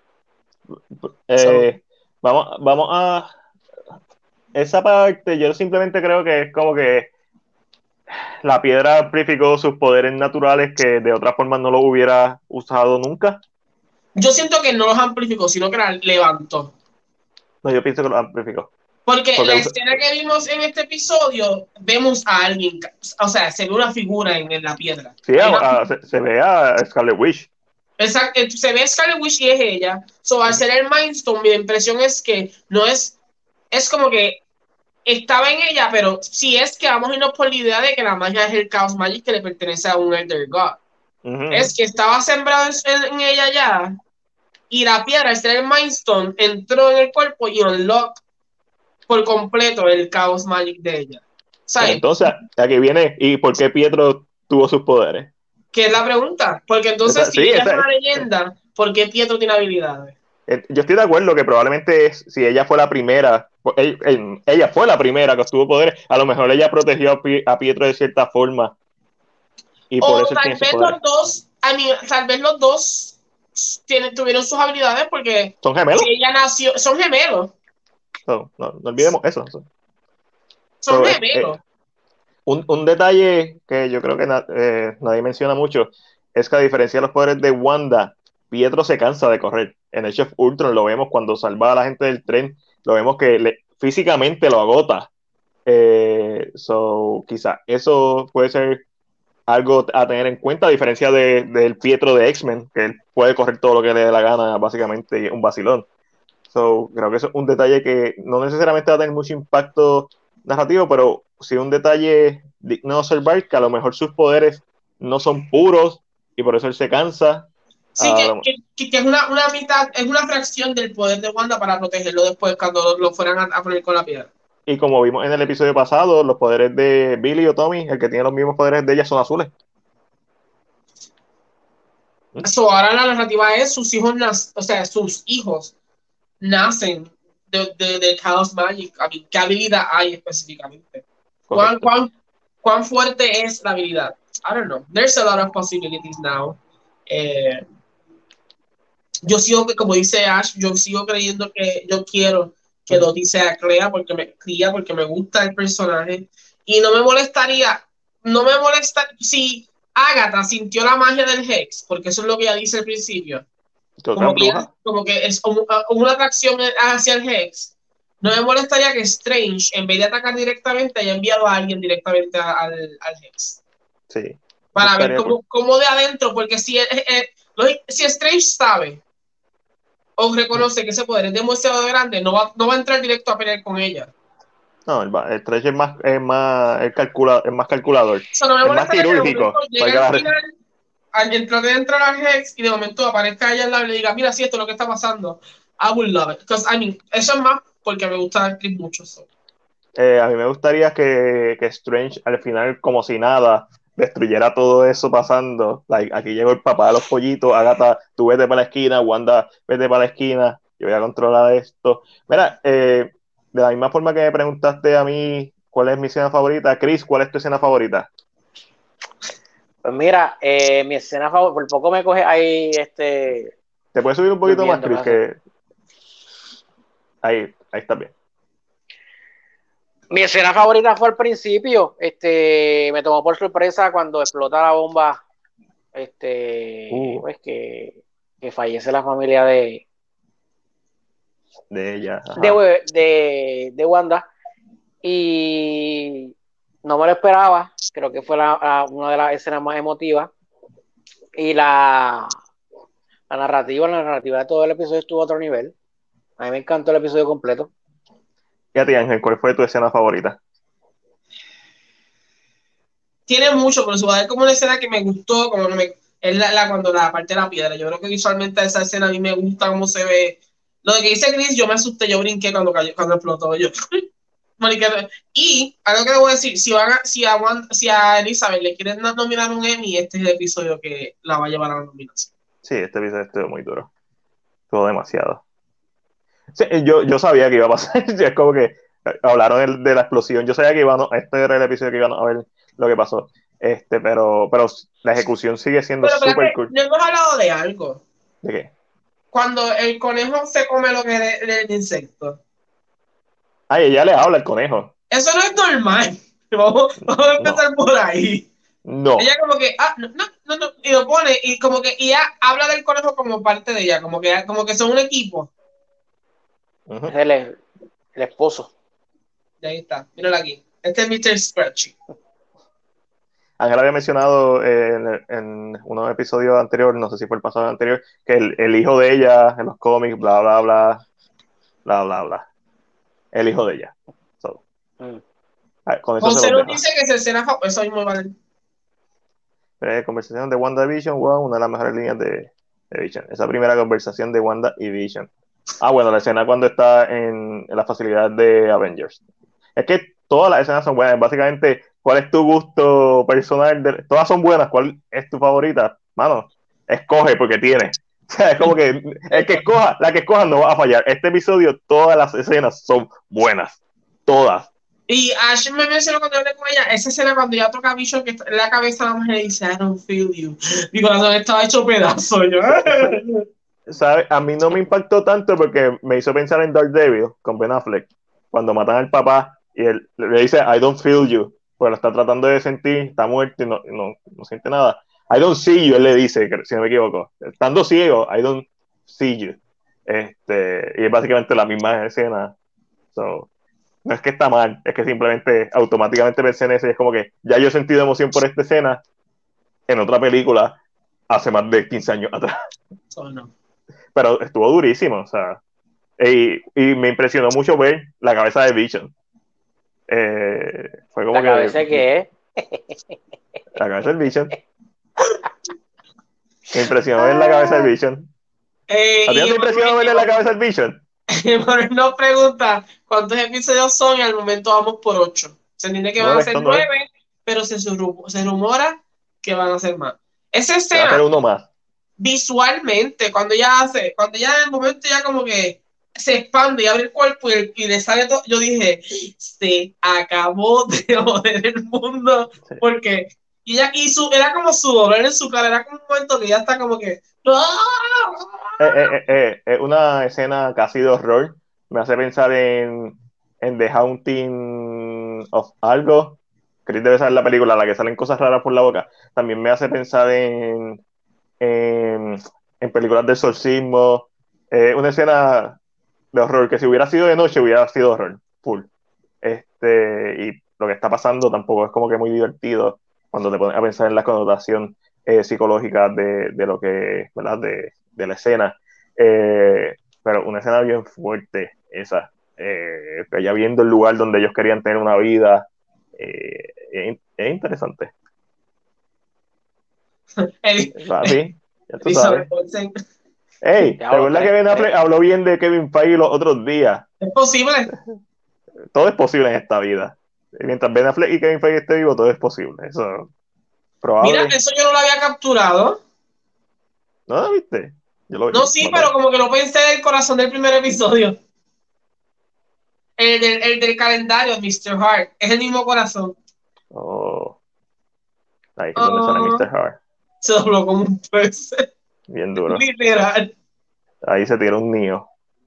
Vamos a esa parte. Yo simplemente creo que es como que la piedra amplificó sus poderes naturales que de otra forma no lo hubiera usado nunca. Yo siento que no los amplificó, sino que los levantó. No, yo pienso que los amplificó. Porque la escena que vimos en este episodio, vemos a alguien, o sea, se ve una figura en la piedra. Sí, se ve a Scarlet Witch. Exacto, se ve a Scarlet Witch y es ella. Al ser el Mind Stone, mi impresión es que no es como que estaba en ella, pero sí es que vamos a irnos por la idea de que la magia es el Chaos Magic que le pertenece a un Elder God. Uh-huh. Es que estaba sembrado en ella ya, y la piedra, al ser el Mind Stone, entró en el cuerpo y unlock por completo el Chaos Magic de ella. ¿Sabes? Entonces, aquí viene, ¿y por qué Pietro tuvo sus poderes? ¿Qué es la pregunta? Porque entonces, si ella es una leyenda, ¿por qué Pietro tiene habilidades? Yo estoy de acuerdo que probablemente si ella fue la primera, ella fue la primera que obtuvo poderes, a lo mejor ella protegió a Pietro de cierta forma. Y por eso tal vez los dos, tal vez los dos tuvieron sus habilidades porque son gemelos. Si ella nació, son gemelos. No olvidemos eso. Son gemelos. Un detalle que yo creo que nadie menciona mucho es que a diferencia de los poderes de Wanda, Pietro se cansa de correr. En Age of Ultron lo vemos cuando salva a la gente del tren, lo vemos que físicamente lo agota. Quizá eso puede ser algo a tener en cuenta, a diferencia del Pietro de X-Men, que él puede correr todo lo que le dé la gana, básicamente, y es un vacilón. Creo que eso es un detalle que no necesariamente va a tener mucho impacto narrativo, pero sí un detalle digno de observar, que a lo mejor sus poderes no son puros y por eso él se cansa. Sí, que es una mitad, es una fracción del poder de Wanda para protegerlo después cuando lo fueran a poner con la piedra. Y como vimos en el episodio pasado, los poderes de Billy o Tommy, el que tiene los mismos poderes de ella, son azules. Ahora la narrativa es sus hijos nacen de Chaos Magic. ¿Qué habilidad hay específicamente? ¿Cuán fuerte es la habilidad? I don't know. There's a lot of possibilities now. Yo sigo, como dice Ash, yo sigo creyendo que yo quiero que Dottie sea Clea porque me gusta el personaje y no me molesta si Agatha sintió la magia del Hex, porque eso es lo que ella dice al principio. Como que es una atracción hacia el Hex. No me molestaría que Strange, en vez de atacar directamente, haya enviado a alguien directamente al Hex. Sí. Para ver cómo de adentro, porque si Strange sabe o reconoce que ese poder es demasiado grande, no va a entrar directo a pelear con ella. No, el Strange es más calculador. No me es más quirúrgico. Al entrar al Hex y de momento aparezca ella en la y le diga, mira, si esto es lo que está pasando, I would love it. Because, eso es más porque me gusta la actriz mucho. A mí me gustaría que Strange al final, como si nada, destruyera todo eso pasando. Aquí llegó el papá de los pollitos, Agatha, tú vete para la esquina, Wanda, vete para la esquina, yo voy a controlar esto. Mira, de la misma forma que me preguntaste a mí cuál es mi escena favorita, Chris, ¿cuál es tu escena favorita? Pues mira, mi escena favorita, por poco me coge ahí ¿Te puedes subir un poquito más, Chris? Ahí está bien. Mi escena favorita fue al principio, me tomó por sorpresa cuando explota la bomba, pues que fallece la familia de ella, de Wanda, y no me lo esperaba, creo que fue una de las escenas más emotivas, y la narrativa de todo el episodio estuvo a otro nivel. A mí me encantó el episodio completo. ¿Y a ti, Ángel, cuál fue tu escena favorita? Tiene mucho, pero se va a ver como una escena que me gustó, es cuando la parte de la piedra. Yo creo que visualmente esa escena a mí me gusta cómo se ve. Lo de que dice Chris, yo me asusté, yo brinqué cuando explotó. Y algo que debo decir, si a Elizabeth le quieren nominar un Emmy, este es el episodio que la va a llevar a la nominación. Sí, este episodio estuvo muy duro. Estuvo demasiado. Sí, yo sabía que iba a pasar. Es como que hablaron de la explosión. Yo sabía que este era el episodio que iban a ver lo que pasó. Pero la ejecución sigue siendo súper cool. No hemos hablado de algo. ¿De qué? Cuando el conejo se come lo que es el insecto. Ay, ella le habla al conejo. Eso no es normal. Vamos a empezar por ahí. No. Ella como que, no, y lo pone, y como que ella habla del conejo como parte de ella, como que son un equipo. Es el esposo. Y ahí está, míralo aquí. Este es Mr. Scratchy. Ángel había mencionado en unos episodios anteriores, no sé si fue el pasado anterior, que el hijo de ella en los cómics, bla, bla, bla, bla, bla, bla. El hijo de ella. José nos dice que es escena favorita. Eso mismo vale. Conversación de WandaVision, wow, una de las mejores líneas de Vision. Esa primera conversación de Wanda y Vision. Bueno, la escena cuando está en la facilidad de Avengers. Es que todas las escenas son buenas. Básicamente, ¿cuál es tu gusto personal? Todas son buenas. ¿Cuál es tu favorita? Mano, escoge porque tiene. O sea, es como que la que escoja no va a fallar. Este episodio, todas las escenas son buenas. Todas. Y Ash me mencionó cuando hablé con ella, esa escena cuando ella toca a Vision, que en la cabeza de la mujer y dice, I don't feel you. Mi corazón estaba hecho pedazo. ¿Sabes? A mí no me impactó tanto porque me hizo pensar en Daredevil con Ben Affleck. Cuando matan al papá y él le dice, I don't feel you. Pues lo está tratando de sentir, está muerto y no siente nada. I don't see you, él le dice, si no me equivoco. Estando ciego, I don't see you. Y es básicamente la misma escena So, no es que está mal, es que simplemente automáticamente pensé en eso y es como que ya yo he sentido emoción por esta escena en otra película hace más de 15 años atrás. No. Pero estuvo durísimo, o sea, y me impresionó mucho ver la cabeza de Vision. Fue como ¿La que cabeza qué la cabeza del Vision. Me impresionó ver la cabeza del Vision. ¿A ti no te impresionó ver la cabeza del Vision? Emanuel nos pregunta cuántos episodios son y al momento vamos por 8. Se entiende que van a ser 9, pero se rumora que van a ser más. Esa Se va a hacer escena, uno más. visualmente, cuando ya en el momento ya como que se expande y abre el cuerpo y le sale todo, yo dije, se acabó de joder el mundo, Sí. porque y ella era como su dolor en su cara, era como un momento que ya está como que Una escena casi de horror. Me hace pensar en The Haunting of algo. Chris debe saber la película, la que salen cosas raras por la boca. También me hace pensar en películas de exorcismo. Una escena de horror que si hubiera sido de noche hubiera sido horror. Full. Y lo que está pasando tampoco es como que muy divertido cuando te pones a pensar en la connotación psicológica de lo que, ¿verdad? De la escena. Pero una escena bien fuerte, esa. Ya viendo el lugar donde ellos querían tener una vida. Es interesante. Así, ya tú sabes. Hey, ¿te acuerdas que Ben Affleck habló bien de Kevin Feige los otros días? Es posible. Todo es posible en esta vida. Mientras Ben Affleck y Kevin Feige esté vivo, todo es posible. Eso probable. Mira, eso yo no lo había capturado. ¿No lo viste? Yo lo vi. No, sí, pero como que lo pensé del corazón del primer episodio. El del calendario, Mr. Hart. Es el mismo corazón. Oh. Ahí es donde sale Mr. Hart. Se dobló como un pez. Bien duro. Literal. Ahí se tiró un niño.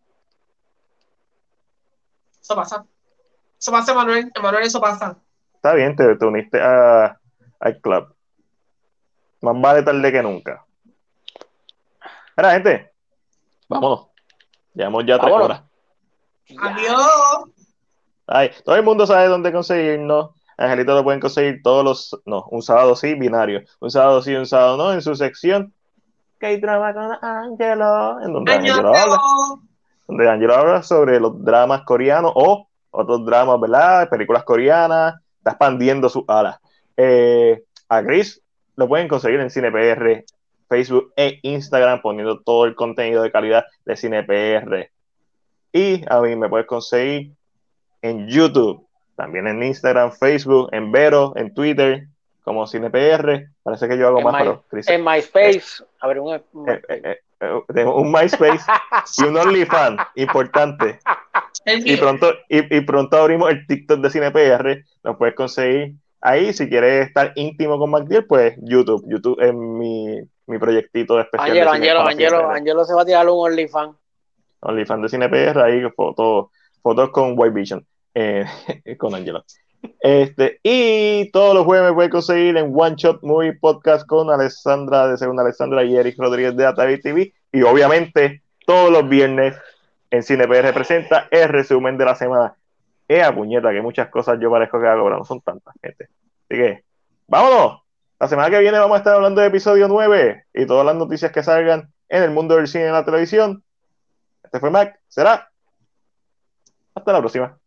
Eso pasa. Eso pasa, Emanuel. Emanuel, eso pasa. Está bien, te uniste al club. Más vale tarde que nunca. Mira, gente. Vámonos. Llevamos ya 3 horas. Adiós. Ay, todo el mundo sabe dónde conseguirnos. Angelito lo pueden conseguir todos los... No, un sábado sí, binario. Un sábado sí, un sábado no, en su sección K-Drama con Angelo, en donde Angelo habla sobre los dramas coreanos o otros dramas, ¿verdad? Películas coreanas, está expandiendo sus alas. A Chris lo pueden conseguir en CinePR, Facebook e Instagram, poniendo todo el contenido de calidad de CinePR. Y a mí me puedes conseguir en YouTube, también en Instagram, Facebook, en Vero, en Twitter, como CinePR. Parece que yo hago más, pero Chris, en MySpace. A ver, tengo un MySpace y un OnlyFans importante. Y pronto abrimos el TikTok de CinePR. Lo puedes conseguir ahí. Si quieres estar íntimo con MacDiel, pues YouTube. YouTube es mi proyectito especial. Angelo se va a tirar un OnlyFans. OnlyFans de CinePR, ahí fotos con White Vision. Con Angelo. Y todos los jueves me pueden conseguir en One Shot Movie Podcast con Alessandra de Segunda Alessandra y Eric Rodríguez de Atavi TV. Y obviamente todos los viernes en CinePR presenta el resumen de la semana. Puñeta, que muchas cosas yo parezco que hago, pero no son tantas, gente. Así que, vámonos. La semana que viene vamos a estar hablando de episodio 9 y todas las noticias que salgan en el mundo del cine y la televisión. Este fue Mac. Será. Hasta la próxima.